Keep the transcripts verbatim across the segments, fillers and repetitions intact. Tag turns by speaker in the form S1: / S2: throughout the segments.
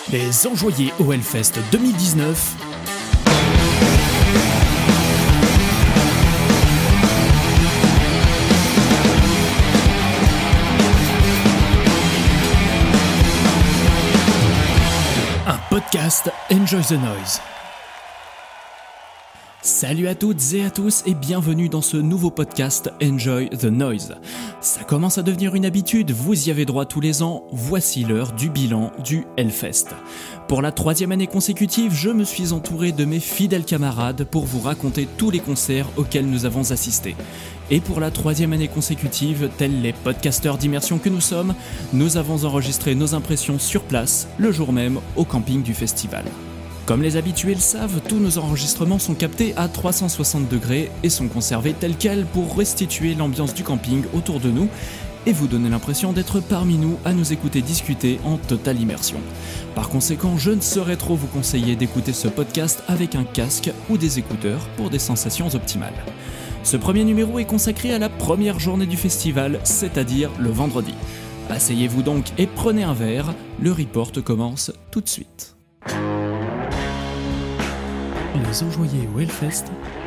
S1: Les enjoyés au Hellfest deux mille dix-neuf. Un podcast Enjoy the Noise. Salut à toutes et à tous et bienvenue dans ce nouveau podcast Enjoy the Noise. Ça commence à devenir une habitude, vous y avez droit tous les ans, voici l'heure du bilan du Hellfest. Pour la troisième année consécutive, je me suis entouré de mes fidèles camarades pour vous raconter tous les concerts auxquels nous avons assisté. Et pour la troisième année consécutive, tels les podcasteurs d'immersion que nous sommes, nous avons enregistré nos impressions sur place, le jour même, au camping du festival. Comme les habitués le savent, tous nos enregistrements sont captés à trois cent soixante degrés et sont conservés tels quels pour restituer l'ambiance du camping autour de nous et vous donner l'impression d'être parmi nous à nous écouter discuter en totale immersion. Par conséquent, je ne saurais trop vous conseiller d'écouter ce podcast avec un casque ou des écouteurs pour des sensations optimales. Ce premier numéro est consacré à la première journée du festival, c'est-à-dire le vendredi. Asseyez-vous donc et prenez un verre, le report commence tout de suite. Les enjoyés au Hellfest.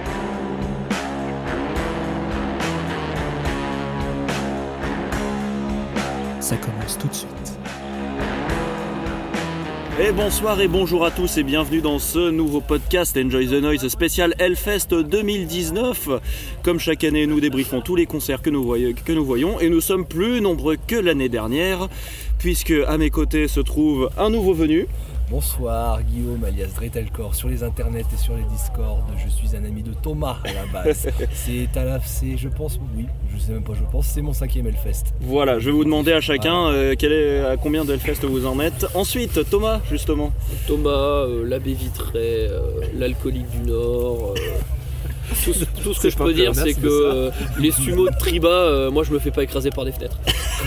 S1: Ça commence tout de suite.
S2: Et bonsoir et bonjour à tous et bienvenue dans ce nouveau podcast Enjoy the Noise spécial Hellfest deux mille dix-neuf. Comme chaque année, nous débriefons tous les concerts que nous, voy- que nous voyons et nous sommes plus nombreux que l'année dernière puisque à mes côtés se trouve un nouveau venu.
S3: Bonsoir, Guillaume alias Dretelcore sur les internets et sur les discords. Je suis un ami de Thomas à la base. c'est à la, c'est, je pense, oui, je sais même pas, je pense, c'est mon cinquième Hellfest.
S2: Voilà, je vais vous demander à chacun euh, quel est, à combien de Hellfest vous en êtes. Ensuite, Thomas, justement.
S4: Thomas, euh, l'abbé Vitré, euh, l'alcoolique du Nord. Euh, tout, ce, tout ce que je peux dire, c'est que euh, les sumos de Triba, euh, moi je me fais pas écraser par des fenêtres.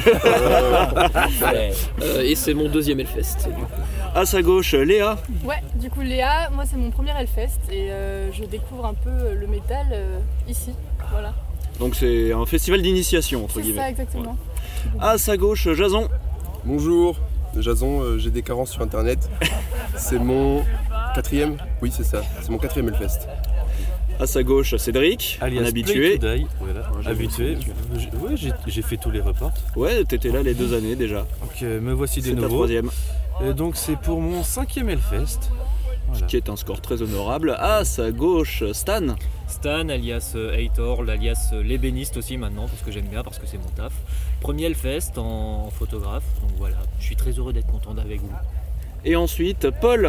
S4: euh, euh, et c'est mon deuxième Hellfest. Du coup.
S2: À sa gauche, Léa.
S5: Ouais, du coup Léa, moi c'est mon premier Hellfest et euh, je découvre un peu le métal euh, ici, voilà.
S2: Donc c'est un festival d'initiation entre
S5: c'est
S2: guillemets.
S5: C'est ça exactement.
S2: Voilà. À sa gauche, Jason.
S6: Bonjour, Jason, euh, j'ai des carences sur internet. C'est mon quatrième, oui c'est ça, c'est mon quatrième Hellfest.
S2: À sa gauche, Cédric,
S7: alias
S2: un habitué.
S7: Play to Die, voilà, ouais, habitué. Ouais, j'ai, j'ai fait tous les reports.
S2: Ouais, t'étais là les deux années déjà.
S7: Donc euh, me voici de
S2: c'est
S7: nouveau.
S2: Ta troisième.
S7: Et donc c'est pour mon cinquième Hellfest. Voilà.
S2: Qui est un score très honorable. À sa gauche, Stan.
S8: Stan, alias Heitor, alias l'ébéniste aussi maintenant, parce que j'aime bien, parce que c'est mon taf. Premier Hellfest en photographe, donc voilà, je suis très heureux d'être content avec vous.
S2: Et ensuite, Paul.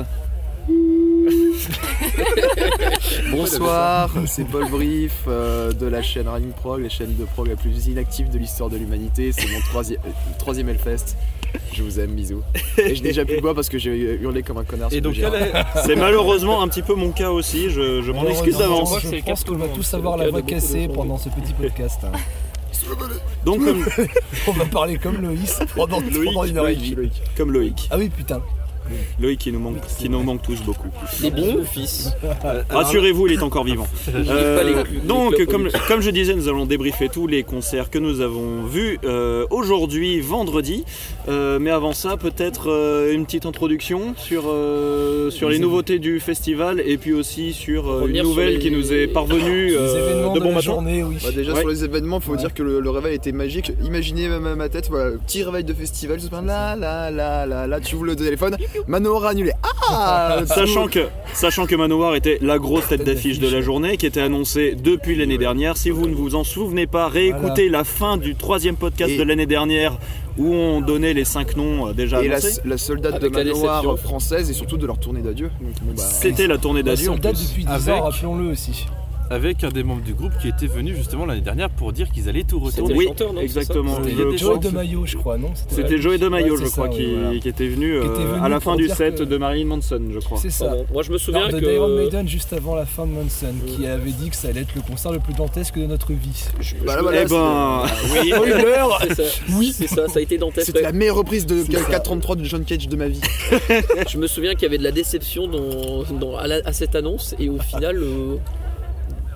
S9: Bonsoir, c'est Paul Brief euh, de la chaîne Running Prog, la chaîne de prog la plus inactive de l'histoire de l'humanité. C'est mon troisième, euh, troisième Hellfest. Je vous aime, bisous. Et je n'ai déjà plus de voix parce que j'ai hurlé comme un connard.
S2: Et donc, est... c'est malheureusement un petit peu mon cas aussi, je, je m'en excuse d'avance.
S3: Moi, je pense qu'on va tous avoir la voix cassée pendant ce petit podcast. Hein.
S2: Donc, comme...
S3: on va parler comme Loïs pendant,
S2: Loïc,
S3: pendant une heure
S2: Loïc,
S3: et demie.
S2: Loïc. Comme Loïc.
S3: Ah oui, putain.
S2: Loïc qui nous manque, qui nous manque tous beaucoup.
S4: Les bisous, fils.
S2: Euh, Rassurez-vous, il est encore vivant. Euh,
S4: les,
S2: donc,
S4: les
S2: comme, comme je disais, nous allons débriefer tous les concerts que nous avons vus euh, aujourd'hui, vendredi. Euh, mais avant ça, peut-être euh, une petite introduction sur, euh, sur les nouveautés du festival et puis aussi sur euh, une nouvelle les... qui nous est parvenue euh, de bon matin.
S3: Journée, oui.
S9: Bah, déjà, ouais. Sur les événements, il faut ouais. dire que le, le réveil était magique. Imaginez ma, ma tête, voilà, petit réveil de festival, là, là, là, là, là, tu ouvres le téléphone. Manowar annulé. Ah
S2: sachant que, sachant que Manowar était la grosse tête d'affiche de la journée, qui était annoncée depuis l'année dernière. Si vous ne vous en souvenez pas, réécoutez voilà. la fin du troisième podcast et de l'année dernière où on donnait les cinq noms déjà
S9: et
S2: annoncés.
S9: Et la, la seule date de Manowar française et surtout de leur tournée d'adieu. Donc, bon, bah,
S2: C'était la tournée d'adieu.
S3: La seule date
S2: en plus.
S3: depuis dix ans, rappelons-le aussi.
S7: Avec un des membres du groupe qui était venu justement l'année dernière pour dire qu'ils allaient tout retourner.
S2: Oui,
S4: chanteur, non,
S2: exactement.
S3: C'était Joey DeMaio, je crois, non
S2: C'était, C'était Joey DeMaio, ouais, je crois, ça, qui, oui, voilà. qui était venu, qui était venu euh, à la fin du set que... de Marilyn Manson, je crois.
S3: C'est ça.
S4: Pardon. Moi, je me souviens
S3: non,
S4: que...
S3: de Iron Maiden juste avant la fin de Manson, euh... qui avait dit que ça allait être le concert le plus dantesque de notre vie.
S2: Je... Bah, là, voilà, eh ben...
S4: oui,
S3: spoiler.
S4: C'est ça. Oui, c'est ça. Ça a été dantesque.
S9: C'était la meilleure reprise de quatre trente-trois de John Cage de ma vie.
S4: Je me souviens qu'il y avait de la déception dans, dans, à, la, à cette annonce et au final... Euh...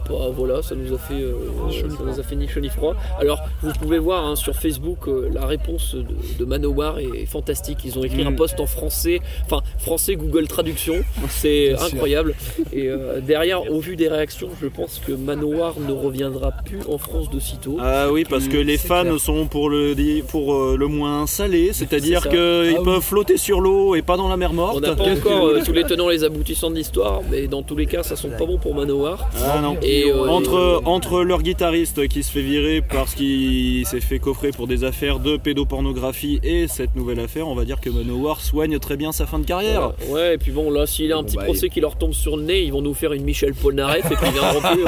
S4: Bah, voilà, ça nous a fait, euh, ça nous a fait ni chaud ni froid. Alors, vous pouvez voir hein, sur Facebook, euh, la réponse de, de Manowar est fantastique. Ils ont écrit mmh. un post en français, enfin français Google Traduction, c'est Bien incroyable. Sûr. Et euh, derrière, au vu des réactions, je pense que Manowar ne reviendra plus en France de sitôt.
S2: Ah oui, parce que les fans clair. sont pour le, pour euh, le moins salés, c'est-à-dire qu'ils ah, peuvent oui. flotter sur l'eau et pas dans la mer morte.
S4: On n'a pas encore euh, tous les tenants les aboutissants de l'histoire, mais dans tous les cas, ça sent pas bon pour Manowar.
S2: Ah non. Et euh, entre, entre leur guitariste qui se fait virer parce qu'il s'est fait coffrer pour des affaires de pédopornographie et cette nouvelle affaire, on va dire que Manowar soigne très bien sa fin de carrière.
S4: Ouais, ouais et puis bon, là, s'il a un petit bon, bah, procès il... qui leur tombe sur le nez, ils vont nous faire une Michel Polnareff et puis ils viendront plus.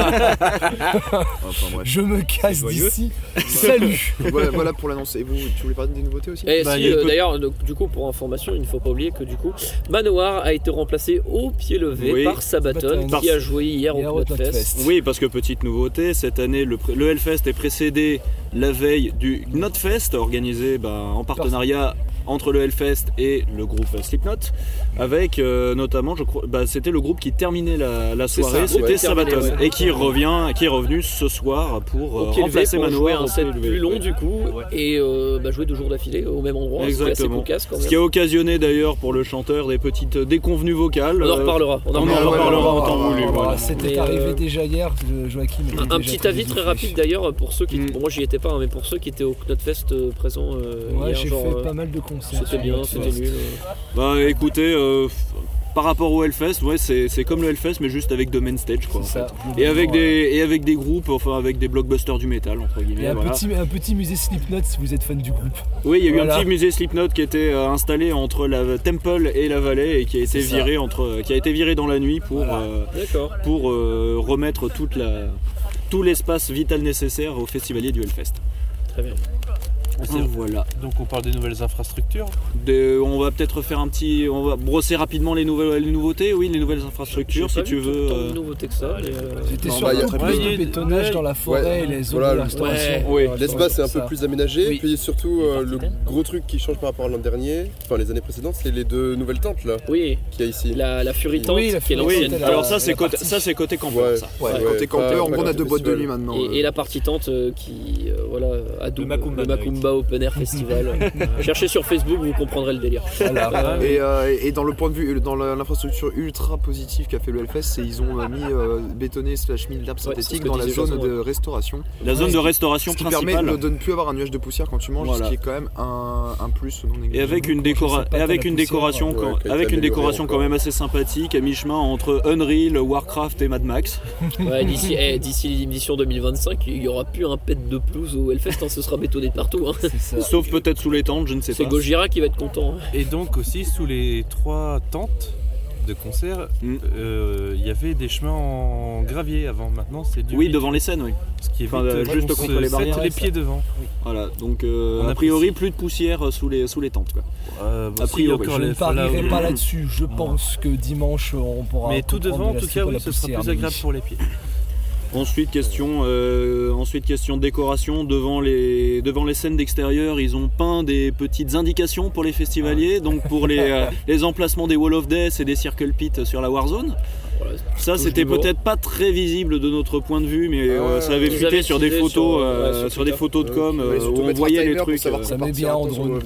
S3: Enfin, je me casse d'ici. Salut.
S9: Voilà, voilà pour l'annonce. Et vous, tu voulais parler des nouveautés aussi
S4: et bah, si, euh, peut... D'ailleurs, du coup, pour information, il ne faut pas oublier que du coup, Manowar a été remplacé au pied levé oui. par Sabaton, qui a joué hier, hier au Knotfest.
S2: Oui, parce que petite nouveauté, cette année, le, le Hellfest est précédé la veille du Knotfest, organisé bah, en partenariat entre le Hellfest et le groupe Slipknot, avec euh, notamment, je crois, bah, c'était le groupe qui terminait la, la soirée, c'était ouais, Sabaton, ouais. et qui revient, qui est revenu ce soir pour euh, remplacer
S4: pour
S2: Manowar.
S4: Jouer un set plus long ouais. du coup, ouais. et euh, bah, jouer deux jours d'affilée au même endroit.
S2: Exactement.
S4: Cocasse, quand même.
S2: Ce qui a occasionné d'ailleurs pour le chanteur des petites déconvenues vocales.
S4: On en reparlera.
S2: On en reparlera en temps voulu.
S3: C'était arrivé déjà hier, Joachim.
S4: Un petit avis très rapide d'ailleurs pour ceux qui, moi j'y étais pas, mais pour ceux qui étaient au Knotfest présents hier.
S3: J'ai fait pas mal de concerts.
S4: C'était bien, c'était nul.
S2: Bah écoutez, euh, par rapport au Hellfest, ouais, c'est, c'est comme le Hellfest mais juste avec deux main stage quoi. En fait. Et avec ouais. des et avec des groupes, enfin avec des blockbusters du métal entre guillemets.
S3: Et un,
S2: voilà.
S3: petit, un petit musée Slipknot si vous êtes fan du groupe.
S2: Oui, il y a eu voilà. un petit musée Slipknot qui était euh, installé entre la Temple et la vallée et qui a été c'est viré ça. entre, qui a été viré dans la nuit pour voilà. euh, pour euh, remettre toute la tout l'espace vital nécessaire aux festivaliers du Hellfest.
S4: Très bien.
S2: Oh, voilà.
S7: Donc on parle des nouvelles infrastructures.
S2: De, on va peut-être faire un petit, on va brosser rapidement les nouvelles les nouveautés, oui, les nouvelles infrastructures si tu veux.
S4: Tant de nouveautés que ça. Mais euh...
S3: J'étais sur bah, le plus de bétonnage dans la forêt ouais. et les zones voilà, de restauration.
S6: Ouais. Ouais. L'espace est un peu plus aménagé, oui. Puis surtout euh, le gros truc qui change par rapport à l'an dernier, enfin les années précédentes, c'est les deux nouvelles tentes là.
S4: Oui.
S6: Qu'il y a ici.
S4: La, la Fury Tente,
S3: oui, la
S4: qui est l'ancienne.
S2: Oui. Alors ça c'est côté, ça c'est côté campeur. Ça.
S9: Ouais. Côté campeur, on a deux boîtes de nuit maintenant.
S4: Et la partie tente qui, voilà, à double, le Macumba Open Air Festival. Cherchez sur Facebook, vous comprendrez le délire.
S9: Voilà. et, euh, et dans le point de vue, dans l'infrastructure ultra positive qu'a fait le Hellfest, c'est ils ont mis euh, bétonné slash mis de l'herbe synthétique ouais, dans la zone façon, de ouais. restauration.
S2: La zone de restauration
S9: ce qui
S2: principale.
S9: permet de, de ne plus avoir un nuage de poussière quand tu manges, voilà. Ce qui est quand même un, un plus non négligeable.
S2: Et avec une, décora- et avec une décoration, ouais, quand, avec une décoration quand même assez sympathique, à mi-chemin entre Unreal, Warcraft et Mad Max.
S4: Ouais, d'ici, eh, d'ici l'édition deux mille vingt-cinq, il n'y aura plus un pet de pelouse au Hellfest, hein, ce sera bétonné de partout. Hein.
S2: Sauf peut-être sous les tentes, je ne sais
S4: c'est
S2: pas.
S4: C'est Gojira qui va être content.
S7: Et donc aussi sous les trois tentes de concert, il mm. euh, y avait des chemins en gravier avant. Maintenant, c'est du.
S2: Oui, devant les scènes, oui.
S7: Ce qui est
S2: enfin, euh, juste contre les barrières.
S7: les pieds devant.
S2: Oui. Voilà, donc euh, a priori plus de poussière sous les sous les tentes, quoi.
S7: Euh, bah,
S2: a priori,
S3: je ne parierai pas là-dessus. Je pense que dimanche on pourra.
S7: Mais tout devant, en tout cas, oui, ce sera plus agréable pour les pieds.
S2: Ensuite question, euh, ensuite question décoration devant les devant les scènes d'extérieur, ils ont peint des petites indications pour les festivaliers, donc pour les euh, les emplacements des Wall of Death et des Circle Pit sur la Warzone. Voilà, ça c'était peut-être pas très visible de notre point de vue, mais ah, euh, ça avait fuité sur des photos, sur, euh, sur, sur des photos de com euh, où on voyait les trucs.
S3: Euh, ça met bien en drone.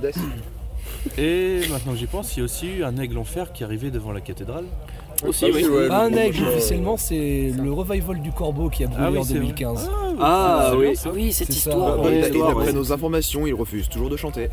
S7: Et maintenant j'y pense, il y a aussi eu un aigle en fer qui arrivait devant la cathédrale.
S4: Aussi, oui.
S3: Ouais, pas un aigle officiellement, c'est le revival du Corbeau qui a brûlé ah oui, en deux mille quinze.
S2: Ah, ah oui,
S4: oui, cette c'est histoire.
S9: Ouais, et d'après ouais. nos informations, il refuse toujours de chanter.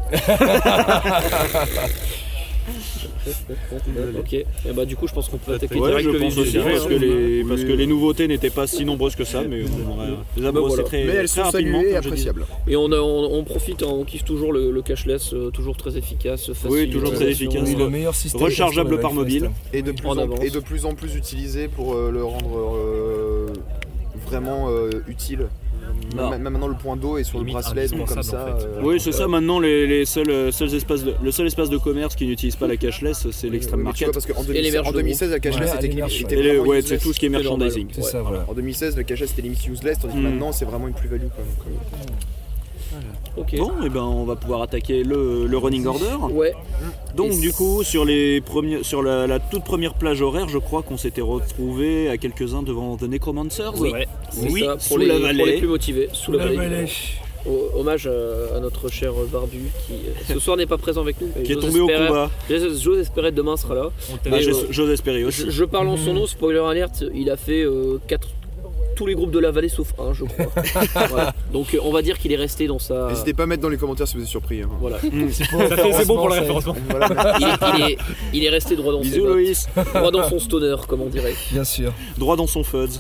S4: Ok, et bah du coup je pense qu'on peut attaquer
S2: ouais,
S4: direct
S2: je
S4: le
S2: pense aussi, parce que, les, parce que les nouveautés n'étaient pas si nombreuses que ça, mais on va les aborder voilà. très,
S9: mais elles
S2: très
S9: sont
S2: rapidement
S9: et appréciables.
S4: Et on, a, on, on profite, on kiffe toujours le, le cashless, euh, toujours très efficace, facile.
S2: Oui, toujours très efficace.
S3: Oui, le meilleur système
S2: rechargeable par mobile.
S9: Et de, plus en, en et de plus en plus utilisé pour euh, le rendre euh, vraiment euh, utile. Même, même maintenant le point d'eau est sur limite le bracelet donc comme ça. En fait. euh,
S2: oui c'est euh, ça maintenant les, les seuls, seuls espaces de, le seul espace de commerce qui n'utilise pas la cashless c'est l'extrême
S9: oui,
S2: market.
S9: Vois, parce qu'en deux mille seize, en deux mille seize la cashless
S2: ouais,
S9: était,
S2: était,
S9: était
S2: était ouais c'est tout ce qui est merchandising.
S9: Ouais, ça, voilà. En deux mille seize la cashless était limite useless tandis que mm. maintenant c'est vraiment une plus-value quoi. Donc,
S4: Ok.
S2: Bon, et ben on va pouvoir attaquer le, le running order.
S4: Ouais.
S2: Donc
S4: Et
S2: du coup, sur, les premiers, sur la, la toute première plage horaire, je crois qu'on s'était retrouvés à quelques-uns devant The Necromancers.
S4: Oui,
S8: Ouais.
S4: c'est
S2: Oui,
S4: ça,
S2: sous
S4: pour les,
S2: la
S4: pour
S2: vallée.
S4: les plus motivés, sous la vallée.
S3: vallée.
S4: Au- Hommage à, à notre cher Barbu qui euh, ce soir n'est pas présent avec nous. mais
S2: Qui est
S4: j'ose
S2: tombé au
S4: espérer-
S2: combat.
S4: j'ose- J'ose espérer que demain sera là.
S8: On
S2: Ah,
S8: t'aime.
S2: j'ai-
S4: euh,
S2: J'ose espérer aussi.
S4: Je, je parle en son nom, spoiler alert, il a fait euh, quatre, tous les groupes de la vallée sauf un, je crois. Voilà. Donc euh, on va dire qu'il est resté dans sa.
S6: N'hésitez pas à mettre dans les commentaires si vous êtes surpris. hein.
S4: Voilà.
S3: C'est pour
S8: Ça fait- c'est bon pour le
S3: référencement,
S8: référencement.
S4: Il, est, il est- il est resté droit dans ses
S2: Bisous
S4: bottes.
S2: Loïs.
S4: Droit dans son stoner, comme on dirait.
S3: ça. Bien sûr.
S2: Droit dans son fuzz.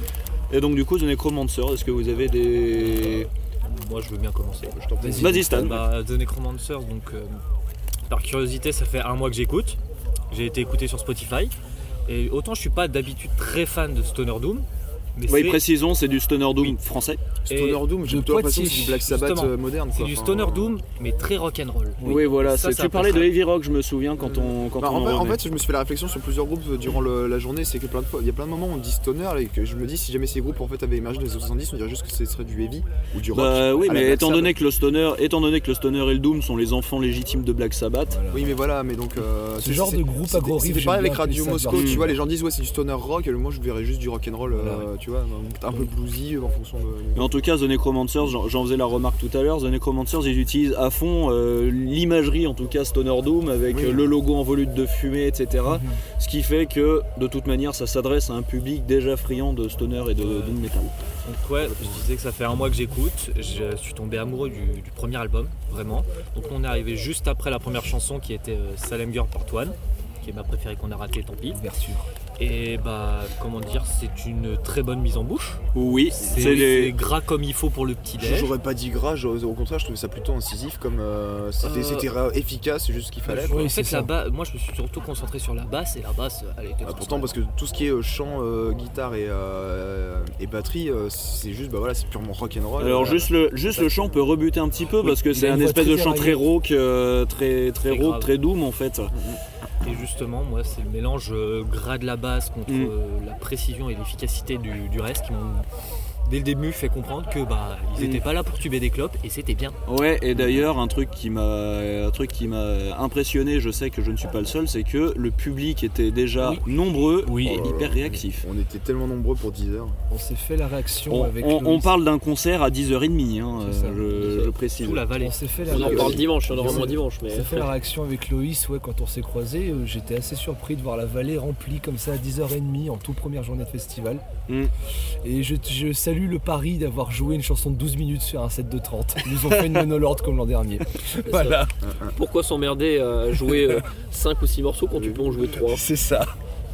S2: Et donc du coup, The Necromancer, est-ce que vous avez des...
S8: Moi je veux bien commencer.
S2: Vas-y Stan.
S8: Bah, The Necromancer, donc euh, par curiosité, ça fait un mois que j'écoute. J'ai été écouté sur Spotify. Et autant je suis pas d'habitude très fan de Stoner Doom. Mais
S2: Oui,
S8: c'est-
S2: précisons, c'est du Stoner Doom français.
S8: et
S9: Stoner Doom, j'ai
S3: de
S9: plutôt l'impression que c'est
S3: Poitiers,
S9: du Black Sabbath
S8: justement.
S9: euh, moderne.
S8: c'est
S9: quoi.
S8: du
S9: Enfin,
S8: Stoner
S9: euh,
S8: Doom, mais très rock'n'roll.
S2: Oui, voilà,
S8: Ça,
S2: c'est-
S8: c'est
S2: tu
S8: un
S2: parlais
S8: peu
S2: de
S8: ça.
S2: Heavy Rock, je me souviens, quand on, quand
S9: Bah,
S2: on
S9: en, fait, en
S2: revenait.
S9: fait, je me suis fait la réflexion sur plusieurs groupes euh, durant le- la journée, c'est que plein de fois, il y a plein de moments où on dit stoner et que je me dis si jamais ces groupes en fait avaient émergé dans les années soixante-dix, on dirait juste que ce serait du heavy ou du rock.
S2: Bah oui,
S9: à la
S2: mais
S9: Black
S2: étant
S9: Sabbath.
S2: donné, que le stoner, étant donné que le stoner et le doom sont les enfants légitimes de Black Sabbath,
S9: Oui, mais voilà, mais donc euh,
S3: Ce
S9: c'est-
S3: genre
S9: c'est-
S3: de groupe
S9: c'était-
S3: agro-riff,
S9: C'était
S3: j'aime
S9: pareil avec
S3: bien appeler
S9: Radio
S3: ça du
S9: Moscow,
S2: rock.
S9: tu vois, les gens disent ouais c'est du stoner rock, et moi je verrais juste du rock'n'roll, euh,
S3: Voilà.
S9: tu vois, un peu bluesy euh, en fonction de.
S2: mais en tout cas, The Necromancers, j'en j'en faisais la remarque tout à l'heure, The Necromancers, ils utilisent à fond euh, l'imagerie, en tout cas Stoner Doom, avec
S9: Oui.
S2: euh, le logo en volute de fumée, et cetera.
S3: Mhm.
S2: Ce qui fait que, de toute manière, ça s'adresse à un public déjà friand de stoner et de doom metal.
S8: Donc ouais, je disais que ça fait un mois que j'écoute. Je suis tombé amoureux du, du premier album, vraiment. Donc on est arrivé juste après la première chanson qui était euh, Salem Girl Part un, qui est ma préférée qu'on a ratée, tant pis.
S3: Ouverture.
S8: Et bah comment dire, c'est une très bonne mise en bouche.
S2: Oui,
S8: C'est
S2: c'est les...
S8: c'est gras comme il faut pour le petit déj.
S9: J'aurais pas dit gras, j'aurais- au contraire je trouvais ça plutôt incisif, comme euh, c'était
S8: Euh,
S9: c'était ra- efficace, c'est juste ce qu'il fallait. quoi.
S3: Oui,
S8: en
S3: c'est
S8: fait, la
S3: ça.
S8: ba- moi je me suis surtout concentré sur la basse et la basse, elle était
S9: Ah, pourtant parce que tout ce qui est euh, chant, euh, guitare et, euh, et batterie, euh, c'est juste bah voilà, c'est purement rock'n'roll.
S2: Alors
S9: Euh,
S2: juste le, juste le chant peut rebuter un petit peu
S3: Oui,
S2: parce que
S3: il
S2: c'est
S3: a
S2: un
S3: une voix
S2: espèce de
S3: très
S2: chant très
S3: éraillée.
S2: rauque, euh, très, très
S8: Très
S2: rauque,
S8: grave.
S2: très doom en fait.
S8: Et justement, moi, c'est le mélange euh, gras de la basse contre
S2: Mm.
S8: euh, la précision et l'efficacité du, du reste qui m'ont, dès le début, fait comprendre que bah ils
S2: Mm.
S8: étaient pas là pour tuber des clopes et c'était bien.
S2: Ouais, et d'ailleurs un truc qui m'a un truc qui m'a impressionné, je sais que je ne suis pas le seul, c'est que le public était déjà
S8: Oui.
S2: nombreux
S3: Oui.
S2: et
S9: Oh là
S2: hyper
S9: là.
S2: réactif.
S9: On était tellement nombreux pour dix heures.
S3: On s'est fait la réaction
S2: On,
S3: avec
S2: on- on
S3: Loïs.
S2: parle d'un concert à dix heures trente, hein,
S3: C'est ça.
S2: euh, je, je précise.
S8: Tout la vallée.
S3: On s'est fait la
S4: On en
S3: réaction.
S4: parle dimanche, on en
S3: On
S4: revoit
S3: s'est-
S4: dimanche. Mais
S3: On s'est fait la réaction avec Loïs, ouais, quand on s'est croisés. euh, J'étais assez surpris de voir la vallée remplie comme ça à dix heures trente en toute première journée de festival.
S2: Mm.
S3: Et je, je salue le pari d'avoir joué une chanson de douze minutes sur un set de trente. Ils nous ont fait une monolord comme l'an dernier. Voilà,
S4: Pourquoi s'emmerder à jouer cinq ou six morceaux quand tu peux en jouer trois?
S3: c'est ça.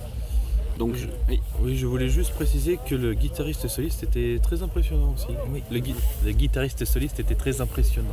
S2: Donc je- oui.
S7: Oui, je voulais juste préciser que le guitariste soliste était très impressionnant aussi.
S3: Oui.
S7: Le, gui- le guitariste soliste était très impressionnant.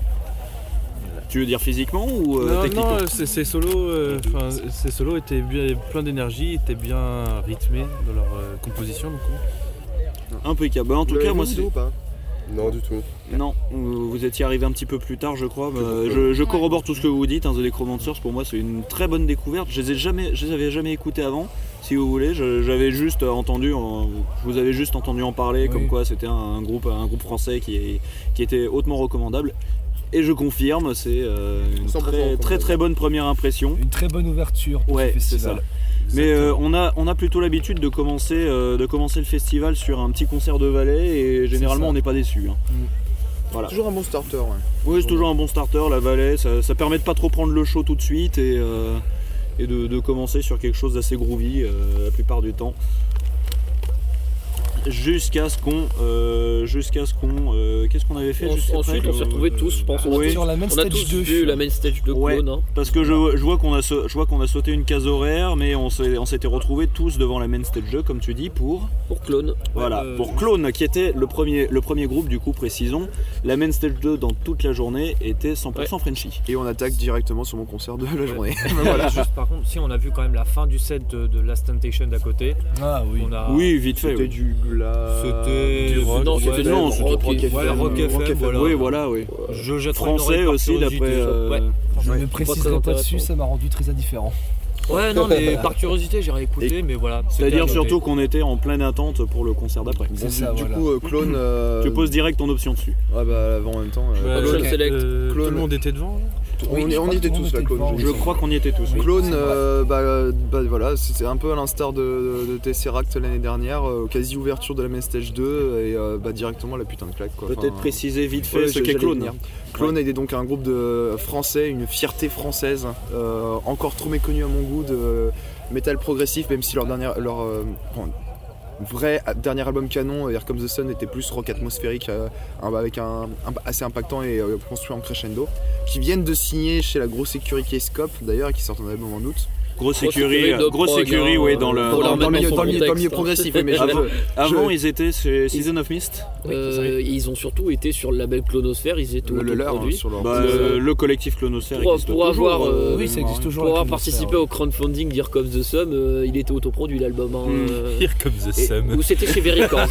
S2: Tu veux dire physiquement ou euh,
S7: non,
S2: techniquement
S7: non, ses, ses solos, euh, enfin, ses solos étaient bien, plein d'énergie, étaient bien rythmés dans leur euh, composition. Donc, ouais.
S2: Impeccable. Bah, en tout cas, moi c'est
S6: ou pas Non, du tout.
S2: non, vous vous étiez arrivé un petit peu plus tard, je crois. Bah,
S6: peu.
S2: je, je corrobore tout ce que vous dites. Hein, The Necromancers, pour moi, c'est une très bonne découverte. Je les ai jamais, je les avais jamais écoutés avant, si vous voulez. Je- J'avais juste entendu, en- je vous avais juste entendu en parler,
S3: Oui.
S2: comme quoi c'était un, un groupe, un groupe français qui, est, qui était hautement recommandable. Et je confirme, c'est euh, une
S6: cent pour cent
S2: très, très
S6: recommandable.
S2: très bonne première impression.
S3: Une très bonne ouverture pour
S2: Ouais,
S3: ce
S2: c'est
S3: festival.
S2: ça. Mais euh, on, a, on a plutôt l'habitude de commencer, euh, de commencer le festival sur un petit concert de Valais et généralement
S3: ça.
S2: on n'est pas déçu. Hein.
S3: Mm.
S2: Voilà.
S9: Toujours un bon starter. Ouais.
S2: Oui, c'est toujours un bon starter, la Valais. Ça, ça permet de pas trop prendre le show tout de suite et, euh, et de, de commencer sur quelque chose d'assez groovy euh, la plupart du temps. Jusqu'à ce qu'on. Euh, jusqu'à ce qu'on. euh, Qu'est-ce qu'on avait fait juste
S4: En- Ensuite,
S2: après
S4: on s'est retrouvés tous, je pense. On a
S2: Oui.
S4: tous-
S3: Sur la main
S4: On a
S3: stage
S4: tous
S3: deux.
S4: vu la main stage de
S2: Ouais.
S4: Clone. Hein.
S2: Parce que je, je vois qu'on a, sau- je vois qu'on a sauté une case horaire, mais on s'est- on s'était retrouvés tous devant la main stage deux, comme tu dis, pour.
S4: Pour Clone.
S2: Voilà,
S8: euh,
S2: pour Clone, qui était le premier, le premier groupe, du coup, précisons. La main stage deux dans toute la journée était cent pour cent Frenchy.
S9: Et on attaque directement sur mon concert de la journée.
S8: Voilà. Juste, par contre, si on a vu quand même la fin du set de, de Last Temptation d'à côté.
S3: Ah oui.
S8: On a,
S2: Oui, vite fait.
S9: C'était
S2: Oui,
S9: du glas.
S8: C'était
S7: du rock.
S4: Non,
S8: Ouais,
S4: c'était
S2: non,
S4: du
S2: c'était
S4: rock,
S9: rock
S4: et-
S9: F M,
S8: voilà, Rock
S9: euh,
S8: F M,
S9: Rock F M.
S8: voilà.
S2: oui, voilà, oui.
S8: Je jette
S2: Français aussi, d'après. euh,
S8: Ouais.
S3: Je
S4: Ouais.
S3: ne me
S4: Pas
S3: préciserai
S4: très
S3: pas dessus,
S4: intéressant.
S3: ça m'a rendu très indifférent.
S4: Ouais, non, mais par curiosité, j'ai réécouté,
S2: Et-
S4: mais voilà.
S2: C'est-à-dire
S4: c'était
S2: surtout
S4: noté.
S2: qu'on était en pleine attente pour le concert d'après.
S3: C'est
S9: Du,
S3: ça,
S9: du
S3: voilà.
S9: coup, euh, Clone. euh,
S2: Tu poses direct ton option dessus.
S9: Ouais, bah, avant en même temps. euh,
S7: Bah,
S4: Option
S9: Clone,
S4: select.
S7: euh, tout
S9: Clone.
S7: le monde était devant. là
S9: on,
S3: Oui,
S9: y-
S3: je
S9: on
S3: crois
S9: y
S3: que
S9: était
S3: tout le monde
S9: tous là,
S3: était
S9: Clone.
S3: devant,
S9: je-
S2: Je crois qu'on y était tous. oui.
S9: Clone, euh, bah, bah, voilà, c'était un peu à l'instar de, de Tesseract l'année dernière, euh, quasi ouverture de la main stage deux et euh, bah, directement la putain de claque quoi.
S2: Peut-être
S9: Enfin,
S2: préciser vite fait
S9: ouais,
S2: ce qu'est
S9: j'allais
S2: Clone.
S9: venir. Clone est donc un groupe de français, une fierté française, euh, encore trop méconnue à mon goût de métal progressif, même si leur dernier, leur euh, bon, vrai dernier album canon, Here Comes the Sun, était plus rock atmosphérique, euh, un- avec un, un- assez impactant et euh, construit en crescendo, qui viennent de signer chez la grosse écurie Scope d'ailleurs et qui sortent un album en août.
S2: Grosse
S4: Grosse
S2: écurie,
S4: écurie de
S2: grosse
S4: prog,
S2: écurie,
S4: hein,
S2: oui, dans le.
S4: pour leur
S9: Dans, dans le
S4: mettre
S9: milieu,
S4: dans
S9: dans
S4: son
S9: le milieu- dans le milieu
S4: contexte,
S9: progressif, oui, mais je,
S2: Avant,
S9: je-
S2: avant
S9: je-
S2: ils étaient chez Season of Mist.
S4: Euh, ils ont surtout été sur le label Clonosphère, ils étaient
S9: le, le leur hein,
S4: autoproduits.
S9: sur leur
S2: Bah,
S4: Euh,
S2: le, le collectif Clonosphère
S4: pour-
S2: existe
S4: pour
S2: toujours,
S4: avoir, euh,
S3: Oui, ça existe toujours.
S4: Pour avoir
S3: avec
S4: participé
S3: Clonosphère,
S4: au crowdfunding d'Here Comes the Sun, euh, il était autoproduit l'album. Hein,
S2: Mm.
S4: euh,
S7: Here comes the
S4: et-
S7: sun.
S4: ou c'était chez Vericords.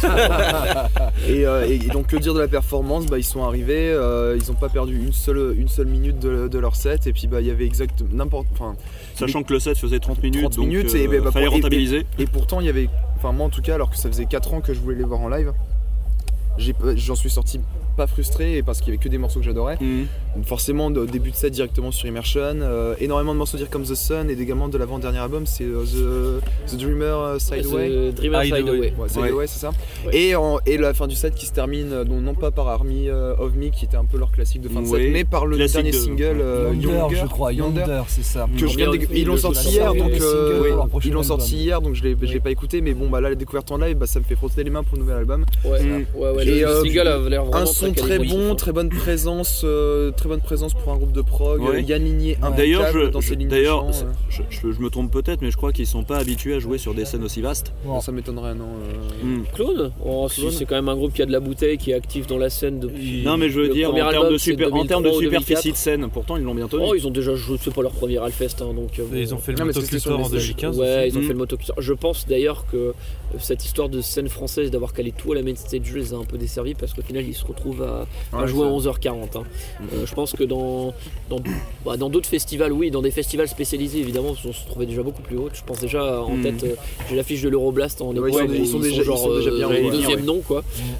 S9: Et, euh, et donc que dire de la performance, bah, ils sont arrivés, euh, ils n'ont pas perdu une seule, une seule minute de, de leur set et puis bah, il y avait exact n'importe, enfin,
S2: Sachant que le set faisait trente minutes,
S9: trente
S2: donc
S9: minutes,
S2: euh,
S9: et, bah, bah,
S2: fallait
S9: pour- et-
S2: rentabiliser.
S9: et pourtant il y avait, enfin moi en tout cas alors que ça faisait quatre ans que je voulais les voir en live, j'ai pas- j'en suis sorti pas frustré parce qu'il y avait que des morceaux que j'adorais.
S2: Mhm.
S9: Donc forcément de, début de set directement sur Immersion, euh, énormément de morceaux d'Here Comes the Sun et également de l'avant-dernier album c'est euh, The, The Dreamer euh, Sideway.
S4: The Dreamer
S7: Hideaway.
S4: Hideaway.
S9: Ouais, c'est
S2: Ouais.
S9: ouais, c'est ça.
S4: Ouais.
S9: Et, en- et la fin du set qui se termine, euh, donc non pas par Army euh, of Me qui était un peu leur classique de fin de set,
S2: Ouais,
S9: mais par le
S2: classique
S9: dernier
S2: de-
S9: single euh,
S3: Yonder, je crois,
S9: Yonder,
S3: Yonder, c'est ça.
S9: que je viens de-
S4: Bien,
S9: ils l'ont
S4: le-
S9: sorti
S4: le-
S9: hier,
S4: le-
S9: donc
S4: le
S9: euh,
S3: single
S9: ouais,
S3: pour leur prochain
S9: ils l'ont
S3: album.
S9: sorti hier, donc je l'ai, je l'ai pas écouté, mais bon bah là la découverte en live, bah, ça me fait frotter les mains pour le nouvel album.
S4: Ouais,
S2: Mm.
S4: ouais, ouais,
S9: Et,
S4: le
S9: euh,
S4: single a l'air vraiment
S9: Un son très
S4: qualitatif,
S9: bon,
S4: hein.
S9: très bonne présence, euh, très bonne présence pour un groupe de prog.
S2: Ouais.
S9: Il y a une lignée
S2: D'ailleurs,
S9: impeccable
S2: je,
S9: dans
S2: je-
S9: ses lignes de
S2: d'ailleurs,
S9: chant,
S2: c'est-
S9: euh.
S2: je, je- je me trompe peut-être, mais je crois qu'ils sont pas habitués à jouer sur des scènes aussi vastes.
S3: Non.
S9: Ça m'étonnerait, non. euh.
S2: Mhm.
S4: Clone Oh, si,
S9: Clone.
S4: c'est quand même un groupe qui a de la bouteille, qui est actif dans la scène depuis.
S2: Non, mais je veux
S4: le
S2: dire en
S4: premier
S2: termes
S4: album,
S2: de,
S4: c'est
S2: super, en termes de
S4: deux mille trois ou
S2: superficie
S4: deux mille
S2: de scène. Pourtant, ils l'ont bien tenu.
S4: Oh, ils ont déjà joué, c'est pas leur premier Hellfest, hein, donc. euh,
S7: Et ils ont fait le
S9: Non, mais c'était sur
S7: motocultor
S9: le
S7: en
S9: message.
S7: deux mille quinze.
S4: Ouais, ils ont
S2: Mm.
S4: fait le motocultor. Je pense d'ailleurs que cette histoire de scène française, d'avoir calé tout à la main stage, les a un peu desservis parce qu'au final, ils se retrouvent à, à
S9: Ouais,
S4: jouer à
S9: ça.
S4: onze heures quarante. hein. Euh, je pense que dans dans bah, dans d'autres festivals, oui, dans des festivals spécialisés, évidemment, on se trouvait déjà beaucoup plus haut. Je pense déjà en
S2: Mm.
S4: tête, euh, j'ai l'affiche de l'Euroblast en
S9: Ouais,
S4: époque,
S9: ils sont-
S4: où
S9: ils sont déjà- ils
S4: genre
S9: sont déjà bien
S4: euh,
S9: haut, ouais.
S4: deuxième
S2: Ouais.
S4: nom, quoi.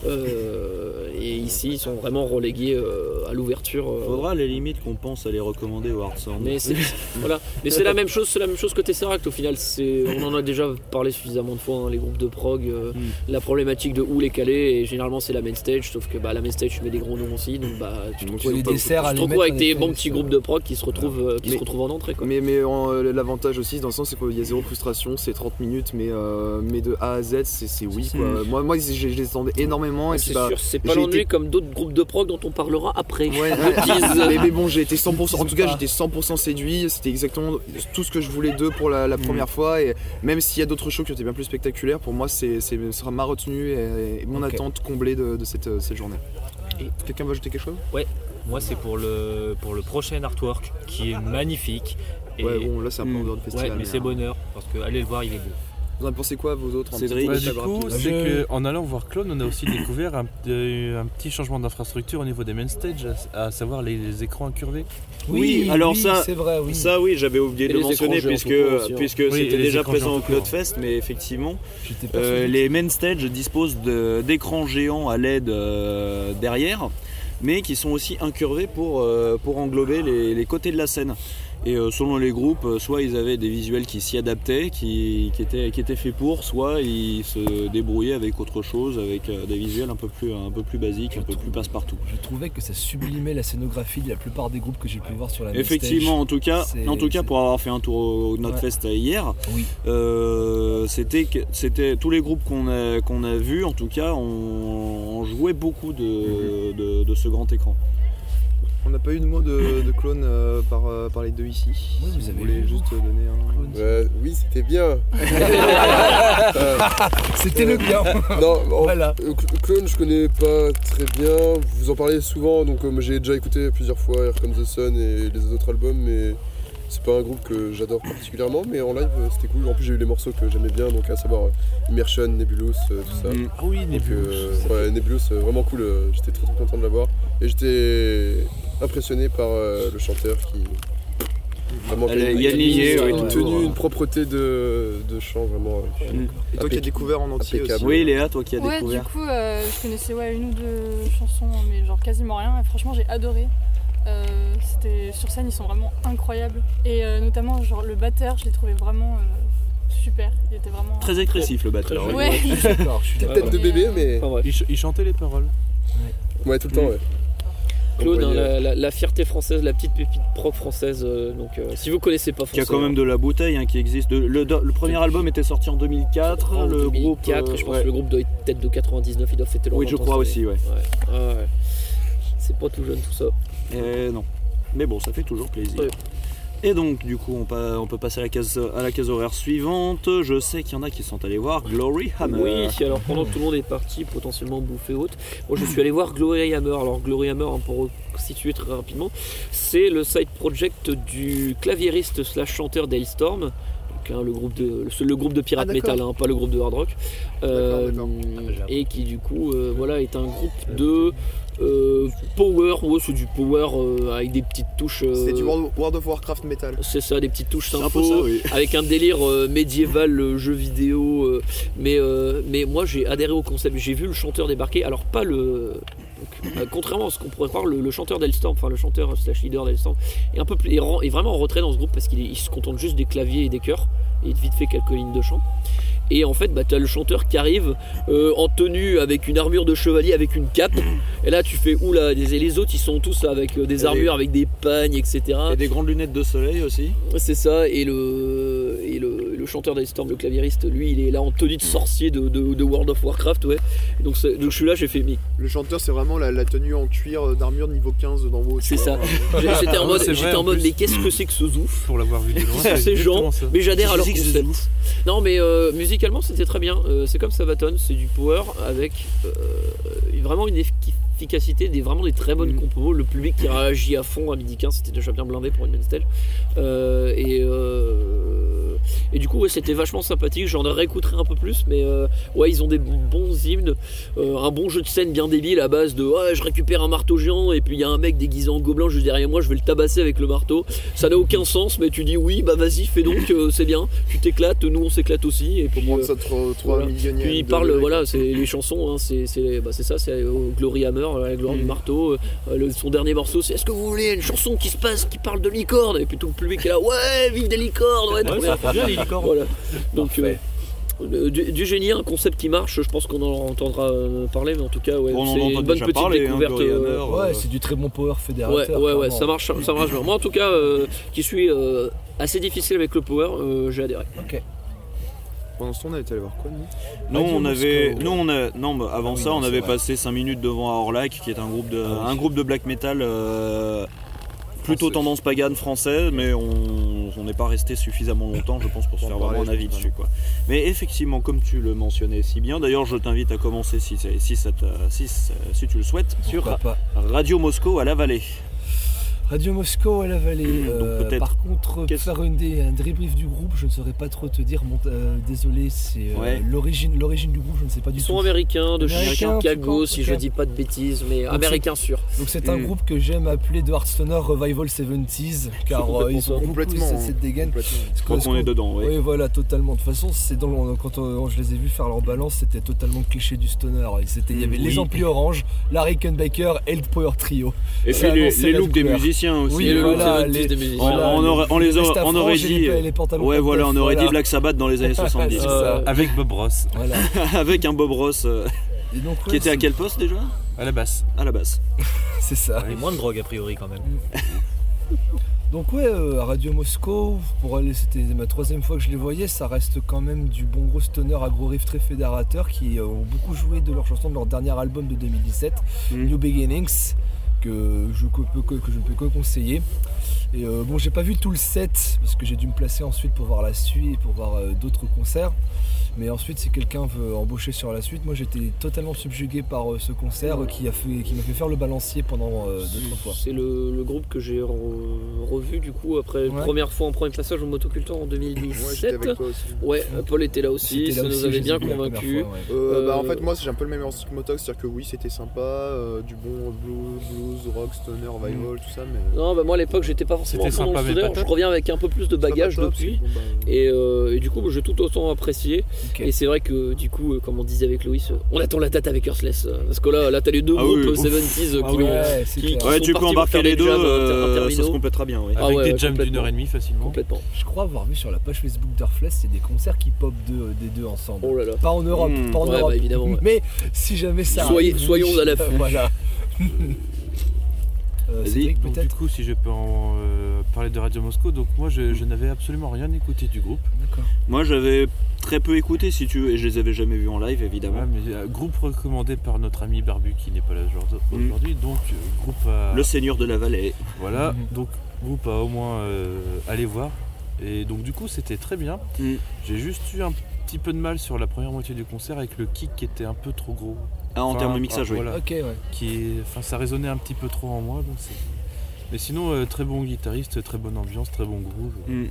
S4: Euh, et ici, ils sont vraiment relégués euh, à l'ouverture. euh,
S2: Faudra à les limites qu'on pense à les recommander au Hard Sound.
S4: mais c'est voilà, mais c'est la même chose, c'est la même chose que Tesseract au final. C'est, on en a déjà parlé suffisamment de fois, hein, les groupes de prog, euh,
S2: Mm.
S4: la problématique de où les caler. Et généralement c'est la main stage, sauf que bah la main stage tu mets des gros noms aussi, donc bah tu te
S9: Donc,
S4: retrouves,
S3: les
S9: ils ont pas-
S3: desserts à
S4: tu te
S3: les
S4: retrouves
S3: mettre
S4: avec
S3: en
S4: des
S3: effet,
S4: bons petits
S3: ça.
S4: groupes de prog qui se retrouvent, euh, qui
S9: Mais-
S4: se retrouvent en entrée quoi.
S9: Mais, mais en, euh, l'avantage aussi dans le sens c'est qu'il y a zéro frustration, c'est trente minutes mais, euh, mais de A à Z c'est, c'est oui quoi.
S2: Mm.
S9: Moi, moi je, je les attendais énormément et puis
S4: c'est
S9: bah,
S4: sûr, c'est pas
S9: j'ai
S4: l'ennui
S9: été-
S4: comme d'autres groupes de prog dont on parlera après.
S9: Ouais,
S4: Je tease.
S9: mais, mais bon j'ai été cent pour cent, en tout cas
S3: Pas.
S9: j'étais cent pour cent séduit, c'était exactement tout ce que je voulais d'eux pour la, la première fois et même s'il y a d'autres shows qui étaient bien plus spectaculaires, pour moi c'est, c'est, ce sera ma retenue et, et mon
S3: Ok.
S9: attente comblée de, de cette, cette journée.
S4: Et-
S9: Quelqu'un veut ajouter quelque chose?
S8: Moi, c'est pour le, pour le prochain artwork qui est magnifique. Et
S9: Ouais bon là c'est un peu
S2: Mm.
S9: en dehors de
S8: ouais,
S9: festival.
S8: mais c'est
S9: hein.
S8: bonheur parce que allez le voir, il est beau.
S9: Vous en pensez quoi vous autres? un petit
S2: Cédric.
S9: peu
S7: Bah, du
S9: savoir
S7: coup,
S9: rapide.
S7: c'est
S3: Je-
S7: qu'en allant voir Clone, on a aussi découvert un, euh, un petit changement d'infrastructure au niveau des main stage, à, à savoir les, les écrans incurvés.
S2: Oui, alors
S3: oui,
S2: ça-
S3: c'est vrai, oui.
S2: Ça oui, j'avais oublié
S4: Et
S2: de le
S4: les
S2: mentionner
S4: écrans géants
S2: puisque,
S4: tout court aussi, hein.
S2: puisque
S7: Oui,
S2: c'était
S7: et les
S2: déjà
S7: écrans
S2: présent
S7: géants
S2: au
S7: tout court.
S2: Cloudfest, mais effectivement,
S3: J'étais
S2: euh,
S3: persuadé.
S2: les main stage disposent de- d'écrans géants à L E D euh, derrière, mais qui sont aussi incurvés pour, euh, pour englober les, les côtés de la scène. Et euh, selon les groupes, euh, soit ils avaient des visuels qui s'y adaptaient, qui, qui, étaient, qui étaient faits pour, soit ils se débrouillaient avec autre chose, avec euh, des visuels un peu plus, un peu plus basiques, un peu plus passe-partout.
S3: Je trouvais que ça sublimait la scénographie de la plupart des groupes que j'ai pu voir sur la main
S2: Effectivement, en tout cas,
S3: C'est-
S2: en tout cas
S3: c'est-
S2: pour avoir fait un tour au Notfest hier,
S3: Oui.
S2: euh, c'était que- c'était tous les groupes qu'on a qu'on a vus, en tout cas, on, on jouait beaucoup de, de, de ce grand écran.
S9: On n'a pas eu de mot de, de clone euh, par, euh, par les deux ici.
S3: Oui, vous
S9: Si
S3: avez
S9: voulez
S3: eu
S9: juste donner un.
S6: Ouais, oui, c'était bien. Euh,
S3: C'était le bien.
S6: non, en-
S3: Voilà.
S6: euh, Cl- Clone, je connais pas très bien. Vous en parlez souvent, donc euh, moi, j'ai déjà écouté plusieurs fois Here Comes the Sun et les autres albums, mais c'est pas un groupe que j'adore particulièrement. Mais en live, euh, c'était cool. En plus, j'ai eu les morceaux que j'aimais bien, donc à savoir euh, Immersion, Nebulous, euh, tout ça.
S2: Mm.
S7: Ah oui,
S6: Donc,
S7: Nebulous.
S6: euh, ouais, Nebulous, euh, vraiment cool. euh, J'étais très très content de l'avoir. Et j'étais impressionné par euh, le chanteur qui, Vraiment,
S2: Elle est- il y a une lignée,
S6: une,
S2: ouais,
S6: une
S2: toujours,
S6: tenue,
S2: euh.
S6: une propreté de, de chant vraiment. euh,
S2: Mm.
S9: Et toi qui as découvert en entier
S6: Impeccable.
S9: aussi.
S2: Oui, Léa, toi qui as
S5: Ouais,
S2: découvert.
S5: du coup, euh, je connaissais ouais, une ou deux chansons, mais genre quasiment rien. Et franchement, j'ai adoré. Euh, c'était sur scène, ils sont vraiment incroyables. Et euh, notamment, genre le batteur, je l'ai trouvé vraiment euh, super. Il était vraiment
S2: Très agressif le batteur.
S4: Très
S2: ouais.
S5: Ouais.
S3: D'accord, je suis
S6: Petite
S3: d'accord.
S6: tête de bébé, mais.
S4: Enfin, bref.
S7: Il, ch- il chantait les paroles.
S6: Ouais, tout le temps, ouais.
S4: Claude,
S6: On
S4: hein,
S6: voyait-
S4: la, la- la fierté française, la petite pépite proc française. euh, donc, euh, si vous connaissez pas,
S2: Qui a
S4: foncez,
S2: quand même de la bouteille hein, qui existe. De- le, le premier album était sorti en deux mille quatre.
S4: En
S2: le
S4: deux mille
S2: groupe.
S4: quatre,
S2: euh,
S4: je pense
S2: ouais.
S4: que le groupe doit être peut-être de quatre-vingt-dix-neuf, ils doivent fêter leur
S2: Oui, je
S4: vingt ans
S2: crois
S4: cette année.
S2: aussi, ouais.
S4: Ouais, ouais, ouais. C'est pas tout jeune tout ça.
S2: Euh, non. Mais bon, ça fait toujours plaisir.
S4: Ouais.
S2: Et donc, du coup, on, pa- on peut passer à la, case, à la case horaire suivante. Je sais qu'il y en a qui sont allés voir Glory Hammer.
S4: Oui, alors pendant que tout le monde est parti potentiellement bouffer haute, moi je suis allé voir Glory Hammer. Alors Glory Hammer, hein, pour reconstituer très rapidement, c'est le side project du claviériste slash chanteur d'Hailstorm. Donc, hein, le, groupe de, le, le groupe de pirate
S9: Ah, d'accord.
S4: metal, hein, pas le groupe de hard rock. Euh,
S9: D'accord,
S4: et qui du coup euh, voilà, est un groupe de euh, power, ouais, c'est du power euh, avec des petites touches. euh,
S9: C'est du World World of Warcraft metal.
S4: C'est ça, des petites touches
S2: C'est un
S4: sympa,
S2: peu ça, oui.
S4: avec un délire euh, médiéval, euh, jeu vidéo. euh, mais, euh, mais moi j'ai adhéré au concept. J'ai vu le chanteur débarquer. Alors pas le. Donc, euh, contrairement à ce qu'on pourrait croire, le, le chanteur d'Hailstorm, enfin le chanteur slash leader d'Hailstorm, est un peu plus, est, ren- est vraiment en retrait dans ce groupe parce qu'il est- il se contente juste des claviers et des chœurs et vite fait quelques lignes de chant. Et en fait, bah, tu as le chanteur qui arrive euh, en tenue avec une armure de chevalier, avec une cape. Et là, tu fais oula, et les autres ils sont tous avec euh, des
S2: Et
S4: armures,
S2: des-
S4: avec des pagnes, et cetera.
S2: Et des grandes lunettes de soleil aussi.
S4: C'est ça, et le, et le, le chanteur d'Hailstorm, le claviériste, lui, il est là en tenue de sorcier de, de, de World of Warcraft, ouais. Et donc, c'est- donc je suis là, j'ai fait, mais
S9: Le chanteur, c'est vraiment la, la tenue en cuir euh, d'armure niveau quinze d'en haut. tu
S4: c'est
S9: vois.
S4: ça. J'ai- J'étais en
S7: Ouais,
S4: mode,
S7: c'est
S4: j'étais
S7: vrai,
S4: en
S7: en
S4: mode
S7: plus.
S4: mais qu'est-ce que c'est que ce zouf?
S7: Pour l'avoir vu de loin.
S4: Qui sont ces gens?
S7: exactement ça.
S4: Mais j'adhère à leur
S2: Qu'est-ce que c'est que
S4: concept. Non, mais euh, musicalement, c'était très bien. Euh, c'est comme Sabaton, c'est du power avec euh, vraiment une efficacité, des, vraiment des très bonnes
S9: Mm.
S4: compos. Le public qui réagit à fond à midi quinze, c'était déjà bien blindé pour une main stage. Euh, et, euh, et du coup, ouais, c'était vachement sympathique. J'en réécouterai un peu plus, mais euh, ouais, ils ont des bons hymnes, euh, un bon jeu de scène bien débile à base de ouais, je récupère un marteau géant et puis il y a un mec déguisé en gobelin juste derrière moi, je vais le tabasser avec le marteau. Ça n'a aucun sens, mais tu dis oui, bah vas-y, fais donc, euh, c'est bien. Tu t'éclates, nous on s'éclate aussi. Et
S9: Pour
S4: puis,
S9: prendre
S4: euh,
S9: ça trois
S4: voilà.
S9: millionième.
S4: puis il
S9: de
S4: parle,
S9: lyrics.
S4: voilà, c'est les chansons, hein, c'est c'est bah, c'est ça, c'est euh, Glory Hammer, la gloire du marteau. Euh, le- son dernier morceau, c'est est-ce que vous voulez une chanson qui se passe, qui parle de licorne? Et puis tout le public est là, ouais, vive des licornes, ouais, trop
S7: Ouais,
S4: bien.
S7: ça fait bien les licornes.
S4: Voilà. Donc
S3: Parfait.
S4: euh, du, du génie, un concept qui marche, je pense qu'on en entendra euh, parler, mais en tout cas, ouais,
S2: On en
S4: c'est
S2: entend
S4: une bonne
S2: déjà
S4: petite
S2: parler, hein,
S4: découverte.
S2: Glory
S4: euh,
S2: Hammer.
S3: Ouais,
S2: euh,
S3: c'est du très bon power
S4: Ouais,
S3: fédérateur.
S4: ouais, ouais,
S3: clairement.
S4: ça marche, ça marche bien. Moi, en tout cas, euh, qui suis euh, assez difficile avec le power, euh, j'ai adhéré.
S3: Ok.
S9: Pendant ce temps, on était allé voir quoi, nous
S2: Nous
S3: Radio
S2: on avait,
S3: Moscow.
S2: nous on a, non bah, avant
S3: Ah oui,
S2: ça
S3: non,
S2: on
S3: c'est
S2: avait
S3: vrai.
S2: passé cinq minutes devant à Orlac qui est un groupe de,
S3: Ah oui.
S2: un groupe de black metal euh, plutôt
S3: Français.
S2: tendance pagane française, mais on on n'est pas resté suffisamment longtemps je pense pour se
S9: Pour en
S2: faire vraiment
S9: parler,
S2: un avis
S9: je pense
S2: dessus quoi. Mais effectivement comme tu le mentionnais si bien, d'ailleurs je t'invite à commencer si c'est- si ça te- si, si tu le souhaites sur
S3: Pourquoi pas.
S2: Radio Moscow à la Vallée.
S3: Radio Moscow à la vallée. Euh,
S2: peut-être-
S3: par contre,
S2: qu'est-ce-
S3: faire une dé- un débrief du groupe, je ne saurais pas trop te dire. Bon, euh, désolé, c'est euh,
S2: Ouais.
S3: l'origine, l'origine du groupe, je ne sais pas du
S4: Ils
S3: tout.
S4: sont américains, de
S3: Américains,
S4: Chicago,
S3: tout
S4: si
S3: ok.
S4: je dis pas de bêtises, mais
S3: Donc
S4: américains sûr.
S3: Donc c'est un
S2: Mm.
S3: groupe que j'aime appeler The Heartstoner Revival soixante-dix, car euh,
S4: complètement
S3: ils
S4: ça.
S3: ont beaucoup
S9: Complètement,
S3: cette,
S9: hein.
S3: cette dégaine.
S9: Complètement.
S2: Je crois qu'on est dedans, oui.
S3: Oui, voilà, totalement. De toute façon, c'est dans le- quand euh, je les ai vus faire leur balance, c'était totalement cliché du stoner. Et c'était- Il y avait
S2: Oui.
S3: les amplis orange, la Rickenbacker et le Power Trio.
S2: Et
S3: Ça
S2: puis les,
S3: annonçait
S2: les
S3: la
S2: looks des
S3: couleur.
S2: musiciens aussi.
S3: Oui,
S4: Et le
S2: hein.
S4: look
S3: voilà,
S4: soixante-dix
S3: les-
S4: des musiciens.
S2: On-
S3: Voilà,
S2: on
S3: les-
S2: aurait- on les
S3: les
S2: aurait-
S3: vestes à
S2: on aurait
S3: franges et
S2: dit-
S3: les- les pantalons
S2: Ouais
S3: pas
S2: voilà,
S3: neufs,
S2: on aurait
S3: voilà.
S2: dit Black Sabbath dans les années soixante-dix.
S3: C'est ça.
S7: Avec Bob Ross
S3: Voilà.
S2: Avec un Bob Ross euh,
S3: Et donc,
S2: qui
S3: ouais,
S2: était à
S3: c'est-
S2: quel poste déjà?
S7: à la basse.
S2: À la basse.
S3: C'est ça.
S8: Et moins de drogue a priori quand même.
S3: Donc ouais, euh, à Radio Moscow, pour aller, c'était ma troisième fois que je les voyais, ça reste quand même du bon gros stoner à gros riff très fédérateur qui euh, ont beaucoup joué de leurs chansons de leur dernier album de deux mille dix-sept,
S2: Mm.
S3: New Beginnings, que je, que, que- que je ne peux que conseiller. Et euh, bon, j'ai pas vu tout le set parce que j'ai dû me placer ensuite pour voir la suite et pour voir euh, d'autres concerts. Mais ensuite, si quelqu'un veut embaucher sur la suite, moi j'étais totalement subjugué par euh, ce concert euh, qui a fait, qui m'a fait faire le balancier pendant euh, deux trois fois.
S4: C'est le, le groupe que j'ai re- revu du coup après
S3: Ouais.
S4: la première fois en premier passage au motoculteur en deux mille
S9: Ouais, j'étais
S4: dix-sept.
S9: avec toi aussi.
S4: Ouais, Paul était là aussi,
S3: C'était là
S4: ça
S3: aussi,
S4: nous
S3: je
S4: avait
S3: les ai
S4: bien
S3: vus la première
S4: convaincus.
S3: fois, ouais.
S9: Euh, bah, en
S4: Euh,
S9: fait, moi j'ai un peu le même ressenti que Motox, c'est-à-dire que oui, c'était sympa, euh, du bon blues, blues, rock, stoner, revival, tout ça, mais.
S4: Non, bah moi à l'époque j'étais j'étais pas forcément
S7: C'était
S4: dans
S7: sympa,
S4: le
S7: mais
S4: stoner.
S7: pas top.
S4: Je reviens avec un peu plus de bagage
S9: Pas top,
S4: depuis.
S9: c'est bon, bah,
S4: Et, euh, et du coup, j'ai tout autant apprécié.
S3: Ok.
S4: Et c'est vrai que du coup, euh, comme on disait avec Loïs, euh, on attend la date avec Earthless. euh, Parce que là, là t'as les deux
S2: Ah
S4: groupes
S2: oui,
S4: euh,
S2: ouf.
S4: soixante-dix euh,
S3: Ah
S4: qui
S3: ouais,
S4: l'ont.
S3: c'est
S4: qui-
S3: clair.
S4: qui
S2: Ouais,
S4: sont
S2: tu peux
S4: partis pour
S2: embarquer
S4: faire
S2: les
S4: des
S2: deux,
S4: jams,
S2: euh,
S4: interminaux.
S2: ça se complètera bien. Ouais.
S4: Ah
S7: Avec
S4: ouais,
S7: des
S4: ouais,
S7: jams d'une
S4: complètement.
S7: heure et demie facilement.
S4: Complètement.
S3: Je crois avoir vu sur la page Facebook d'Earthless, c'est des concerts qui pop deux- des deux ensemble.
S4: Oh là là.
S3: Pas en Europe,
S2: Mmh.
S3: pas en
S4: Ouais,
S3: Europe.
S4: bah, évidemment, ouais.
S3: Mais si jamais ça
S4: Soyez-
S3: arrive,
S4: soyons
S3: oui,
S4: à l'affût.
S3: Voilà. Euh,
S2: Vas-y.
S3: Cédric,
S7: Donc du
S3: peut-être.
S7: coup, si je peux en, euh, parler de Radio Moscou, donc moi je, je n'avais absolument rien écouté du groupe.
S3: D'accord.
S2: Moi j'avais très peu écouté si tu veux, et je les avais jamais vus en live évidemment.
S7: Ouais, mais euh, groupe recommandé par notre ami Barbu qui n'est pas là aujourd'hui,
S2: Mm.
S7: aujourd'hui, donc euh, groupe à...
S2: Le Seigneur de la Vallée.
S7: Voilà,
S3: Mhm.
S7: donc groupe à au moins euh, aller voir. Et donc du coup c'était très bien.
S2: Mm.
S7: J'ai juste eu un petit peu de mal sur la première moitié du concert avec le kick qui était un peu trop gros.
S2: Ah, en
S7: Enfin,
S2: termes de mixage, oui.
S7: voilà,
S3: Ok, ouais.
S7: qui est, enfin ça résonnait un petit peu trop en moi. Donc c'est- mais sinon euh, très bon guitariste, très bonne ambiance, très bon groove.
S2: Mm.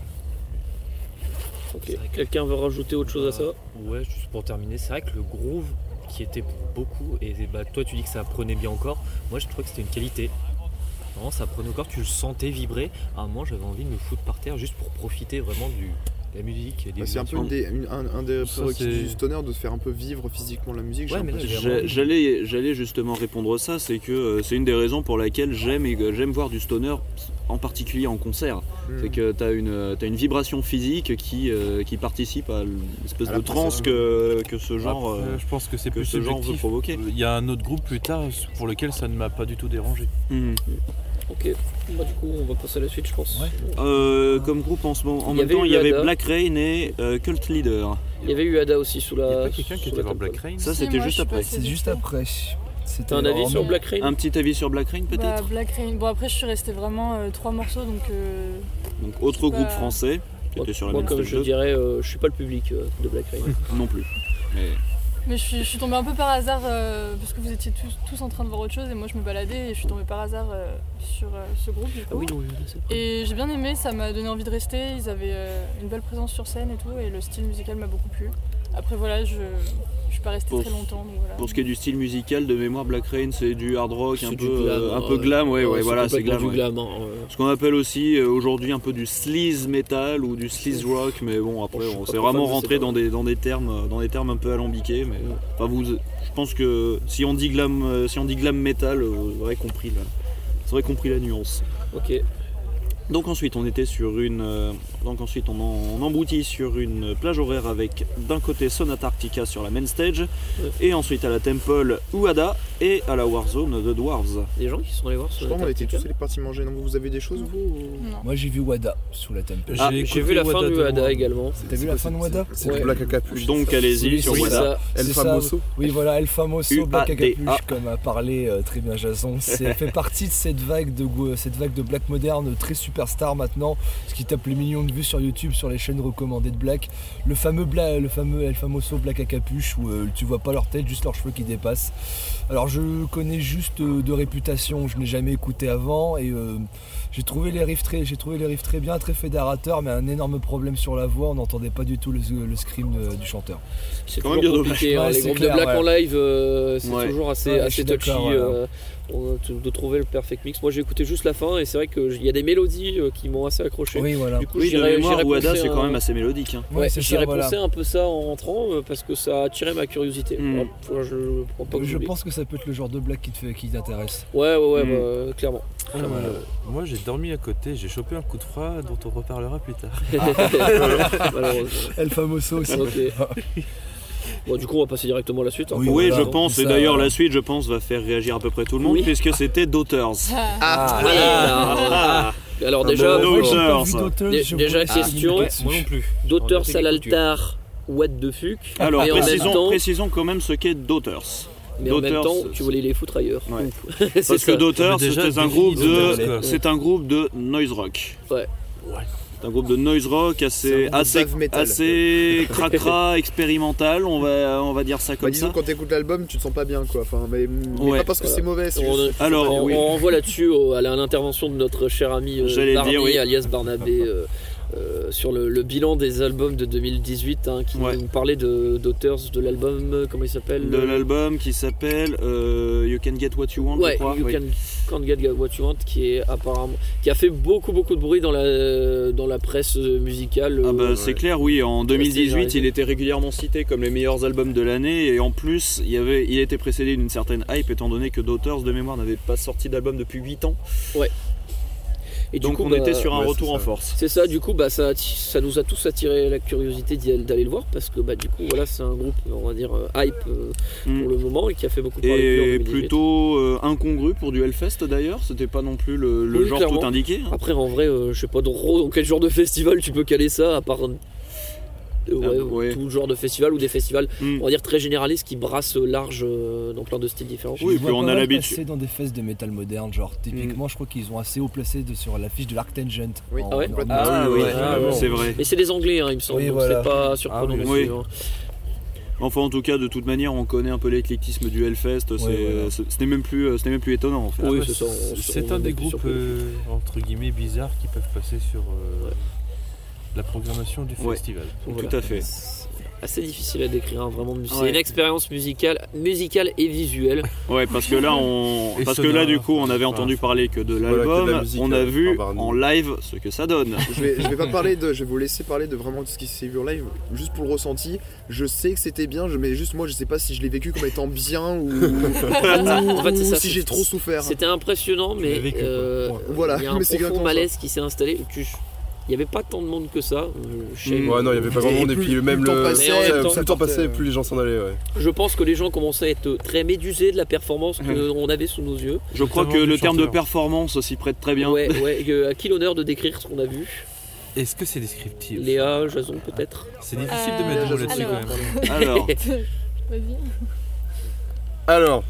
S4: Ok. Quelqu'un veut rajouter autre chose à ça?
S8: Ouais, juste pour terminer, c'est vrai que le groove qui était pour beaucoup, et bah, toi tu dis que ça prenait bien encore, moi je trouvais que c'était une qualité. Vraiment, ça prenait encore, tu le sentais vibrer. À un moment, j'avais envie de me foutre par terre juste pour profiter vraiment du, de la musique. Et des
S9: Bah, c'est un peu une des- une- un, un des
S7: Ça,
S9: prérequis
S7: c'est-
S9: du stoner de se faire un peu vivre physiquement la musique. j'ai
S8: Ouais, mais là,
S9: l'impression.
S8: j'ai-
S2: J'ai- J'allais, j'allais justement répondre à ça, c'est que euh, c'est une des raisons pour laquelle j'aime, et, j'aime voir du stoner, en particulier en concert.
S9: Mm.
S2: C'est que tu as une, t'as une vibration physique qui, euh, qui participe à l'espèce
S9: À
S2: de
S9: la
S2: transe
S9: pensée.
S2: que, que ce genre,
S7: Après,
S2: euh,
S7: je pense que c'est
S2: que
S7: plus
S2: ce genre veut
S7: subjectif.
S2: provoquer.
S7: Il y a un autre groupe plus tard pour lequel ça ne m'a pas du tout dérangé.
S2: Mhm.
S4: Ok. Bah, du coup, on va passer à la suite, je pense.
S3: Ouais.
S2: Euh, comme groupe en ce moment, en
S4: Il y
S2: même
S4: avait
S2: temps,
S4: eu
S2: il y avait
S4: Ada.
S2: Black Rain et euh, Cult Leader.
S4: Il y avait eu Ada aussi sous
S7: Il n'y a
S4: la.
S7: pas quelqu'un qui
S4: sous
S7: était
S4: la
S7: voir
S4: table.
S7: Black Rain
S2: Ça,
S5: Si,
S2: c'était
S5: moi,
S2: juste
S5: je suis
S2: après.
S5: passée
S3: C'est juste
S5: dessus.
S3: après. C'était
S4: T'as un avis
S3: vraiment-
S4: sur Black Rain?
S2: Un petit avis sur Black Rain
S5: Bah,
S2: peut-être.
S5: Black Rain. Bon, après, je suis resté vraiment euh, trois morceaux, donc. euh,
S2: Donc autre
S5: Bah,
S2: groupe français qui était sur la
S4: Moi,
S2: même
S4: comme
S2: stage
S4: je dirais, euh, je suis pas le public euh, de Black Rain.
S2: non plus. Mais
S5: Mais je suis, je suis tombée un peu par hasard euh, parce que vous étiez tous, tous en train de voir autre chose et moi je me baladais et je suis tombée par hasard euh, sur euh, ce groupe du coup.
S4: Ah oui, non, oui, là, c'est vrai.
S5: Et j'ai bien aimé, ça m'a donné envie de rester, ils avaient euh, une belle présence sur scène et tout et le style musical m'a beaucoup plu. Après voilà, je, je suis pas restée
S2: Pour-
S5: très longtemps donc voilà.
S2: pour ce qui est du style musical, de mémoire, Black Rain c'est du hard rock,
S4: C'est
S2: un
S4: du
S2: peu,
S4: glam,
S2: euh, un
S4: hein,
S2: peu glam, ouais, ouais,
S4: c'est
S2: voilà, c'est
S4: complètement
S2: glam.
S4: du
S2: ouais.
S4: glam, hein, ouais.
S2: Ce qu'on appelle aussi euh, aujourd'hui un peu du sleaze metal ou du sleaze rock, mais bon après
S4: Je suis
S2: on
S4: pas
S2: s'est
S4: trop
S2: vraiment
S4: fan de
S2: rentré
S4: ces
S2: dans des, dans des termes, euh, dans des termes un peu alambiqués, mais
S4: Ouais.
S2: enfin vous, je pense que si on dit glam, euh, si on dit glam metal, euh, vous aurez compris là, vous aurez compris la nuance.
S4: Ok.
S2: Donc ensuite on était sur une, euh, donc ensuite on, en, on emboutit sur une plage horaire avec d'un côté Sonata Arctica sur la main stage
S4: Ouais.
S2: et ensuite à la Temple Uada et à la Warzone The Dwarves.
S4: Des gens qui sont allés voir
S9: Je
S4: sur
S9: crois qu'on était
S4: Antarctica.
S9: tous allés partir manger. Donc vous avez des choses vous ou-
S5: Non.
S3: Moi j'ai vu Wada sous la temple.
S2: Ah,
S4: J'ai
S7: écouté
S4: vu la fin
S7: Wada
S4: du
S7: de
S4: Ada
S7: loin.
S4: également.
S3: T'as vu la fin de Wada?
S9: C'est
S4: Ouais.
S9: le Black à capuche.
S2: Donc allez-y
S3: Oui,
S2: sur
S3: c'est
S4: Oui,
S2: Wada.
S4: ça.
S9: El
S3: C'est
S9: Famoso.
S3: ça. Oui, voilà, El Famoso, Black à
S2: U A D A.
S3: capuche, comme a parlé euh, très bien Jason. C'est fait partie de cette vague de, go- cette vague de Black moderne, très superstar maintenant, ce qui tape les millions de vues sur YouTube, sur les chaînes recommandées de Black. Le fameux, Bla- le fameux El Famoso Black à capuche où euh, tu vois pas leur tête, juste leurs cheveux qui dépassent. Alors je connais juste euh, de réputation, je n'ai jamais écouté avant et euh, j'ai trouvé les riffs très, j'ai trouvé les riffs très bien, très fédérateurs, mais un énorme problème sur la voix, on n'entendait pas du tout le, le scream de- du chanteur.
S4: C'est
S2: quand même
S4: toujours
S2: bien
S4: compliqué.
S3: dommage.
S4: hein,
S3: Ouais,
S4: les
S3: c'est
S4: groupes
S3: clair,
S4: de Black
S3: ouais.
S4: en live, euh, c'est
S2: Ouais.
S4: toujours assez,
S3: Ouais, je
S4: assez
S3: suis
S4: touchy
S3: d'accord, ouais.
S4: euh, on- de trouver le perfect mix. Moi j'ai écouté juste la fin et c'est vrai qu'il y a des mélodies euh, qui m'ont assez accroché.
S3: Oui, voilà.
S4: Du coup,
S2: Oui, de
S4: j'irais-
S2: mémoire,
S4: j'irais
S2: Wada
S4: poncer
S2: c'est quand
S4: un-
S2: même assez mélodique. hein.
S4: Ouais,
S3: c'est ça,
S4: j'irais
S3: voilà.
S4: penser un peu ça en rentrant euh, parce que ça a attiré ma curiosité.
S2: Mm.
S4: Alors, faut- je prends pas que
S3: Je
S4: j'oublie.
S3: pense que ça peut être le genre de blague qui te fait, qui t'intéresse.
S4: Ouais, ouais, ouais,
S2: Mm.
S4: bah, clairement. clairement.
S7: Euh, moi j'ai dormi à côté, j'ai chopé un coup de froid dont on reparlera plus tard.
S4: Malheureusement.
S3: El Famoso aussi.
S4: Ok. Bon, du coup, on va passer directement à la suite. hein.
S3: Oui,
S2: Oui,
S3: voilà,
S2: je pense,
S3: c'est
S2: et
S3: ça,
S2: d'ailleurs
S3: voilà.
S2: la suite, je pense, va faire réagir à peu près tout le monde,
S4: Oui.
S2: puisque c'était Daughters.
S5: Ah,
S4: Oui, alors, alors déjà,
S2: bon,
S3: Moi, j'ai
S2: Daughters.
S3: pas vu Daughters,
S4: Dé-
S3: je
S4: déjà,
S3: voulais-
S4: question.
S3: Ah,
S8: Moi non plus.
S4: d'auteur
S8: On a fait
S4: à
S8: des coups,
S4: l'altar, what the fuck.
S2: Alors,
S4: Et en même
S2: précisons,
S4: temps-
S2: précisons quand même ce qu'est Daughters.
S4: Mais en même
S2: Daughters,
S4: temps,
S2: c'est-
S4: tu voulais les foutre ailleurs.
S2: Ouais.
S4: Ouf. C'est
S2: Parce que
S4: ça.
S2: Daughters,
S7: Mais déjà,
S2: c'est un
S7: définis
S2: groupe
S7: Daughters,
S2: de,
S7: quoi.
S2: c'est un groupe de noise rock.
S4: Ouais.
S2: C'est un groupe de noise rock
S9: C'est
S2: assez,
S9: un groupe de
S2: assez,
S9: death metal.
S2: assez cracra, expérimental, on va, on va dire ça
S9: Bah,
S2: comme
S9: disons
S2: ça.
S9: quand t'écoutes l'album, tu te sens pas bien quoi. Enfin, mais, mais
S2: Ouais.
S9: pas parce que
S4: Voilà.
S9: c'est mauvais. c'est
S4: On,
S9: juste-
S2: Alors,
S4: on,
S2: oui.
S4: on renvoie là-dessus au- à la- à l'intervention de notre cher ami euh,
S2: J'allais
S4: Barney,
S2: dire, oui.
S4: alias Barnabé, euh, euh, sur le, le bilan des albums de deux mille dix-huit, hein, qui
S2: Ouais.
S4: nous parlait de, d'auteurs de l'album, euh, comment il s'appelle
S2: De l'album qui s'appelle euh, You Can Get What You Want,
S4: Ouais,
S2: je crois.
S4: You
S2: oui.
S4: Can, Can't Get What You Want, qui est apparemment, qui a fait beaucoup beaucoup de bruit dans la dans la presse musicale.
S2: Ah bah
S4: euh,
S2: c'est clair, oui, en deux mille dix-huit
S4: généralisé.
S2: il était régulièrement cité comme les meilleurs albums de l'année et en plus il, y avait, il était précédé d'une certaine hype étant donné que Daughters de mémoire n'avait pas sorti d'album depuis huit ans.
S4: Et du
S2: Donc
S4: coup,
S2: on
S4: bah,
S2: était sur un
S6: ouais,
S2: retour
S6: c'est
S2: en
S6: ça.
S2: force.
S4: C'est ça, du coup, bah, ça, atti- ça nous a tous attiré la curiosité d'y aller- d'aller le voir parce que bah, du coup, voilà, c'est un groupe, on va dire, euh, hype euh,
S2: Mm.
S4: pour le moment et qui a fait beaucoup parler de lui en
S2: Et
S4: deux mille dix-huit.
S2: plutôt euh, incongru pour du Hellfest d'ailleurs, c'était pas non plus le, le
S4: Oui,
S2: genre
S4: clairement.
S2: tout indiqué. hein.
S4: Après, en vrai, euh, je sais pas trop dans quel genre de festival tu peux caler ça, à part euh, ouais,
S2: Ah, ouais.
S4: tout genre de festival ou des festivals,
S2: Mm.
S4: on va dire, très généralistes qui brassent large euh, dans plein de styles différents.
S2: Oui,
S3: Je
S2: puis
S3: vois
S2: on
S3: pas
S2: a
S3: mal
S2: l'habitude.
S3: passer dans des fesses de métal moderne, genre typiquement, je crois qu'ils ont assez haut placé de, sur l'affiche de l'Arctangent.
S9: Oui.
S3: en-
S4: Ah ouais
S3: en-
S2: Ah oui,
S6: ouais,
S2: ah,
S4: ouais.
S2: c'est vrai.
S4: Et c'est des Anglais, hein, il me semble,
S3: Oui,
S4: donc
S3: voilà.
S4: c'est pas surprenant.
S6: Ah oui,
S4: non
S2: oui.
S4: plus, hein.
S2: Enfin en tout cas de toute manière on connaît un peu l'éclectisme du Hellfest, c'est,
S3: voilà.
S2: ce ce n'est même plus, euh, ce n'est même plus étonnant en fait.
S4: Oui,
S7: Ah,
S4: c'est ça, on-
S7: C'est
S4: on
S7: un
S4: est
S7: des
S4: plus
S7: groupes
S4: surpris.
S7: euh, entre guillemets bizarres qui peuvent passer sur euh,
S4: Ouais.
S7: la programmation du
S2: Ouais.
S7: festival.
S4: Donc
S2: Tout
S4: voilà.
S2: à fait.
S4: C'est assez difficile à décrire, hein, vraiment. C'est
S2: Ouais.
S4: une expérience musicale, musicale et visuelle.
S2: Ouais, parce que là, on,
S7: Et
S2: parce que
S7: sonore.
S2: là, du coup, on avait entendu parler que de
S6: Voilà, que de la
S2: l'album.
S6: musique,
S2: On a
S6: euh,
S2: vu
S6: par Barney.
S2: en live ce que ça donne.
S9: Je vais, je vais pas parler de, je vais vous laisser parler de vraiment de ce qui s'est vu en live, juste pour le ressenti. Je sais que c'était bien, je, mais juste moi je sais pas si je l'ai vécu comme étant bien ou,
S4: En fait, c'est
S9: ou
S4: ça,
S9: si
S4: c'est-
S9: j'ai trop souffert.
S4: C'était impressionnant, mais
S7: l'as vécu, quoi.
S4: euh,
S9: Ouais. Voilà,
S4: il y a un
S9: mais c'est
S4: profond
S9: exactement
S4: malaise qui s'est installé. Tu- Il n'y avait pas tant de monde que ça. euh, chez-
S2: Mm.
S6: Ouais, non, il y avait pas grand
S9: Et
S6: monde, et
S9: plus-
S6: puis même
S9: plus le temps
S6: le.
S9: passait,
S4: Mais en même
S6: plus
S4: temps,
S6: le temps
S9: ça
S6: passait,
S9: partait,
S6: plus les gens s'en allaient, ouais.
S4: Je pense que les gens commençaient à être très médusés de la performance qu'on avait sous nos yeux.
S2: Je crois
S7: Notamment
S2: que
S7: du
S2: le terme de
S7: chanteur.
S2: performance s'y prête très bien.
S4: Ouais, ouais. et, à qui l'honneur de décrire ce qu'on a vu?
S7: Est-ce que c'est descriptif
S4: Léa, Jason peut-être.
S7: C'est difficile de
S5: Euh,
S7: mettre le mot là-dessus
S5: alors.
S7: quand même.
S2: Alors,
S5: Vas-y.
S6: Alors,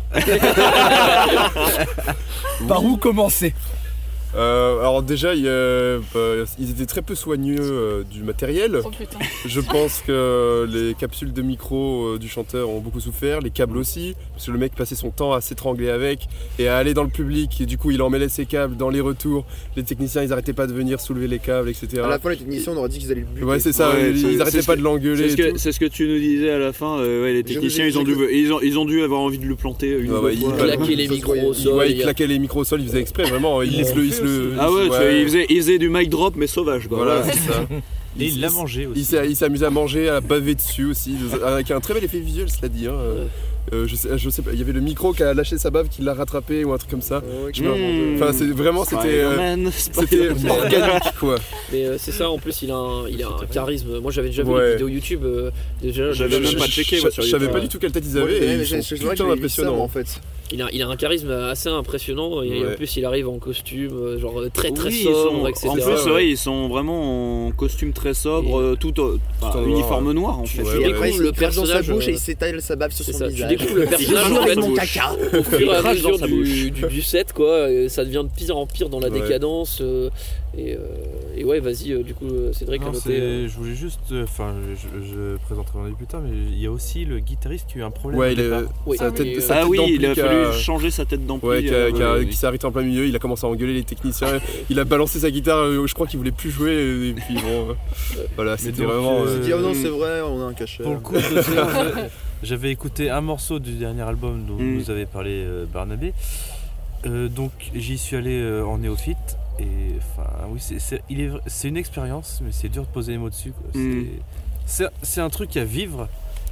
S3: Par où commencer?
S6: euh, alors déjà, il y a- bah, ils étaient très peu soigneux euh, du matériel.
S5: Oh putain.
S6: Je pense que les capsules de micro euh, du chanteur ont beaucoup souffert, les câbles aussi, parce que le mec passait son temps à s'étrangler avec et à aller dans le public, et du coup il emmêlait ses câbles dans les retours, les techniciens ils arrêtaient pas de venir soulever les câbles, et cetera.
S9: À la fin, les techniciens on aurait dit qu'ils allaient le buter.
S6: Ouais, c'est ça,
S2: Ouais,
S6: ils,
S2: c'est-
S6: ils
S2: c'est
S6: arrêtaient
S2: ce
S6: pas
S2: que-
S6: de l'engueuler.
S2: c'est ce,
S6: et
S2: que,
S6: tout.
S2: c'est ce que tu nous disais à la fin. euh, ouais, les
S9: Je-
S2: techniciens,
S9: j'ai-
S2: ils ont, dû,
S9: j'ai-
S2: ils, ont, ils ont dû avoir envie de le planter une
S6: Ouais,
S2: ou
S6: ouais,
S2: deux
S6: il-
S2: fois.
S4: Claquer les
S9: ça se
S4: micros
S9: voyait.
S4: au sol.
S6: Ouais,
S4: il
S6: il
S4: y a-
S6: claquait les micros au sol, il faisait exprès, vraiment. Il
S7: Ils
S6: se
S7: l'ont
S6: le. il
S7: fait
S6: se le-
S7: aussi.
S2: Ah ouais, tu vois, il faisait, il faisait du mic drop mais sauvage. Quoi.
S6: Voilà,
S2: Voilà.
S6: c'est ça.
S7: Et il l'a mangé aussi.
S6: Il s'est il s'est amusé à manger, à baver dessus aussi, avec un très bel effet visuel, cela dit. Hein. Euh, euh, je, sais, je sais pas, il y avait le micro qui a lâché sa bave, qui l'a rattrapé ou un truc comme ça.
S9: Ouais,
S6: Je me-
S2: Mmh.
S6: Enfin, c'est vraiment, c'était. euh,
S2: Spider-Man,
S6: C'était
S2: Spider-Man.
S6: organique, quoi.
S4: Mais euh, c'est ça, en plus, il a un, il a un charisme. Moi, j'avais déjà vu
S6: Ouais.
S4: les vidéos YouTube. euh, déjà,
S2: J'avais même pas checké, moi,
S6: Je
S2: sur
S6: je savais
S2: YouTube.
S6: pas du tout quelle tête ils
S9: Moi,
S6: avaient.
S9: j'ai-
S6: et
S9: mais
S6: ils
S9: j'ai-
S6: sont
S9: je
S6: tout le
S9: vois que
S6: temps
S9: j'ai vu ça, moi,
S6: impressionnants.
S9: en fait.
S4: Il a, il a un charisme assez impressionnant. Et en
S6: Ouais.
S4: plus, il arrive en costume, euh, genre très très
S2: Oui, ils
S4: sobre,
S2: sont-
S4: et cetera.
S2: en plus,
S6: ouais.
S2: ouais, ils sont vraiment en costume très sobre,
S4: Et-
S2: euh, tout, euh, enfin,
S6: en
S2: uniforme
S6: noir,
S2: noir en
S4: Tu-
S2: fait.
S6: Ouais,
S4: tu
S6: ouais.
S4: découvres
S9: Après, il
S4: le
S9: crache dans sa
S4: personnage.
S9: bouche et
S4: euh,
S9: il s'étale sa bave sur
S4: C'est
S9: son
S4: ça, tu
S9: visage.
S4: découvres le personnage en fait,
S9: mon
S4: au
S9: caca.
S4: au fur et à
S2: crache dans
S4: mesure
S2: sa
S4: du,
S2: bouche.
S4: du, du set, quoi. Et ça devient de pire en pire dans la
S6: Ouais.
S4: décadence. euh, et, euh, et ouais, vas-y, euh, du coup, euh, Cédric a
S7: Non,
S4: noté.
S7: c'est-
S4: euh,
S7: je voulais juste, euh, enfin, je, je présenterai mon avis plus tard, mais il y a aussi le guitariste qui a eu un problème.
S6: Ouais,
S7: au
S6: il est.
S7: départ.
S4: Oui.
S6: Sa
S4: Ah
S6: tête,
S4: oui,
S6: sa
S2: Ah
S6: tête
S2: oui,
S6: d'ampli
S2: il a
S6: qui
S2: fallu changer sa tête d'ampli.
S6: Ouais, qui, a-
S2: euh,
S6: qui a-
S2: ouais,
S6: qui s'est arrêté en plein milieu, il a commencé à engueuler les techniciens, il a balancé sa guitare, euh, je crois qu'il voulait plus jouer, et puis bon, euh, voilà, c'était
S7: donc,
S6: vraiment...
S7: euh,
S6: euh,
S9: Il dit, oh non, c'est vrai, on a un cachet.
S7: Pour le coup, je sais, j'avais- j'avais écouté un morceau du dernier album dont
S2: Mm.
S7: vous avez parlé, euh, Barnabé. Euh, donc j'y suis allé euh, en néophyte et enfin oui c'est, c'est, il est, c'est une expérience mais c'est dur de poser les mots dessus quoi.
S2: Mm.
S7: C'est, c'est, c'est un truc à vivre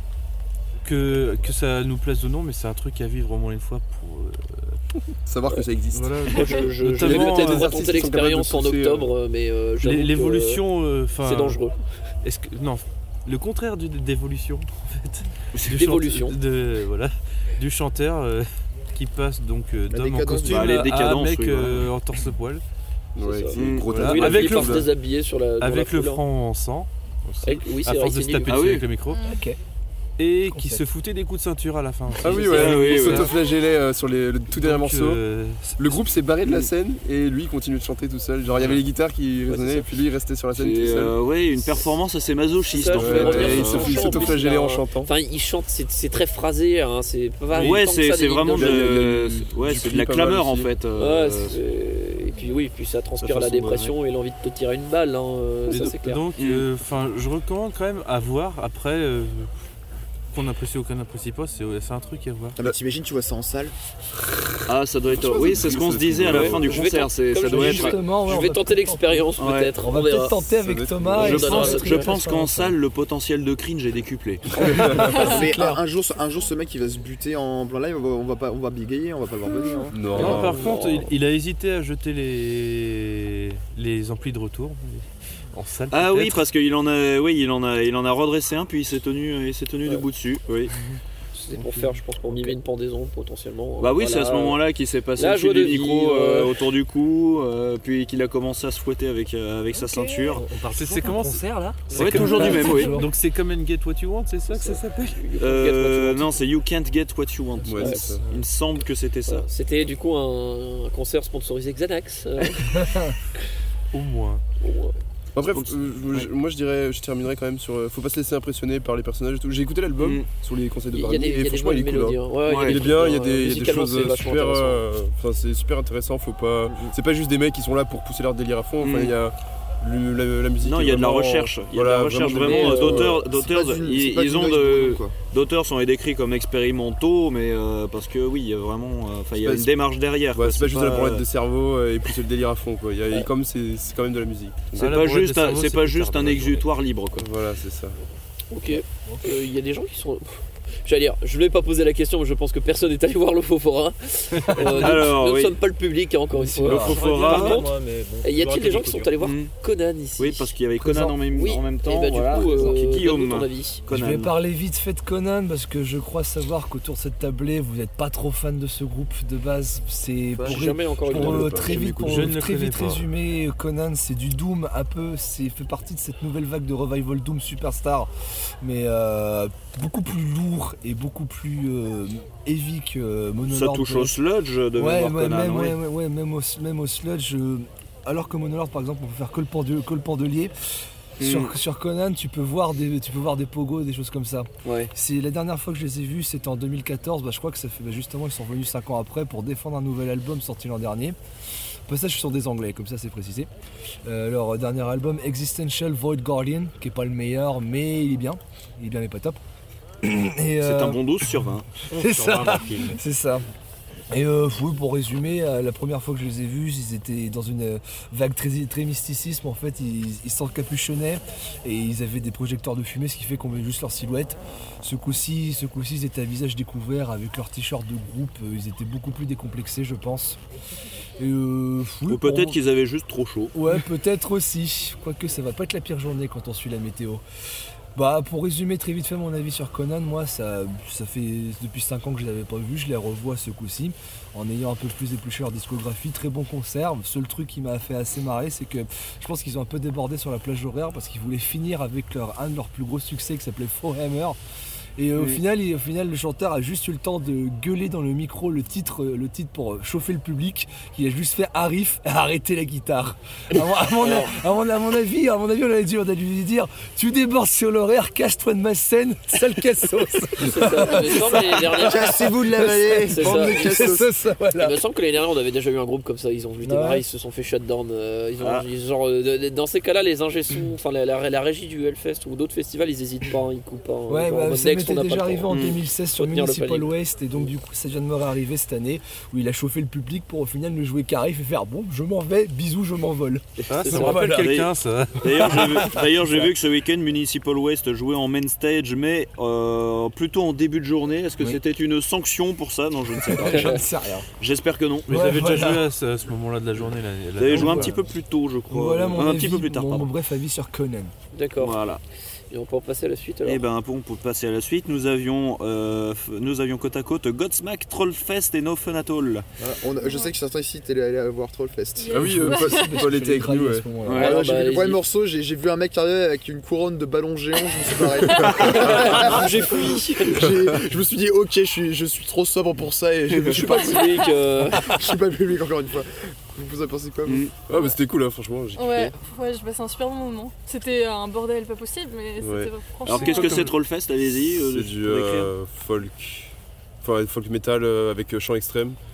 S7: que, que ça nous plaise ou non mais c'est un truc à vivre au moins une fois pour euh,
S6: savoir que ça existe.
S7: voilà.
S4: Moi, je, je, je vais
S7: Notamment,
S4: peut-être
S7: euh,
S4: retenter
S6: artistes qui sont
S4: l'expérience en
S6: capables de pousser,
S4: octobre, euh, mais euh, j'avoue
S7: L'é-
S4: que,
S7: l'évolution euh,
S4: euh,
S7: enfin
S4: c'est dangereux.
S7: est-ce que non le contraire du, d'évolution en fait Du
S4: D'évolution.
S7: chante- de, voilà du chanteur euh, qui passe donc euh,
S9: La
S7: d'homme en
S9: décadence,
S7: costume
S2: bah, les
S7: à- à
S2: décadences,
S7: mec
S2: oui,
S7: euh,
S2: voilà.
S7: en torse-poil
S6: Ouais,
S4: C'est ça.
S6: c'est
S2: Mm.
S6: gros
S7: Voilà.
S6: tas-
S4: Oui, il a
S7: Avec
S4: fini
S7: le-
S4: par se déshabiller sur la. dans
S7: avec
S4: la
S7: le
S4: foule, hein.
S7: front en sang aussi,
S4: Avec- oui, c'est
S7: à
S4: vrai,
S7: force de
S4: c'est
S7: se
S4: nul.
S7: taper
S2: Ah
S7: dessus
S2: oui.
S7: avec le micro
S3: Ok.
S7: et qui
S3: Concept.
S7: se foutait des coups de ceinture à la fin aussi.
S6: Ah oui,
S7: C'est
S6: ouais,
S7: ça.
S2: oui,
S6: il
S2: oui.
S6: s'autoflagellait euh, sur les- le tout dernier
S7: Donc,
S6: morceau.
S7: euh,
S6: Le groupe s'est barré de la scène et lui il continue de chanter tout seul. Genre il y avait les guitares qui
S4: Ouais,
S6: résonnaient
S4: c'est ça.
S6: et puis lui il restait sur la scène tout
S2: C'est
S6: seul.
S2: euh, ouais, une performance assez masochiste
S4: Ça,
S2: en
S4: je
S2: fait.
S4: vais revenir
S6: et
S4: sur
S6: il
S4: son
S6: se-
S4: chant,
S6: il
S4: en
S6: s'autoflagellait
S4: plus,
S6: en
S4: il a-
S6: chantant.
S4: Enfin, il chante, c'est, c'est très phrasé, hein, c'est pas
S2: Ouais,
S4: tant que
S2: c'est
S4: ça,
S2: c'est
S4: des lignes
S2: vraiment
S4: de-
S2: de,
S6: Il y a- il y a une-
S2: ouais,
S6: du
S2: c'est de
S6: clip
S2: la
S6: pas mal
S2: clameur en
S6: aussi.
S2: fait. euh,
S4: Ouais, c'est- et puis puis oui, puis ça transpire
S2: façon
S4: la
S2: de-
S4: dépression et l'envie de te tirer une balle, hein, euh,
S7: Et
S4: ça
S7: do-
S4: c'est clair.
S7: Donc, euh, enfin, je recommande quand même à voir. Après, euh, qu'on apprécie ou qu'on n'apprécie pas, c'est c'est un truc à voir.
S9: Ah bah, t'imagines, tu vois ça en salle.
S2: Ah, ça doit être. Oui, c'est ce qu'on se disait à la
S4: Ouais.
S2: fin du
S4: Je vais
S2: concert.
S4: t'en-
S2: c'est-
S4: comme
S2: Ça
S4: je
S2: doit
S4: dis,
S2: être.
S3: Justement, ouais,
S4: Je
S3: on
S4: vais
S3: va
S4: tenter
S3: peut-être
S4: l'expérience
S2: Ouais.
S4: peut-être.
S3: On va
S4: verra.
S3: peut-être tenter avec
S6: être
S3: Thomas.
S2: Je
S3: et
S4: on donnera
S2: pense,
S4: un
S3: voir ce
S2: je
S3: que
S2: pense
S3: ça
S2: qu'en
S3: va
S2: salle, le potentiel de cringe est décuplé.
S9: Mais un, un jour, ce- un jour, ce mec il va se buter en plein live, on va, on va pas, on va bégayer, on va pas le voir venir. hein.
S6: Non.
S7: Non, par
S4: Oh.
S7: contre, il, il a hésité à jeter les, les amplis de retour en salle.
S2: Ah oui,
S7: peut-être.
S2: parce qu'il en a, oui, il en a, il en a redressé un, puis il s'est tenu, il s'est tenu
S4: Ouais.
S2: debout dessus. Oui.
S4: C'est pour faire, je pense, pour mimer une pendaison potentiellement.
S2: Bah oui,
S4: Voilà.
S2: c'est à ce moment-là qu'il s'est passé
S4: La
S2: le fil
S4: joie de
S2: du micro
S4: vivre.
S2: euh, autour du cou, euh, puis qu'il a commencé à se fouetter avec, euh, avec sa ceinture.
S8: On parle
S7: C'est-
S8: toujours
S7: c'est
S8: d'un
S7: comment,
S8: concert là
S2: Ouais,
S7: comme-
S2: toujours du même, oui.
S7: Donc c'est comme and Get What You Want, c'est ça que ça s'appelle?
S2: Euh, non, c'est You Can't Get What You Want.
S6: Ouais, c'est ça.
S2: Il me semble que c'était ça.
S4: Voilà. C'était du coup un, un concert sponsorisé Xanax. euh,
S7: Au moins.
S4: bon, euh,
S6: Après,
S2: Donc,
S6: euh, je- moi je dirais, je terminerai quand même sur. euh, Faut pas se laisser impressionner par les personnages et tout. J'ai écouté l'album
S2: Mm.
S6: sur les conseils de
S4: Il y a
S6: Barney
S4: des, il y a
S6: et
S4: des
S6: franchement il est
S4: bonnes
S6: cool.
S4: mélodies.
S6: hein.
S4: hein. Ouais,
S2: Ouais,
S6: Il est
S4: des
S6: bien,
S4: trucs,
S6: il y a
S4: euh,
S6: des, il y a des
S4: musicalement,
S6: choses
S4: c'est vachement
S6: super.
S4: intéressant.
S6: euh, Enfin, c'est super intéressant. Faut pas. C'est pas juste des mecs qui sont là pour pousser leur délire à fond. Enfin,
S2: Mm.
S6: il y a le- la, la musique.
S2: Non,
S6: est
S2: il y a de la
S6: vraiment-
S2: recherche. Il y a de
S6: voilà,
S2: la recherche
S6: vraiment
S2: vraiment
S6: des-
S2: euh, d'auteurs.
S9: C'est
S2: D'auteurs,
S9: pas du-
S2: ils,
S9: c'est pas
S2: ils
S9: du
S2: ont
S9: noise
S2: de.
S9: ball, quoi.
S2: D'auteurs sont décrits comme expérimentaux, mais euh, parce que oui, il y a vraiment, euh, enfin, il y a
S6: C'est
S2: une
S6: pas-
S2: démarche derrière.
S6: Ouais,
S2: quoi.
S6: c'est pas juste de la branlette
S2: euh,
S6: de cerveau euh, et pousser le délire à fond quoi. Il y a,
S2: Ouais.
S6: comme c'est c'est quand même de la musique.
S2: C'est
S7: Ah, la
S2: pas
S7: branlette
S2: juste,
S7: de
S2: un-
S7: cerveau,
S2: c'est
S7: c'est
S2: pas
S7: plus
S2: juste
S7: tard
S2: un
S7: dans la journée.
S2: exutoire libre quoi.
S6: Voilà, c'est ça.
S4: Ok. Euh, Il y a des gens qui sont. J'allais dire, je ne vais pas poser la question, mais je pense que personne n'est allé voir le Fofora. Euh, nous,
S2: Alors,
S4: nous ne
S2: oui.
S4: sommes pas le public, hein, encore une fois.
S2: Le
S8: J'aurais
S2: Fofora.
S8: bien
S4: Par
S8: aimé,
S4: contre,
S8: moi, mais bon,
S4: Et y
S8: j'aurais
S4: a-t-il
S8: été
S4: des gens
S8: des
S4: qui sont
S8: coups
S4: allés voir
S2: Mm.
S4: Conan ici?
S2: Oui, parce qu'il y avait Conan
S3: Présent.
S2: en même,
S4: Oui.
S2: en même
S4: Et
S2: temps.
S4: bah,
S2: voilà.
S4: du coup, euh,
S2: Qui- Guillaume.
S4: donne-nous ton avis.
S2: Conan.
S3: Je vais parler vite fait de Conan parce que je crois savoir qu'autour de cette tablée vous n'êtes pas trop fan de ce groupe de base. C'est
S4: Bah,
S3: pour,
S4: j'ai jamais encore
S3: pour,
S4: écouté.
S3: euh,
S6: pas.
S3: très
S6: Je
S3: vite,
S6: m'écoute.
S3: pour
S7: Je ne le
S3: très
S7: connais
S3: vite
S7: pas.
S3: résumer, Conan c'est du Doom un peu, c'est fait partie de cette nouvelle vague de revival Doom Superstar, mais euh, beaucoup plus lourd et beaucoup plus euh, heavy que euh, Monolord.
S2: Ça touche au sludge de
S3: Ouais,
S2: mémoire
S3: ouais,
S2: Conan.
S3: même,
S2: oui.
S3: ouais, ouais, ouais, même, au, même au sludge. euh, alors que Monolord, par exemple, on peut faire que le, pendule- que le pendelier.
S2: Mm.
S3: Sur, sur Conan, tu peux voir des, tu peux voir des pogos, des choses comme ça.
S4: Ouais.
S3: C'est la dernière fois que je les ai vus, c'était en deux mille quatorze. Bah, je crois que ça fait bah, justement, ils sont venus cinq ans après pour défendre un nouvel album sorti l'an dernier. Au passage, je suis sur des anglais, comme ça c'est précisé. Euh, leur dernier album, Existential Void Guardian, qui est pas le meilleur, mais il est bien. Il est bien, mais pas top. Et,
S2: C'est
S3: euh,
S2: un bon douze sur vingt.
S3: c'est
S8: sur
S3: ça.
S8: un film.
S3: C'est ça. Et euh, oui, pour résumer, euh, la première fois que je les ai vus, ils étaient dans une euh, vague très, très mysticisme. En fait, ils ils s'encapuchonnaient et ils avaient des projecteurs de fumée, ce qui fait qu'on voyait juste leur silhouette. Ce coup-ci, ce coup-ci, ils étaient à visage découvert avec leur t-shirt de groupe. Euh, Ils étaient beaucoup plus décomplexés, je pense. Et euh, oui,
S2: Ou peut-être
S3: pour-
S2: qu'ils avaient juste trop chaud.
S3: Ouais, peut-être aussi. Quoique ça va pas être la pire journée quand on suit la météo. Bah, pour résumer très vite fait mon avis sur Conan, moi ça, ça fait depuis cinq ans que je l'avais pas vu, je les revois ce coup-ci en ayant un peu plus épluché leur discographie, très bon concert. Le seul truc qui m'a fait assez marrer, c'est que je pense qu'ils ont un peu débordé sur la plage horaire parce qu'ils voulaient finir avec leur, un de leurs plus gros succès qui s'appelait Forehammer. Et euh, au,
S2: Oui.
S3: final, il- au final, le chanteur a juste eu le temps de gueuler dans le micro le titre, euh, le titre pour euh, chauffer le public. Il a juste fait un riff et arrêter la guitare. À mon, à mon- à mon- à mon avis, à mon avis, on a dû, on a dû lui dire tu débordes sur l'horaire, casse-toi de ma scène, sale cassos.
S4: C'est ça. Il me semble que l'année dernière-
S9: Cassez-vous de la vallée,
S4: C'est
S9: bande
S4: ça.
S9: de
S3: C'est
S9: cassos.
S3: ça, ça,
S4: Il
S3: voilà.
S4: me semble que l'année dernière on avait déjà eu un groupe comme ça, ils ont vu démarrer,
S3: Ouais.
S4: ils se sont fait shutdown. euh, ils ont,
S2: Ah.
S4: ils- genre, euh, de- de- dans ces cas-là, les ingé sons, enfin la, la- la régie du Hellfest ou d'autres festivals, ils hésitent pas, hein, ils coupent pas. hein,
S3: Ouais,
S4: genre, en
S3: bah,
S4: mode
S3: ça
S4: Dex, on
S3: m'était
S4: n'a pas
S3: déjà
S4: le
S3: arrivé
S4: temps.
S3: en
S2: Mm.
S3: deux mille seize sur
S4: Retenir le
S3: Municipal
S4: panier.
S3: Waste et donc du coup ça vient de me réarriver cette année où il a chauffé le public pour au final ne jouer carré et faire bon je m'en vais, bisous je m'envole.
S7: Ah,
S4: C'est
S7: ça
S4: ça.
S7: me rappelle
S3: Voilà.
S7: quelqu'un ça.
S2: D'ailleurs, j'ai vu, d'ailleurs, j'ai vu que ce week-end, Municipal Waste jouait en main stage, mais euh, plutôt en début de journée. Est-ce que
S3: Oui.
S2: c'était une sanction pour ça? Non, je ne sais pas.
S3: Je ne sais rien.
S2: J'espère que non.
S7: Mais
S3: Ouais,
S7: ils avaient déjà
S3: voilà.
S7: joué à ce, à ce moment-là de la journée. Là,
S2: Vous avez joué un
S3: voilà.
S2: petit peu plus tôt, je crois.
S3: Voilà mon
S2: un
S3: avis,
S2: petit peu plus tard,
S3: mon,
S2: pardon.
S3: mon bref avis sur Conan.
S4: D'accord.
S2: Voilà.
S4: Et on peut en passer à la suite alors.
S2: Et ben pour, pour passer à la suite, nous avions, euh, f- nous avions côte à côte Godsmack, Trollfest et No Fun At All.
S9: Voilà, on a- je sais que certains ici étaient allés voir Trollfest.
S6: Ah oui, euh, Paul, Paul était avec nous. Ouais.
S2: Ouais.
S9: Ah,
S4: non,
S9: j'ai
S4: bah,
S9: vu le premier
S4: allez-y.
S9: morceau, j'ai j'ai vu un mec arriver avec une couronne de ballon géant, je me suis barré.
S4: J'ai fui.
S9: J'ai- Je me suis dit ok, je suis, je suis trop sobre pour ça et je,
S4: Je suis pas le public. euh,
S9: je suis pas le public encore une fois. Vous en pensez quoi vous
S2: Mm.
S6: Ah, mais c'était cool, hein, franchement. j'ai kiffé.
S5: Ouais, ouais, j'ai passé un super bon moment. C'était un bordel pas possible, mais c'était
S6: Ouais.
S5: franchement.
S2: Alors qu'est-ce que c'est Trollfest? Allez-y. euh,
S6: C'est du
S2: pour décrire.
S6: euh, folk. Enfin, folk metal euh, avec euh, chant extrême.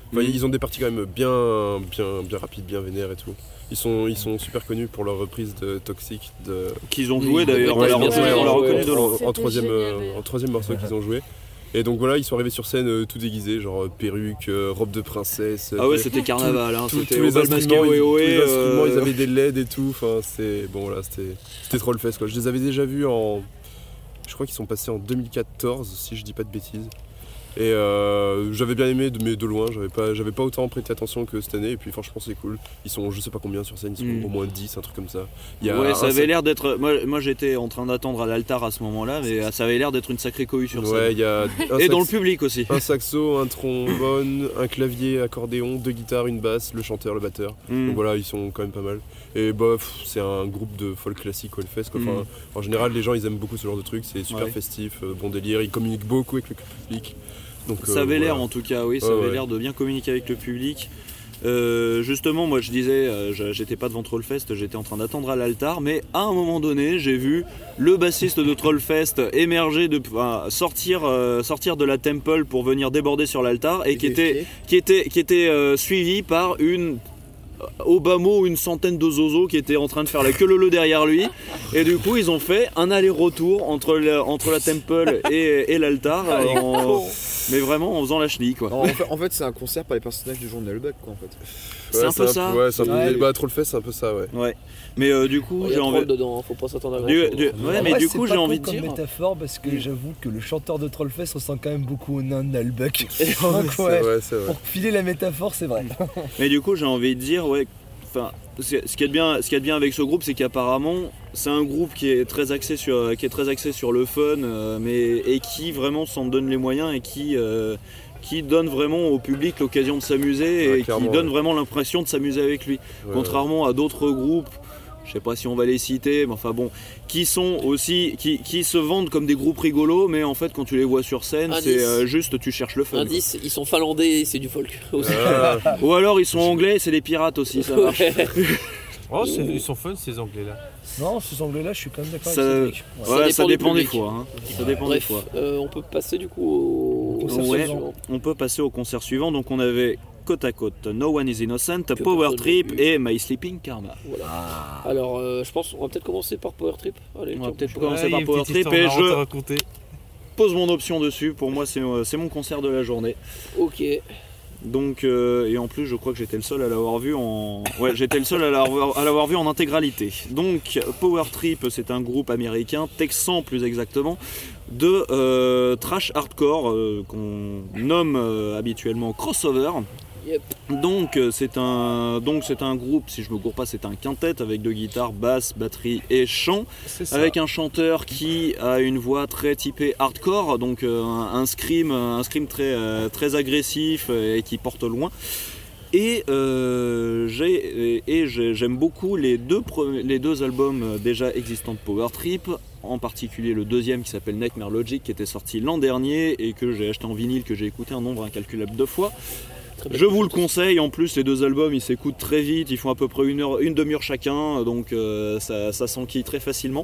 S6: Enfin,
S2: Mhm.
S6: ils ont des parties quand même bien, bien, bien rapides, bien vénères et tout. Ils sont, ils sont super connus pour leur reprise de Toxic. De...
S2: Qu'ils ont joué
S4: Oui,
S2: d'ailleurs, on
S4: ouais,
S2: l'a
S4: bien
S2: reconnu,
S4: sûr,
S2: on l'a
S4: ouais.
S2: reconnu de loin.
S6: en, en
S5: C'était
S6: troisième,
S5: génial,
S6: euh,
S5: d'ailleurs.
S6: en troisième morceau qu'ils ont joué. Et donc voilà, ils sont arrivés sur scène euh, tout déguisés, genre euh, perruque, euh, robe de princesse.
S2: Ah ouais,
S6: euh,
S2: c'était carnaval, hein,
S6: tous,
S2: c'était
S6: tous
S2: au
S6: les
S2: bal masqué
S6: instruments, ils,
S2: O E O E,
S6: tous les instruments,
S2: euh,
S6: ils avaient des L E D et tout. Enfin, c'est bon, voilà, c'était, c'était trop le fest quoi. Je les avais déjà vus en, je crois qu'ils sont passés en deux mille quatorze, si je dis pas de bêtises. Et euh, j'avais bien aimé, mais de loin, j'avais pas, j'avais pas autant prêté attention que cette année. Et puis franchement, c'est cool. Ils sont, je sais pas combien sur scène, ils sont
S2: Mm.
S6: au moins dix, un truc comme ça. Il y a
S2: Ouais,
S6: un
S2: ça avait
S6: sac-
S2: l'air d'être. Moi, moi j'étais en train d'attendre à l'altar à ce moment-là, mais ça avait l'air d'être une sacrée cohue sur
S6: Ouais,
S2: scène.
S6: il y a un
S2: Et
S6: sax-
S2: dans le public aussi.
S6: un saxo, un trombone, un clavier, accordéon, deux guitares, une basse, le chanteur, le batteur.
S2: Mm.
S6: Donc voilà, ils sont quand même pas mal. Et bah, pff, c'est un groupe de folk classique au Hellfest, quoi. Enfin,
S2: Mm.
S6: en général, les gens ils aiment beaucoup ce genre de truc, c'est super
S2: Ouais.
S6: festif, euh, bon délire, ils communiquent beaucoup avec le public. Donc,
S2: Ça
S6: euh,
S2: avait l'air
S6: voilà.
S2: en tout cas, oui, ça
S6: Ouais,
S2: avait
S6: ouais.
S2: l'air de bien communiquer avec le public. Euh, justement, moi je disais, euh, je- j'étais pas devant Trollfest, j'étais en train d'attendre à l'altar, mais à un moment donné, j'ai vu le bassiste de Trollfest émerger, de, enfin, sortir, euh, sortir de la temple pour venir déborder sur l'altar et qui était, qui était, qui était euh, suivi par une. Au bas mot, une centaine de zozos qui étaient en train de faire la queue leu derrière lui, et du coup ils ont fait un aller-retour entre la, entre la temple et, et l'altar, en- mais vraiment en faisant la chenille quoi.
S9: En fait, en fait, c'est un concert par les personnages du journal Buck, quoi, en fait.
S2: C'est un peu ça.
S6: Ouais, c'est un peu.
S3: Ouais.
S6: Bah, Trollfest, c'est un peu ça, ouais.
S2: Ouais. Mais euh, du coup,
S4: Il y
S2: j'ai
S4: a
S2: envie.
S4: troll dedans, faut pas s'attendre à grand
S2: Du-
S4: chose.
S2: du- ouais,
S3: En
S2: mais
S3: vrai,
S2: du
S3: c'est
S2: coup,
S3: pas
S2: j'ai
S3: con
S2: envie de
S3: comme
S2: dire.
S3: métaphore parce que j'avoue que le chanteur de Trollfest ressemble quand même beaucoup au nain de Nalbuck.
S6: C'est
S3: Donc ouais,
S6: vrai, c'est vrai.
S3: pour filer la métaphore, c'est vrai.
S2: Mais du coup, j'ai envie de dire, ouais. Enfin, ce ce qui est bien, ce qui est bien avec ce groupe, c'est qu'apparemment, c'est un groupe qui est très axé sur, qui est très axé sur le fun, euh, mais et qui vraiment s'en donne les moyens et qui, euh, qui donne vraiment au public l'occasion de s'amuser
S6: Ouais,
S2: et qui
S6: clairement,
S2: donne
S6: ouais.
S2: vraiment l'impression de s'amuser avec lui.
S6: Ouais,
S2: Contrairement à d'autres groupes, je sais pas si on va les citer, mais enfin bon, qui sont aussi, qui, qui se vendent comme des groupes rigolos, mais en fait quand tu les vois sur scène,
S4: Indice.
S2: c'est euh, juste tu cherches le fun.
S4: Indice, ils sont finlandais, c'est du folk aussi.
S6: ouais. Ah,
S2: Ou alors ils sont anglais, c'est des pirates aussi, ça marche.
S4: Ouais.
S7: Oh, c'est- ils sont fun ces anglais là.
S3: Non, ce anglais-là, je suis quand même d'accord
S2: Ça-
S3: avec Cédric. Ouais.
S2: Ouais, ça
S4: dépend du
S2: dépend des
S4: public.
S2: fois. hein. Ça dépend des
S4: Bref,
S2: fois.
S4: euh, on peut passer du coup au
S3: Concert
S2: Ouais.
S3: suivant.
S2: On peut passer au concert suivant. Donc on avait côte à côte No One Is Innocent,
S4: Que
S2: Power
S4: personne
S2: Trip
S4: n'a vu.
S2: et My Sleeping Karma.
S4: Alors, euh, je pense on va peut-être commencer par Power Trip. Allez,
S2: On va
S4: tiens,
S2: peut-être
S4: je-
S2: commencer
S7: Ouais,
S2: par
S7: il y a une
S2: Power
S7: petite
S2: Trip
S7: histoire
S2: et
S7: marrante à
S2: je
S7: raconter.
S2: pose mon option dessus. Pour moi, c'est euh, c'est mon concert de la journée.
S4: Ok.
S2: Donc euh, et en plus, je crois que j'étais le seul à l'avoir vu en ouais, j'étais le seul à l'avoir à l'avoir vu en intégralité. Donc Power Trip, c'est un groupe américain, texan plus exactement, de euh, trash hardcore euh, qu'on nomme euh, habituellement crossover.
S4: Yep.
S2: Donc euh, c'est un donc c'est un groupe, si je me gourre pas, c'est un quintet avec deux guitares, basse, batterie et chant, avec un chanteur qui a une voix très typée hardcore, donc euh, un, un scream un scream très euh, très agressif euh, et qui porte loin. Et, euh, j'ai, et, et j'ai- j'aime beaucoup les deux, pre- les deux albums euh, déjà existants de Power Trip, en particulier le deuxième qui s'appelle Nightmare Logic qui était sorti l'an dernier et que j'ai acheté en vinyle, que j'ai écouté un nombre incalculable de fois.
S4: Très bien.
S2: Je vous le conseille, en plus les deux albums ils s'écoutent très vite, ils font à peu près une, heure, une demi-heure chacun, donc euh, ça, ça s'enquille très facilement.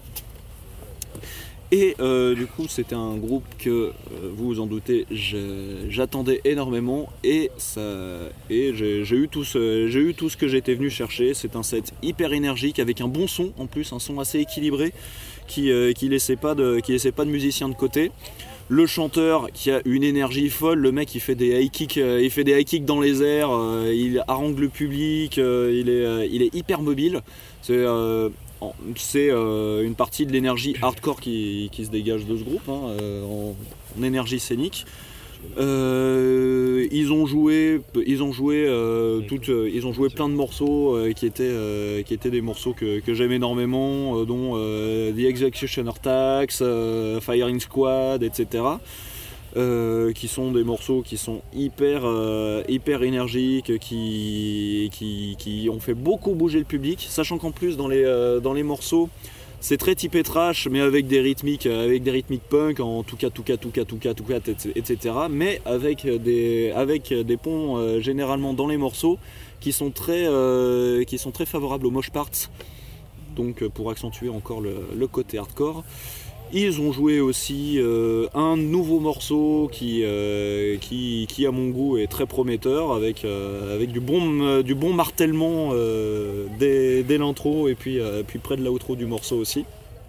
S2: Et euh, du coup c'était un groupe que, euh, vous vous en doutez, je- j'attendais énormément et, ça, et j'ai j'ai eu, tout ce- j'ai eu tout ce que j'étais venu chercher. C'est un set hyper énergique avec un bon son en plus, un son assez équilibré qui ne qui laissait, pas de- qui laissait pas de musiciens de côté. Le chanteur qui a une énergie folle, le mec il fait des high kicks, euh, il fait des high kicks dans les airs, euh, il harangue le public, euh, il, est, euh, il est hyper mobile. C'est euh, en- c'est, euh, une partie de l'énergie hardcore qui, qui se dégage de ce groupe, hein, euh, en, en énergie scénique. Euh, ils ont joué, ils ont joué, euh, toutes, euh, ils ont joué plein de morceaux euh, qui étaient, euh, qui étaient des morceaux que, que j'aime énormément, euh, dont euh, The Executioner Tax, euh, Firing Squad, et cetera. Euh, qui sont des morceaux qui sont hyper, euh, hyper énergiques, qui, qui, qui ont fait beaucoup bouger le public, sachant qu'en plus dans les, euh, dans les morceaux, c'est très typé trash, mais avec des rythmiques, avec des rythmiques punk, en tout cas, tout cas, tout cas, tout cas, tout cas, et cetera. Mais avec des, avec des ponts euh, généralement dans les morceaux qui sont très, euh, qui sont très favorables aux mosh parts, donc euh, pour accentuer encore le, le côté hardcore. Ils ont joué aussi euh, un nouveau morceau qui, euh, qui, qui, à mon goût, est très prometteur, avec, euh, avec du, bon, euh, du bon martèlement euh, dès, dès l'intro et puis, euh, puis près de l'outro du morceau aussi.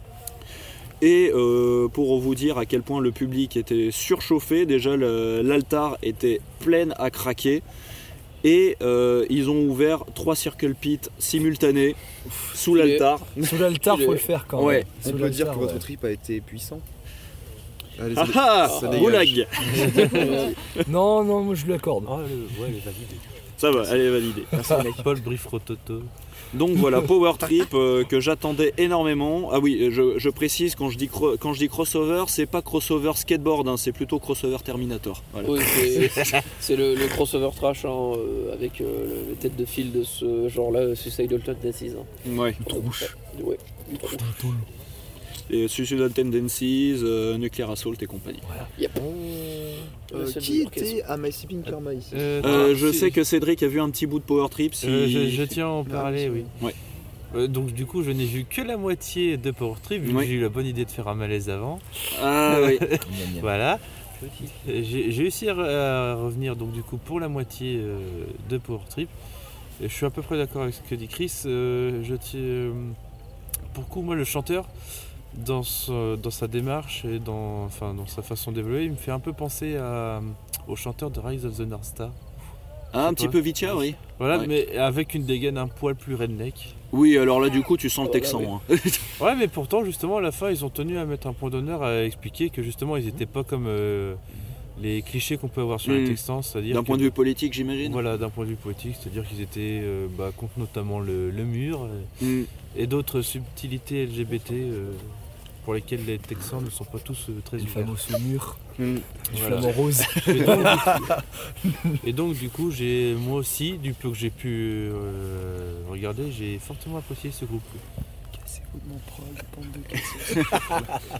S2: Et euh, pour vous dire à quel point le public était surchauffé, déjà le, l'altar était plein à craquer. Et euh, ils ont ouvert trois circle pits simultanés Ouf, sous l'altar.
S3: Sous l'altar, faut le faire quand même.
S2: Ouais.
S9: On peut dire que votre ouais. trip a été puissant.
S2: Allez, ah ah, ah Goulag.
S3: Non, non, moi je lui accorde.
S8: Oh, le, ouais, elle est validée.
S2: Ça va, elle est validée.
S7: Paul Brief Rototo.
S2: Donc voilà, Power Trip euh, que j'attendais énormément. Ah oui, je, je précise, quand je dis, cro- quand je dis crossover, c'est pas crossover skateboard, hein, c'est plutôt crossover Terminator. Voilà.
S4: Oui, c'est, c'est le, le crossover trash hein, euh, avec euh, les têtes de fil de ce genre-là, Suicidal Tendencies. Hein.
S2: Ouais.
S3: Trouche.
S4: Ouais, une trouche.
S2: Et Suicidal Tendencies, euh, Nuclear Assault et compagnie.
S3: Voilà.
S4: Yep.
S9: Euh, qui était à My Sleeping Karma ici
S2: euh, euh, Je sais que Cédric a vu un petit bout de Power Trip. Si...
S7: Euh, je, je tiens à en parler, oui.
S2: Ouais.
S7: Euh, donc du coup, je n'ai vu que la moitié de Power Trip, vu
S2: oui.
S7: que j'ai eu la bonne idée de faire un malaise avant.
S2: Ah oui.
S7: Voilà. J'ai, j'ai réussi à, à revenir donc du coup pour la moitié euh, de Power Trip. Et je suis à peu près d'accord avec ce que dit Chris. Euh, je tiens, euh, pour le coup, moi, le chanteur, dans, ce, dans sa démarche et dans, enfin, dans sa façon d'évoluer, il me fait un peu penser à, au chanteur de Rise of the North Star.
S2: Ah, un petit peu Vitia, oui.
S7: Voilà,
S2: ouais.
S7: Mais avec une dégaine un poil plus redneck.
S2: Oui, alors là, du coup, tu sens le Texan.
S4: Oh,
S2: là,
S4: oui.
S2: hein.
S7: Ouais, mais pourtant, justement, à la fin, ils ont tenu à mettre un point d'honneur à expliquer que justement, ils n'étaient pas comme euh, les clichés qu'on peut avoir sur mmh. les Texans, c'est-à-dire
S2: d'un
S7: que,
S2: point de vue politique, j'imagine.
S7: Voilà, d'un point de vue politique, c'est-à-dire qu'ils étaient euh, bah, contre notamment le, le mur
S2: mmh.
S7: et d'autres subtilités L G B T. Euh, pour lesquels les Texans ne sont pas tous euh, très
S3: ouverts.
S7: Le
S3: fameux ce mur,
S2: mmh.
S3: du
S7: voilà.
S3: flamant rose.
S7: Et donc, coup, et donc du coup, j'ai, moi aussi, du peu que j'ai pu euh, regarder, j'ai fortement apprécié ce groupe.
S9: Cassez-vous de mon prog, bande de cassés.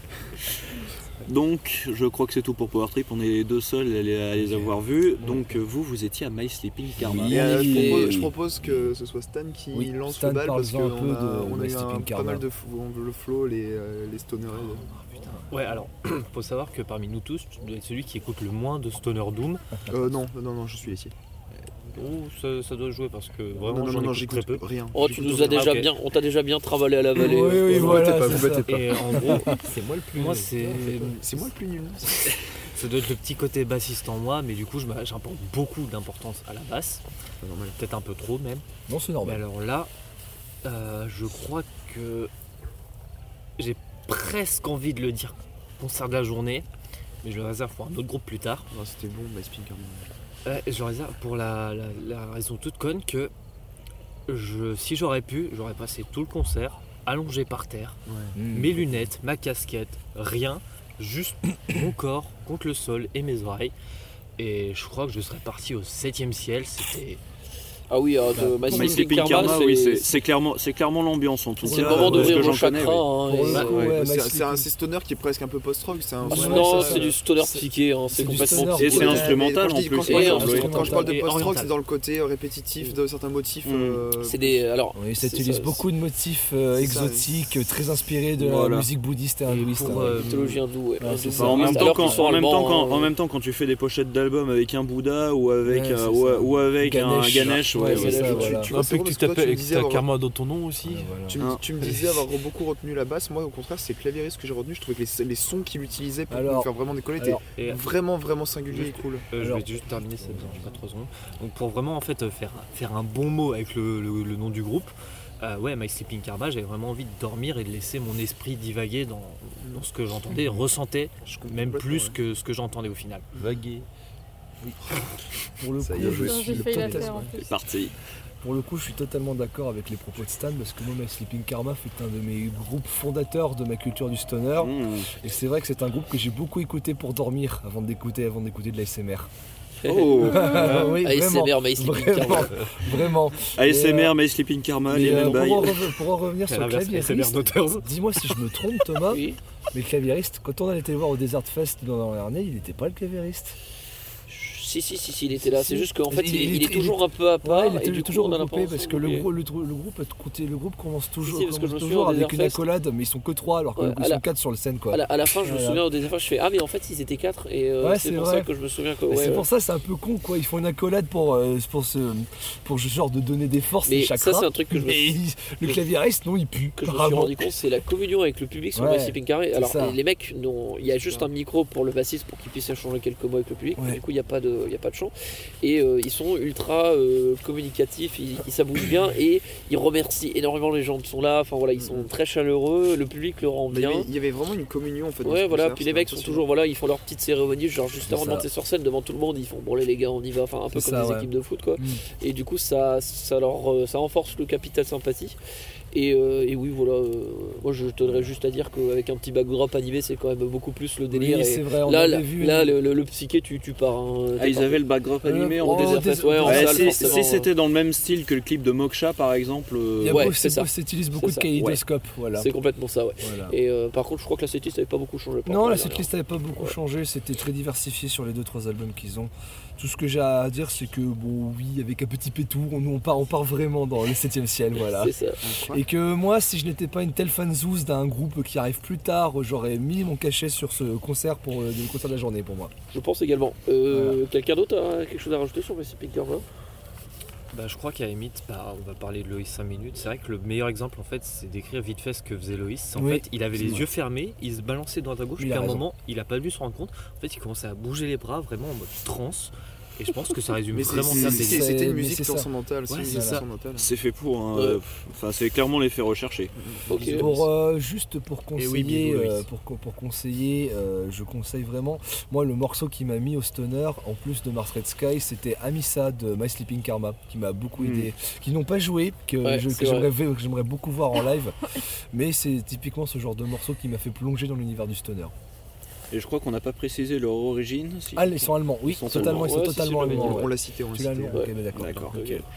S2: Donc, je crois que c'est tout pour Power Trip. On est les deux seuls à les, à les avoir vus. Donc, vous, vous étiez à My Sleeping Karma.
S9: Oui, euh, je, propose, je propose que ce soit Stan qui oui, lance
S3: Stan
S9: le bal parce qu'on a, on a eu un,
S3: pas
S9: mal de le flow, les, euh, les stoners.
S8: Ouais, alors, faut savoir que parmi nous tous, tu dois être celui qui écoute le moins de Stoner Doom.
S9: Euh, non, non, non, je suis ici.
S8: Oh, ça, ça doit jouer parce que vraiment
S9: non, non,
S8: j'en
S9: non,
S8: écoute très peu.
S9: Rien.
S4: Oh, tu nous as déjà
S8: okay.
S4: bien, on t'a déjà bien travaillé à la vallée.
S3: Oui, oui,
S9: vous
S3: voilà.
S9: Pas, vous pas.
S8: Et en gros, c'est moi le plus. Moi, c'est,
S9: c'est moi le plus nul.
S8: Ça doit être le petit côté bassiste en moi, mais du coup, je j'apporte beaucoup d'importance à la basse. Normal. Peut-être un peu trop même.
S3: Non, c'est normal.
S8: Mais alors là, euh, je crois que j'ai presque envie de le dire concert de la journée, mais je le réserve pour un autre groupe plus tard.
S9: Non, c'était bon, My Sleeping Karma.
S8: Euh, je le réserve pour la, la, la raison toute conne que je, si j'aurais pu, j'aurais passé tout le concert allongé par terre, ouais. mmh. mes lunettes, ma casquette, rien, juste mon corps contre le sol et mes oreilles. Et je crois que je serais parti au septième ciel. C'était.
S4: Ah oui, euh, de
S2: bah, My Sleeping Karma, Karma c'est, oui, c'est, c'est, clairement, c'est clairement l'ambiance en tout cas.
S4: C'est le moment d'ouvrir vos chakras. Hein,
S9: oui. bah, ouais, ouais, c'est, c'est un stoner qui est presque un peu post-rock. C'est un...
S4: ah, non, c'est, c'est du stoner psyché, hein, c'est, c'est complètement.
S2: Et c'est instrumental en plus.
S9: Quand je parle de post-rock, c'est dans le côté répétitif de certains motifs.
S4: C'est des. Alors.
S3: Oui, ça utilise beaucoup de motifs exotiques, très inspirés de la musique bouddhiste et hindouiste.
S4: Mythologie hindoue, ouais.
S2: En même temps, quand tu fais des pochettes d'albums avec un Bouddha ou avec un Ganesh,
S7: tu un peu que tu t'appelles et que t'as Karma dans ton nom aussi.
S9: Ouais, voilà. tu, ah. tu me disais avoir beaucoup retenu la basse. Moi, au contraire, c'est Clavieriste que j'ai retenu. Je trouvais que les, les sons qu'il utilisait pour alors, faire vraiment décoller étaient et vraiment, vraiment singuliers et cool.
S8: Euh, je vais juste terminer ça, j'ai pas trois secondes. Donc, pour vraiment en fait faire, faire un bon mot avec le, le, le nom du groupe, euh, ouais, My Sleeping Karma, j'avais vraiment envie de dormir et de laisser mon esprit divaguer dans, dans ce que j'entendais, ressentais, même plus ouais. que ce que j'entendais au final.
S7: Vaguer.
S3: Oui. Pour le coup,
S5: je, je suis le total...
S2: C'est parti.
S3: Pour le coup, je suis totalement d'accord avec les propos de Stan parce que moi, My Sleeping Karma fait un de mes groupes fondateurs de ma culture du stoner. Mmh. Et c'est vrai que c'est un groupe que j'ai beaucoup écouté pour dormir avant d'écouter, avant d'écouter de l'A S M R.
S2: Oh
S3: oui,
S4: A S M R, My Sleeping Karma.
S3: Vraiment.
S2: A S M R, My Sleeping Karma, les mêmes bails.
S3: Pour en revenir sur le clavieriste, dis-moi si je me trompe, Thomas, oui. Mais le clavieriste, quand on allait te voir au Desert Fest dans l'année, il n'était pas le clavieriste.
S4: Si, Si, si, si, si, il était là.
S3: Si.
S4: C'est juste qu'en fait,
S3: Il-
S4: il, est-
S3: il-
S4: il est
S3: il-
S4: toujours un peu à part.
S3: Ouais, il
S4: et
S3: était
S4: du
S3: toujours
S4: coup, on a
S3: regroupé
S4: l'impression
S3: parce que le,
S4: que-
S3: gros, le, tru- le groupe, écoutez, le groupe commence toujours,
S4: Si, parce que
S3: commence
S4: je me
S3: toujours
S4: souviens au
S3: avec une
S4: Deserfest.
S3: accolade, mais ils sont que trois alors qu'ils
S4: Ouais, à
S3: sont
S4: la-
S3: quatre sur le scène quoi.
S4: À la, à la fin, je me
S3: Voilà.
S4: souviens au deuxième fois, je fais ah mais en fait ils étaient quatre et euh,
S3: Ouais,
S4: c'est
S3: c'est
S4: pour
S3: vrai.
S4: ça que je me souviens que
S3: Mais
S4: ouais,
S3: c'est
S4: ouais.
S3: pour ça, c'est un peu con quoi. Ils font une accolade pour euh, pour ce pour ce genre de donner des forces
S4: Mais
S3: et
S4: ça
S3: chakras.
S4: c'est un truc que je me
S3: Mais il- le claviériste non, il pue.
S4: que je me suis
S3: apparemment.
S4: rendu compte, c'est la communion avec le public sur
S3: Ouais,
S4: le sleeping carré. Alors
S3: ça.
S4: les mecs, non, il y a juste un micro pour le bassiste pour qu'il puisse échanger quelques mots avec le public.
S3: Ouais.
S4: Du coup, il n'y a pas de, il y a pas de chant. Et euh, ils sont ultra euh, communicatifs, ils, ils s'abouchent bien et ils remercient énormément les gens qui sont là. Enfin voilà, ils sont très chaleureux, le public le rend
S9: Mais
S4: bien.
S9: il y avait- il y avait vraiment une communion en fait. dans
S4: Ouais
S9: ce
S4: voilà,
S9: concert,
S4: puis les
S9: c'était
S4: mecs sont
S9: impressionnant.
S4: toujours voilà, ils font leur petite cérémonie, genre juste
S3: C'est
S4: avant de
S3: ça.
S4: monter sur scène devant tout le monde, ils font bon les les gars, on y va, enfin un peu
S3: C'est
S4: comme
S3: ça,
S4: des
S3: ouais.
S4: équipes de foot quoi.
S3: Mm.
S4: Et du coup ça ça leur euh, ça renforce le capital sympathie. Et, euh, et oui voilà, euh, moi je tenais juste à dire qu'avec un petit backdrop animé c'est quand même beaucoup plus le délire.
S3: Oui,
S4: et
S3: c'est vrai, on
S4: là,
S3: avait
S4: là,
S3: vu.
S4: là,
S3: une-
S4: le, le- le psyché tu, tu pars. hein,
S2: Ah, ils
S4: t'es
S2: avaient le backdrop
S3: Euh,
S2: animé
S3: oh,
S2: en
S4: pas-
S2: désert.
S4: Deserfest,
S3: des-
S4: ouais, en
S2: Ouais,
S4: salle,
S2: si,
S4: forcément,
S2: si
S4: euh.
S2: c'était dans le même style que le clip de Moksha par exemple. euh,
S3: Il y a
S4: Ouais,
S3: beau-
S4: c'est
S3: c'est
S4: ça.
S3: beau, ça utilise beaucoup
S4: C'est
S3: de
S4: ça, ouais.
S3: kaléidoscope, voilà.
S4: C'est complètement ça ouais.
S3: Voilà.
S4: Et euh, par contre je crois que la setlist n'avait pas beaucoup changé. par
S3: Non,
S4: rapport à
S3: la
S4: la dernière.
S3: setlist n'avait pas beaucoup
S4: Ouais.
S3: changé, c'était très diversifié sur les deux trois albums qu'ils ont. Tout ce que j'ai à dire, c'est que bon, oui, avec un petit pétou, on, on part, on part vraiment dans le septième ciel, voilà.
S4: C'est ça.
S3: Et que moi, si je n'étais pas une telle fanzouze d'un groupe qui arrive plus tard, j'aurais mis mon cachet sur ce concert pour euh, le concert de la journée pour moi.
S4: Je pense également. Euh, Quelqu'un d'autre a quelque chose à rajouter sur Messi Pinker là?
S8: Bah, je crois qu'à la limite, bah, on va parler de Loïs cinq minutes. C'est vrai que le meilleur exemple, en fait, c'est d'écrire vite fait ce que faisait Loïs. En
S3: Oui,
S8: fait, il avait
S3: c'est
S8: les
S3: vrai.
S8: yeux fermés, il se balançait de droite à gauche,
S3: Il
S8: puis
S3: a
S8: à un
S3: raison.
S8: moment, il a pas dû se rendre compte. En fait, il commençait à bouger les bras, vraiment en mode transe. Et je pense que ça résume
S9: Mais c'est-
S8: vraiment
S9: c'est-
S8: bien le
S9: c'est-
S8: délire.
S3: c'est-
S9: c'était une
S3: mais
S9: musique
S3: c'est ça.
S9: transcendantale.
S8: Ouais,
S9: une
S8: c'est
S9: musique
S8: ça.
S9: transcendantale.
S2: C'est fait pour. hein,
S4: Ouais.
S2: euh, Enfin, c'est clairement l'effet recherché.
S4: Ok.
S3: Pour, euh, juste pour
S8: Et oui,
S3: conseiller,
S8: bisous, Loïs.
S3: euh, pour, co- pour conseiller, euh, je conseille vraiment. Moi, le morceau qui m'a mis au stoner, en plus de Mars Red Sky, c'était Amissa de My Sleeping Karma, qui m'a beaucoup
S2: Mm.
S3: aidé. Qui n'ont pas joué, que
S4: Ouais,
S3: je-
S4: c'est
S3: que
S4: vrai.
S3: j'aimerais que j'aimerais beaucoup voir en live. Mais c'est typiquement ce genre de morceau qui m'a fait plonger dans l'univers du stoner.
S2: Et je crois qu'on n'a pas précisé leur origine. si.
S3: Ah, ils sont allemands, oui,
S2: Ils sont
S3: totalement,
S2: allemands.
S3: ils sont
S4: Ouais, si,
S3: totalement
S4: si, je l'avais
S3: allemands.
S4: dit,
S3: ouais.
S9: On l'a cité, on l'a
S3: Tu l'as
S9: cité.
S3: lu
S4: Ouais.
S3: Ok, mais d'accord.
S2: D'accord,
S4: Ok.
S2: ok.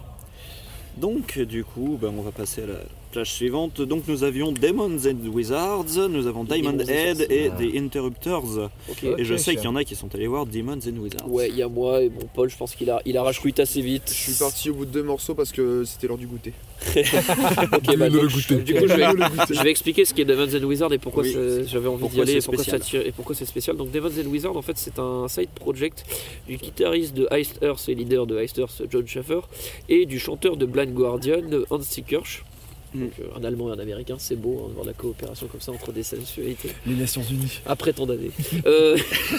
S2: Donc, du coup, ben, on va passer à la plage suivante. Donc, nous avions Demons and Wizards, nous avons
S4: Les
S2: Diamond
S4: Demons and
S2: Head
S4: Wizards.
S2: et
S3: Ah.
S2: The Interrupters.
S4: Ok.
S2: Et je
S3: Ok,
S2: sais qu'il y
S3: cher.
S2: en a qui sont allés voir Demons and Wizards.
S4: Ouais, il y a moi et bon Paul, je pense qu'il a, il arrache quit assez vite.
S9: Je suis parti au bout de deux morceaux parce que c'était l'heure du goûter.
S4: Ok, bah,
S6: Le
S4: donc,
S6: goûter.
S4: du coup, je vais, je vais expliquer ce qu'est Demons and Wizards et pourquoi
S2: Oui.
S4: c'est- j'avais envie d'y
S2: Pourquoi
S4: aller et
S2: c'est
S4: pourquoi, ça
S2: spécial.
S4: tire- et pourquoi c'est spécial. Donc Demons and Wizards, en fait, c'est un side project du guitariste de Iced Earth et leader de Iced Earth, John Schaffer, et du chanteur de Blind Guardian, Hans Kirsch.
S2: Mm.
S4: Donc, euh, un allemand et un américain, c'est beau hein, de voir la coopération comme ça entre des sensualités
S3: Les Nations Unies.
S4: après tant d'années. Euh,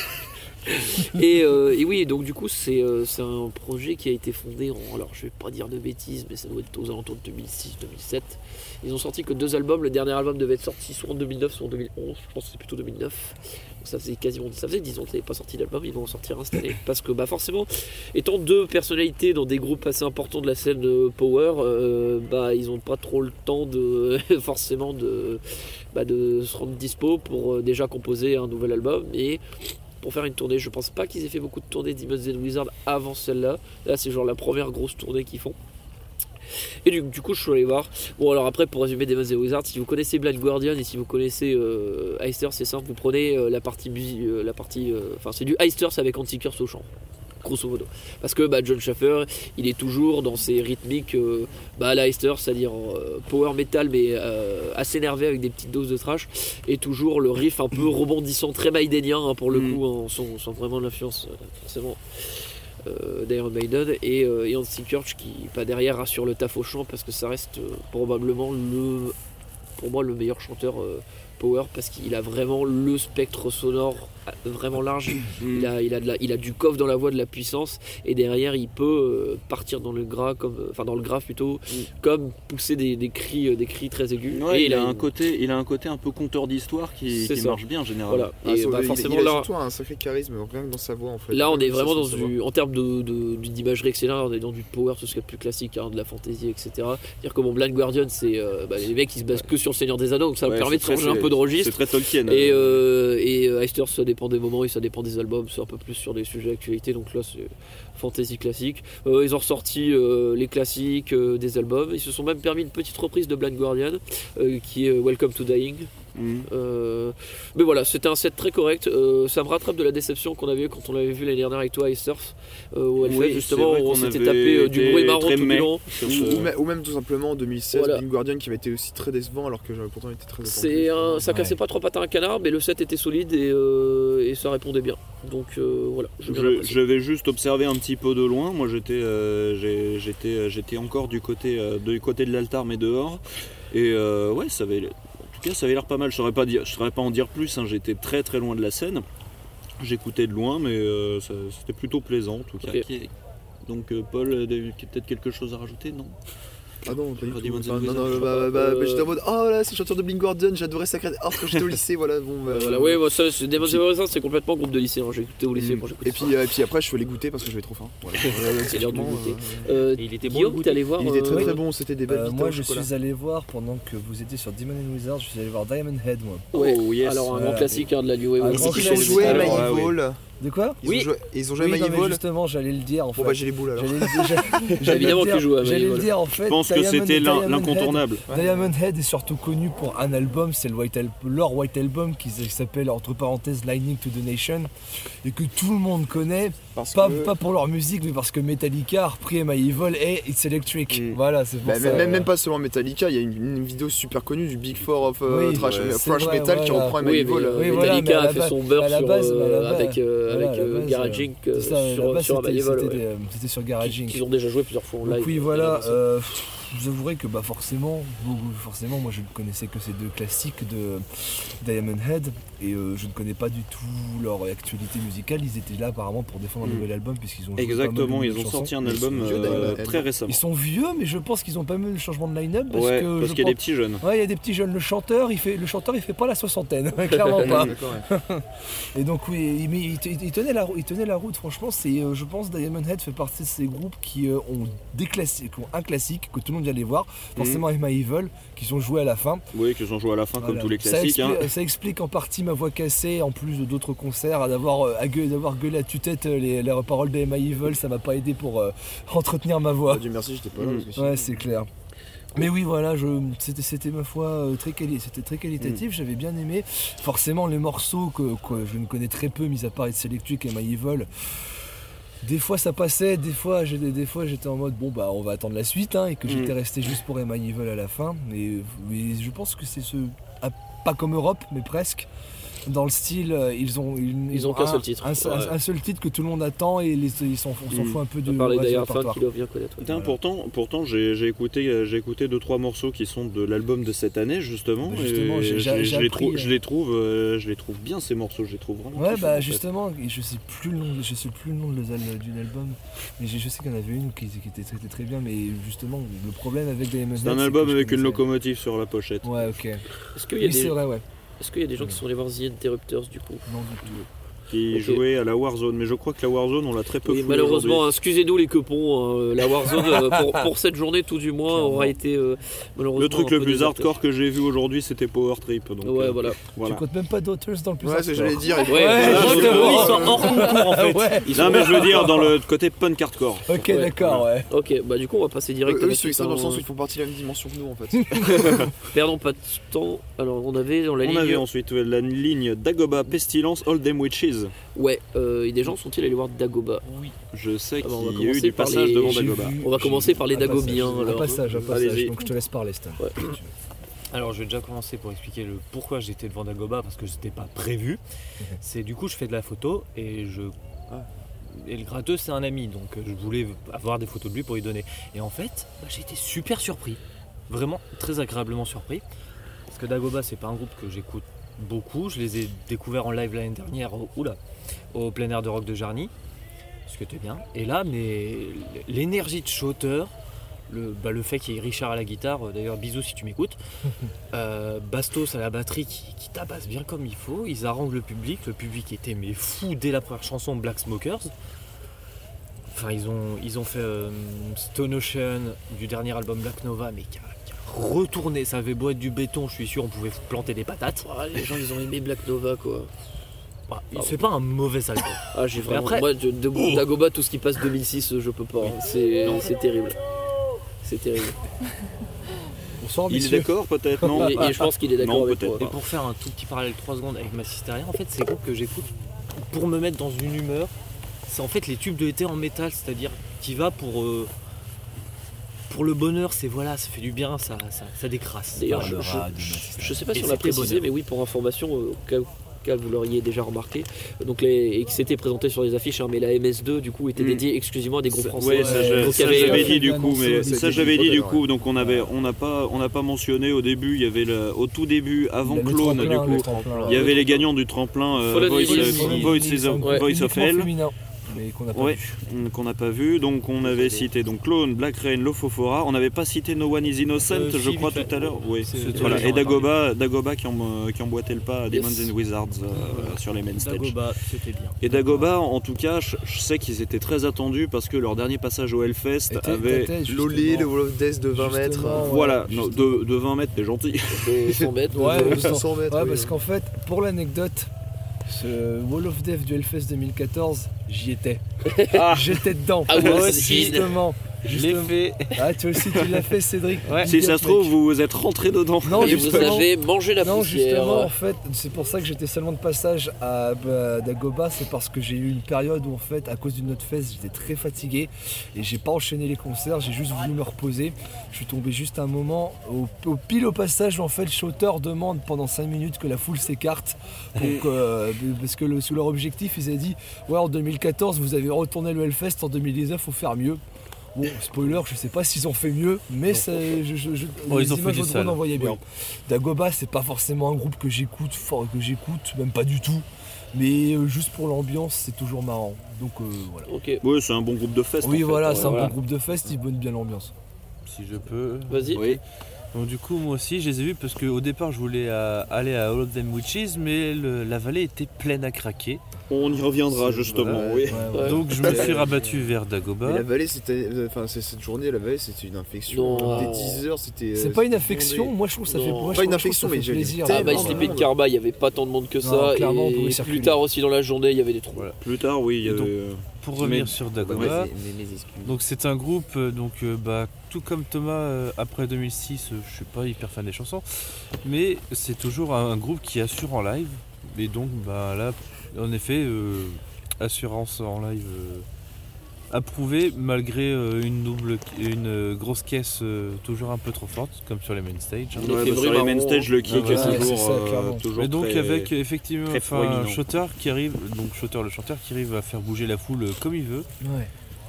S4: et, euh, et oui, donc du coup, c'est euh, c'est un projet qui a été fondé en. Alors, je vais pas dire de bêtises, mais ça doit être aux alentours de deux mille six deux mille sept. Ils ont sorti que deux albums. Le dernier album devait être sorti soit en deux mille neuf, soit en deux mille onze. Je pense que c'est plutôt deux mille neuf. Donc, ça faisait quasiment. Ça faisait dix ans qu'ils n'avaient pas sorti d'album. Ils vont en sortir un cette année. Parce que, bah, forcément, étant deux personnalités dans des groupes assez importants de la scène euh, Power, euh, bah, ils n'ont pas trop le temps de. forcément de. Bah, de se rendre dispo pour euh, déjà composer un nouvel album et pour faire une tournée. Je pense pas qu'ils aient fait beaucoup de tournées Demons and Wizards avant celle-là. Là, c'est genre la première grosse tournée qu'ils font. Et du, du coup, je suis allé voir. Bon, alors après, pour résumer Demons and Wizards, si vous connaissez Blind Guardian et si vous connaissez euh, Iced Earth, c'est simple, vous prenez euh, la partie, musi- euh, la partie, euh, enfin, c'est du Iced Earth avec Hans Kirsch au chant. Grosso modo. Parce que bah, John Schaffer, il est toujours dans ses rythmiques euh, bah, à la Iced Earth, c'est-à-dire euh, power metal, mais euh, assez énervé avec des petites doses de trash. Et toujours le riff un peu rebondissant, très maidenien hein, pour le
S2: Mm.
S4: coup, hein, sans, sans vraiment de l'influence, euh, forcément. Euh, d'Iron Maiden et, euh, et Hans Kirsch qui pas derrière rassure le taf au chant parce que ça reste euh, probablement le pour moi le meilleur chanteur euh, power parce qu'il a vraiment le spectre sonore euh, vraiment large.
S2: Mm.
S4: Il a, il, a de la- il a du coffre dans la voix, de la puissance, et derrière il peut euh, partir dans le gras, comme, euh, enfin dans le grave plutôt,
S2: Mm.
S4: comme pousser des, des cris, euh, des cris très aigus.
S2: Ouais,
S4: et
S2: il, a un
S4: une-
S2: côté, il a un côté un peu conteur d'histoire qui,
S4: C'est
S2: qui
S4: ça.
S2: marche bien généralement.
S4: Voilà.
S9: Ah,
S4: Et
S9: ça,
S4: bah,
S9: il-
S4: forcément
S9: il a
S4: là,
S9: surtout un sacré charisme, rien que dans sa voix en fait.
S4: là on est
S9: Ça,
S4: vraiment
S9: ça,
S4: dans
S9: ça va.
S4: du, en termes de, de- d'imagerie excellente, on est dans du power, tout ce qui est plus classique, hein, de la fantasy, et cetera. C'est-à-dire que mon Blind Guardian, c'est euh, bah, les mecs ils se basent que sur le Seigneur des Anneaux, donc ça
S2: Ouais,
S4: me permet de
S2: c'est très-
S4: changer un
S2: c'est-
S4: peu de
S2: C'est
S4: registre.
S2: très Tolkien.
S4: Et, euh, et euh, Iced Earth, ça dépend des moments et ça dépend des albums, c'est un peu plus sur des sujets d'actualité, donc là c'est fantasy classique. Euh, ils ont ressorti euh, les classiques euh, des albums, ils se sont même permis une petite reprise de Blind Guardian euh, qui est euh, Welcome to Dying.
S2: Mmh.
S4: Euh, mais voilà, c'était un set très correct. Euh, ça me rattrape de la déception qu'on avait eu quand on l'avait vu l'année dernière avec toi, Ice Surf, euh, où elle
S2: Oui,
S4: fait justement,
S2: c'est vrai
S4: on
S2: qu'on
S4: s'était
S2: avait
S4: tapé euh, du
S2: été
S4: bruit marron
S2: très
S4: tout le
S2: meh
S4: long.
S2: sur
S9: Ou,
S2: ce-
S9: ou même- ou même tout simplement en deux mille seize,
S4: Voilà.
S9: Blind Guardian qui avait été aussi très décevant alors que j'avais pourtant été très
S4: C'est un, ça cassait
S1: Ouais.
S4: pas trois pattes à un canard, mais le set était solide et, euh, et ça répondait bien. Donc euh, voilà, je bien
S2: Je,
S4: apprécié.
S2: je vais juste observer un petit peu de loin. Moi, j'étais, euh, j'ai- j'étais, j'étais encore du côté, euh, du côté de l'altar, mais dehors. Et euh, ouais, ça avait, en tout cas, ça avait l'air pas mal. Je saurais pas dire, je saurais pas en dire plus. Hein. J'étais très très loin de la scène. J'écoutais de loin, mais euh, ça- c'était plutôt plaisant en tout cas.
S4: Ok.
S2: Qui- Donc euh, Paul, euh, peut-être quelque chose à rajouter, non?
S9: Ah non, pas du
S2: Pas
S9: tout.
S2: Demons
S9: Enfin,
S2: and
S9: non, non,
S2: Wizards,
S9: bah,
S4: je
S9: bah,
S4: crois
S9: bah,
S4: pas.
S9: j'étais en mode oh là, c'est le chanteur de Blind Guardian, j'adorais Sacred Heart quand j'étais au lycée, voilà. Bon, bah,
S4: Voilà, oui, moi, ça, c'est Demons and Wizards, c'est complètement groupe de lycée. Hein. J'ai écouté au lycée
S9: Mm.
S4: quand j'écoutais
S9: Et puis, euh, et puis après, je suis allé goûter parce que j'avais trop faim. Voilà.
S4: C'est l'heure du
S9: Typiquement,
S4: goûter.
S9: euh,
S4: Euh,
S8: Et il était bon,
S4: Guillaume,
S8: le
S4: t'es allé voir
S9: Il était très
S4: euh,
S9: très bon, c'était des belles
S3: Euh,
S9: vitas
S3: moi
S9: au
S3: je
S9: chocolat.
S3: suis allé voir pendant que vous étiez sur Demon and Wizards, je suis allé voir Diamond Head moi.
S4: Ouais,
S2: Oh, yes.
S4: alors un grand
S3: Voilà.
S4: classique hein, de la New Wave.
S3: Un
S4: Ouais,
S3: grand
S4: c'est
S9: Ils
S4: qui
S9: ont
S3: classique.
S9: joué
S3: Alors,
S9: My
S2: ah oui.
S9: Evil.
S3: De quoi
S9: Ils
S4: Oui.
S9: ont joué, ils ont joué
S3: Oui,
S9: My
S3: non, mais
S9: Evil.
S3: justement j'allais le dire en fait.
S9: Bon bah j'ai les boules alors.
S3: J'allais le- j'allais
S4: Évidemment
S3: le dire-
S4: qu'il joue à My
S3: J'allais le
S4: Evil.
S3: dire en fait.
S2: Je pense que
S3: Diamond-
S2: c'était l'in-
S3: Diamond Head-
S2: l'incontournable.
S3: Diamond Head est surtout connu pour un album, c'est le White Al- leur White Album qui s- s'appelle entre parenthèses Lightning to the Nation et que tout le monde connaît,
S9: Parce
S3: pas,
S9: que-
S3: pas pour leur musique mais parce que Metallica a repris My Evil et It's Electric.
S2: Mm.
S3: Voilà, c'est pour
S9: Bah,
S3: ça.
S9: même, même,
S3: euh,
S9: même pas seulement Metallica, il y a une, une vidéo super connue du Big Four of euh,
S3: Oui,
S9: Thrash,
S2: ouais,
S9: euh,
S3: c'est
S9: thrash
S3: vrai,
S9: Metal qui
S3: voilà.
S9: reprend My
S4: Oui,
S9: Evil.
S4: mais,
S9: euh,
S4: euh,
S3: Oui, voilà, mais
S4: Metallica
S3: à la
S4: a fait
S3: base-
S4: son beurre
S3: à la
S4: sur,
S3: base,
S4: euh,
S3: à la base-
S4: avec, euh,
S3: voilà,
S4: avec
S3: à la
S4: euh,
S3: base,
S4: Garage
S3: euh,
S4: Inc euh,
S3: c'est ça, à la
S4: sur,
S3: base,
S4: sur
S3: c'était-
S4: My Evil,
S3: c'était
S4: ouais.
S3: des, euh, c'était sur Garage Inc.
S4: Qu'ils ont déjà joué plusieurs fois en
S3: Donc
S4: live.
S3: oui, voilà. euh, je vous avouerai que bah forcément, beaucoup- forcément, moi je ne connaissais que ces deux classiques de Diamond Head et euh, je ne connais pas du tout leur actualité musicale. Ils étaient là apparemment pour défendre un
S2: Mm.
S3: nouvel album puisqu'ils ont joué pas
S2: Exactement,
S3: mal de
S2: ils ont
S3: chansons.
S2: sorti un
S9: Ils
S2: album
S9: sont vieux,
S2: euh,
S9: Diamond Head.
S2: très récemment.
S3: Ils sont vieux, mais je pense qu'ils ont pas mal de changement de line-up parce
S2: Ouais,
S3: que
S2: parce
S3: je
S2: qu'il y a des
S3: pense-
S2: petits jeunes.
S3: Ouais, il y a des petits jeunes. Le chanteur, il fait, le chanteur, il fait pas la soixantaine, clairement pas.
S9: D'accord, ouais.
S3: Et donc oui, il, mais il te- il tenait la, rou- il tenait la route. Franchement, c'est, euh, je pense, Diamond Head fait partie de ces groupes qui euh, ont des classiques, qui ont un classique que tout le monde vient aller voir. Forcément, avec My Evil, qui sont joués à la fin.
S2: Oui, qu'ils ont joué à la fin comme
S3: Voilà.
S2: tous les
S3: Ça
S2: classiques.
S3: expli-
S2: hein.
S3: ça explique en partie ma voix cassée, en plus de d'autres concerts, à d'avoir, euh, à gueu- d'avoir gueulé à tue-tête euh, les, les paroles de My Evil, ça m'a pas aidé pour euh, entretenir ma voix.
S9: Ah, Dieu merci, j'étais pas là.
S2: Mm.
S9: parce que sinon-
S3: Ouais, c'est clair. Mais oui, voilà, je, c'était, c'était ma foi euh, très, quali- c'était très qualitatif, j'avais bien aimé. Forcément, les morceaux que, que je ne connais très peu, mis à part It's Electric et My Evil, des fois ça passait, des fois, j'ai- des fois j'étais en mode bon bah on va attendre la suite hein, et que
S2: Mm.
S3: j'étais resté juste pour My Evil à la fin. Mais, mais je pense que c'est ce. ah, pas comme Europe, mais presque. Dans le style, euh, ils ont, ils,
S4: Ils ont qu'un
S3: un-
S4: seul titre.
S3: Un, seul-
S4: Ouais.
S3: un seul titre que tout le monde attend et les, ils s'en, on s'en
S2: Mm.
S3: fout un peu
S4: On
S3: de
S4: va parler
S3: reste du
S4: d'ailleurs fan
S3: répertoire.
S4: qui doivent bien connaître. ouais.
S2: Putain,
S3: Voilà.
S2: pourtant, pourtant j'ai j'ai écouté, euh, j'ai écouté deux trois morceaux qui sont de l'album de cette année justement.
S3: Bah, justement,
S2: et
S3: j'ai-
S2: je,
S3: j'ai-
S2: je
S3: j'ai
S2: les
S3: appris,
S2: trou-
S3: euh,
S2: je les trouve, euh, je les trouve bien ces morceaux. Je les trouve vraiment.
S3: Ouais,
S2: kiffants,
S3: bah
S2: en fait.
S3: justement, et je sais plus le nom, je sais plus le nom de l'al- d'une album, mais je je sais qu'il y en avait une qui, qui était, qui était très bien, mais justement, le problème avec Diamond
S2: C'est
S3: Head,
S2: un album
S3: que je
S2: avec une
S3: connaissais-
S2: locomotive sur la pochette.
S3: Ouais, ok.
S4: Est-ce qu'il y a
S3: Oui,
S4: des-
S3: c'est vrai, ouais.
S4: est-ce qu'il y a des gens qui sont allés voir The Interrupters du coup?
S3: Non, du tout.
S2: Qui
S4: Ok.
S2: jouait à la Warzone, mais je crois que la Warzone on l'a très peu
S4: Oui,
S2: foulée
S4: malheureusement,
S2: aujourd'hui.
S4: excusez-nous les quepons, hein, la Warzone euh, pour, pour cette journée tout du moins
S3: Clairement.
S4: aura été euh, malheureusement
S2: Le truc
S4: un
S2: le
S4: peu
S2: plus
S4: déserté.
S2: hardcore que j'ai vu aujourd'hui c'était Power Trip. Donc,
S4: Ouais,
S2: euh,
S4: voilà.
S2: voilà.
S3: Tu comptes même pas Daughters dans le plus
S9: Ouais, c'est ce que
S3: hardcore.
S9: j'allais dire.
S4: Ouais,
S3: Ouais,
S4: ah,
S3: je
S4: justement,
S3: te
S4: ils sont hors concours en fait.
S3: Ouais.
S4: Ils
S2: Non
S4: sont-
S2: mais je veux dire dans le côté punk hardcore.
S3: Ok,
S4: Ouais.
S3: d'accord, ouais.
S4: Ok, bah du coup on va passer direct
S9: Eux,
S4: à
S9: eux,
S4: la
S9: ils sont
S4: suite,
S9: extrêmes dans le
S4: hein.
S9: sens où ils font partie de la même dimension que nous en fait.
S4: Perdons pas de temps. Alors on avait dans la
S2: On
S4: ligne.
S2: avait ensuite euh, la ligne Dagoba, Pestilence, All Them Witches.
S4: Ouais, euh, et des gens sont-ils allés voir Dagoba?
S8: Oui.
S2: Je sais
S4: Ah bah, on va
S2: qu'il y a eu
S4: commencer
S2: du
S4: par
S2: passage
S4: les-
S2: devant
S3: J'ai
S2: Dagoba.
S3: vu-
S4: On va commencer par les
S3: un passage,
S4: Dagobiens,
S3: Un
S4: alors.
S3: passage, un passage,
S2: Allez-y.
S3: donc je te laisse parler, Stan.
S4: Ouais.
S8: Alors je vais déjà commencer pour expliquer le pourquoi j'étais devant Dagoba parce que c'était pas prévu. C'est du coup je fais de la photo et je et le gratteux c'est un ami donc euh, je voulais avoir des photos de lui pour lui donner. Et en fait bah, j'ai été super surpris, vraiment très agréablement surpris parce que Dagoba c'est pas un groupe que j'écoute beaucoup. Je les ai découverts en live l'année dernière au, oula, au plein air de rock de Jarny, ce qui était bien. Et là mais l'énergie de Shooter. Le, bah, le fait qu'il y ait Richard à la guitare, euh, d'ailleurs bisous si tu m'écoutes, euh, Bastos à la batterie qui, qui tabasse bien comme il faut, ils arrangent le public, le public était mais fou dès la première chanson Black Smokers. Enfin ils ont, ils ont fait euh, Stone Ocean du dernier album Black Nova mais qui a, qui a retourné, ça avait beau être du béton, je suis sûr on pouvait planter des patates.
S4: Ah, les gens ils ont aimé Black Nova quoi.
S8: Bah, c'est pas un mauvais album.
S4: Ah j'ai vraiment.
S8: après-
S4: Moi de, de- Dagoba tout ce qui passe deux mille six je peux pas. hein. C'est c'est terrible. C'est terrible.
S3: Bonsoir,
S2: Il est
S3: messieurs.
S2: d'accord peut-être, non?
S4: Et, et je pense qu'il est d'accord
S2: Non,
S4: avec
S2: peut-être
S4: toi.
S8: Et pour faire un tout petit parallèle trois secondes avec Massisteria, en fait, c'est des groupes que j'écoute pour me mettre dans une humeur. C'est en fait les tubes de été en métal, c'est-à-dire qui va pour euh, pour le bonheur, c'est voilà, ça fait du bien, ça, ça, ça décrasse.
S4: D'ailleurs,
S8: Voilà.
S4: je,
S10: parlera
S4: je-
S10: du Massisteria.
S4: je sais pas
S8: Et
S4: si on l'a
S8: c'était
S4: précisé,
S8: bonheur.
S4: mais oui, pour information, euh, au cas où au cas où vous l'auriez déjà remarqué, donc les, et qui s'était présenté sur les affiches, hein, mais la M S deux du coup était
S2: Mm.
S4: dédiée exclusivement à des groupes français.
S2: Ouais, ça, je-
S4: Donc,
S2: ça,
S4: il y avait-
S2: j'avais
S3: euh,
S2: dit du
S3: fait
S2: coup,
S3: annoncer
S2: mais
S3: au
S2: ça
S9: début.
S2: j'avais dit du
S9: Ouais.
S2: coup, donc on avait, on n'a pas, on n'a pas mentionné au début, il y avait le, au tout début, avant
S3: Le
S2: Clone, du
S3: tremplin, le
S2: coup,
S3: tremplin.
S2: il y avait les gagnants du tremplin euh,
S4: Fallen
S2: Voice,
S4: Eagles.
S2: euh,
S4: Fallen
S2: Voice,
S3: Eagles,
S2: is of-
S3: un
S2: Voice of
S3: uniquement
S2: Hell,
S3: féminin, mais qu'on n'a pas
S2: Ouais.
S3: vu.
S2: mm, qu'on n'a pas vu, donc on avait cité donc Clone, Black Rain, Lofofora, on n'avait pas cité No One is Innocent,
S8: Euh,
S2: je
S8: si,
S2: crois
S8: vite fait.
S2: tout à l'heure, oui,
S8: C'est-
S2: voilà,
S8: j'en
S2: et
S8: ai
S2: Dagoba, Dagoba qui, em- qui emboîtait le pas à Demons
S4: Yes.
S2: and Wizards euh, sur les main stage.
S8: Dagoba, c'était bien.
S2: Et Dagoba, en tout cas, je, je sais qu'ils étaient très attendus parce que leur dernier passage au Hellfest
S3: Et t'es-
S2: avait.
S3: t'étais,
S9: Lolé,
S3: justement-
S9: le Wall of Death de vingt mètres.
S3: justement, ouais,
S2: Voilà, non,
S3: justement.
S2: de, de vingt mètres, t'es gentil.
S4: de cent mètres.
S3: Ouais,
S4: euh,
S3: ouais,
S9: deux cents mètres.
S3: Ouais,
S9: oui.
S3: parce qu'en fait, pour l'anecdote, ce Wall of Death du Hellfest deux mille quatorze, j'y étais.
S2: Ah.
S3: J'étais dedans.
S4: Ah, moi
S3: Ouais,
S4: aussi.
S3: Justement.
S8: Je l'ai
S3: Justement.
S8: fait.
S3: Ah, toi aussi, tu l'as fait, Cédric.
S8: Ouais.
S2: Si
S3: Big
S2: ça
S3: up,
S2: se trouve,
S3: mec.
S2: vous vous êtes rentré dedans.
S3: Non,
S4: et vous
S3: justement.
S4: avez mangé la
S3: Non,
S4: poussière.
S3: justement, en fait, c'est pour ça que j'étais seulement de passage à bah, Dagoba, c'est parce que j'ai eu une période où, en fait, à cause d'une autre fête, j'étais très fatigué et j'ai pas enchaîné les concerts, j'ai juste voulu me reposer. Je suis tombé juste un moment, au, au pile au passage où, en fait, le chanteur demande pendant cinq minutes que la foule s'écarte, pour que, euh, parce que le- sous leur objectif, ils avaient dit ouais, en deux mille quatorze, vous avez retourné le Hellfest, en deux mille dix-neuf, faut faire mieux. Bon, spoiler, je sais pas s'ils ont fait mieux, mais ça, je, je, je-
S8: Oh,
S3: les
S8: ils ont fait
S3: images
S8: du
S3: au drone
S8: sale.
S3: en voyaient bien. Dagoba, c'est pas forcément un groupe que j'écoute, fort que j'écoute, même pas du tout. Mais euh, juste pour l'ambiance, c'est toujours marrant. Donc euh, voilà.
S4: Ok,
S2: Oui, c'est un bon groupe de fest.
S3: Oui,
S2: en fait.
S3: voilà,
S2: Ouais,
S3: c'est un
S2: voilà.
S3: bon groupe de fest, ils donnent bien l'ambiance.
S7: Si je peux.
S4: vas-y.
S2: Oui.
S7: Donc du coup moi aussi je les ai vus parce qu'au départ je voulais euh, aller à All of Them Witches mais le- la vallée était pleine à craquer.
S2: On y reviendra
S7: C'est-
S2: justement,
S7: voilà.
S2: oui.
S3: Ouais, ouais.
S7: Donc je me suis rabattu vers Dagoba.
S9: Mais la vallée, c'était. Enfin, c'est- cette journée, la vallée, c'était une infection.
S4: Non.
S9: Des dix heures, c'était.
S3: C'est
S9: euh,
S3: pas une
S9: c'était
S3: affection,
S9: bondé.
S3: moi je trouve que ça
S4: Non.
S3: fait moi, je
S9: Pas
S3: trouve-
S9: une
S3: je trouve
S9: affection,
S3: que ça
S9: mais
S3: fait
S9: j'ai-
S3: plaisir.
S4: Ah bah
S9: tellement
S4: il s'était
S9: de
S4: fait de
S9: monde.
S4: Carba, il n'y avait pas tant de monde que
S3: Non,
S4: ça.
S3: clairement, on
S4: et
S3: pouvait
S4: plus
S3: circuler.
S4: tard aussi dans la journée, il y avait des trous.
S7: Voilà.
S2: Plus tard, oui. il y
S7: Et donc,
S2: avait, euh,
S7: Pour revenir
S2: Mais-
S7: sur
S9: Bah,
S7: Dagoba.
S9: mes- mes- mes excuses.
S7: Donc c'est un groupe, euh, donc euh, bah, tout comme Thomas, euh, après deux mille six, euh, je suis pas hyper fan des chansons, mais c'est toujours un, un groupe qui assure en live. Et donc bah, là, en effet, euh, assurance en live euh, approuvée, malgré euh, une double, une euh, grosse caisse euh, toujours un peu trop forte, comme sur les main stage. hein.
S4: Il
S2: ouais,
S4: fait
S2: bah,
S4: bruit
S2: sur les main
S4: marron,
S2: stage, le kick
S7: Ah,
S2: est
S7: voilà.
S2: toujours,
S3: Ouais, c'est ça,
S2: euh,
S3: clairement.
S2: toujours
S7: Et donc
S2: très-
S7: avec effectivement
S2: très
S7: enfin,
S2: proéminent.
S7: un chanteur qui arrive, donc chanteur le chanteur qui arrive à faire bouger la foule euh, comme il veut,
S3: Ouais.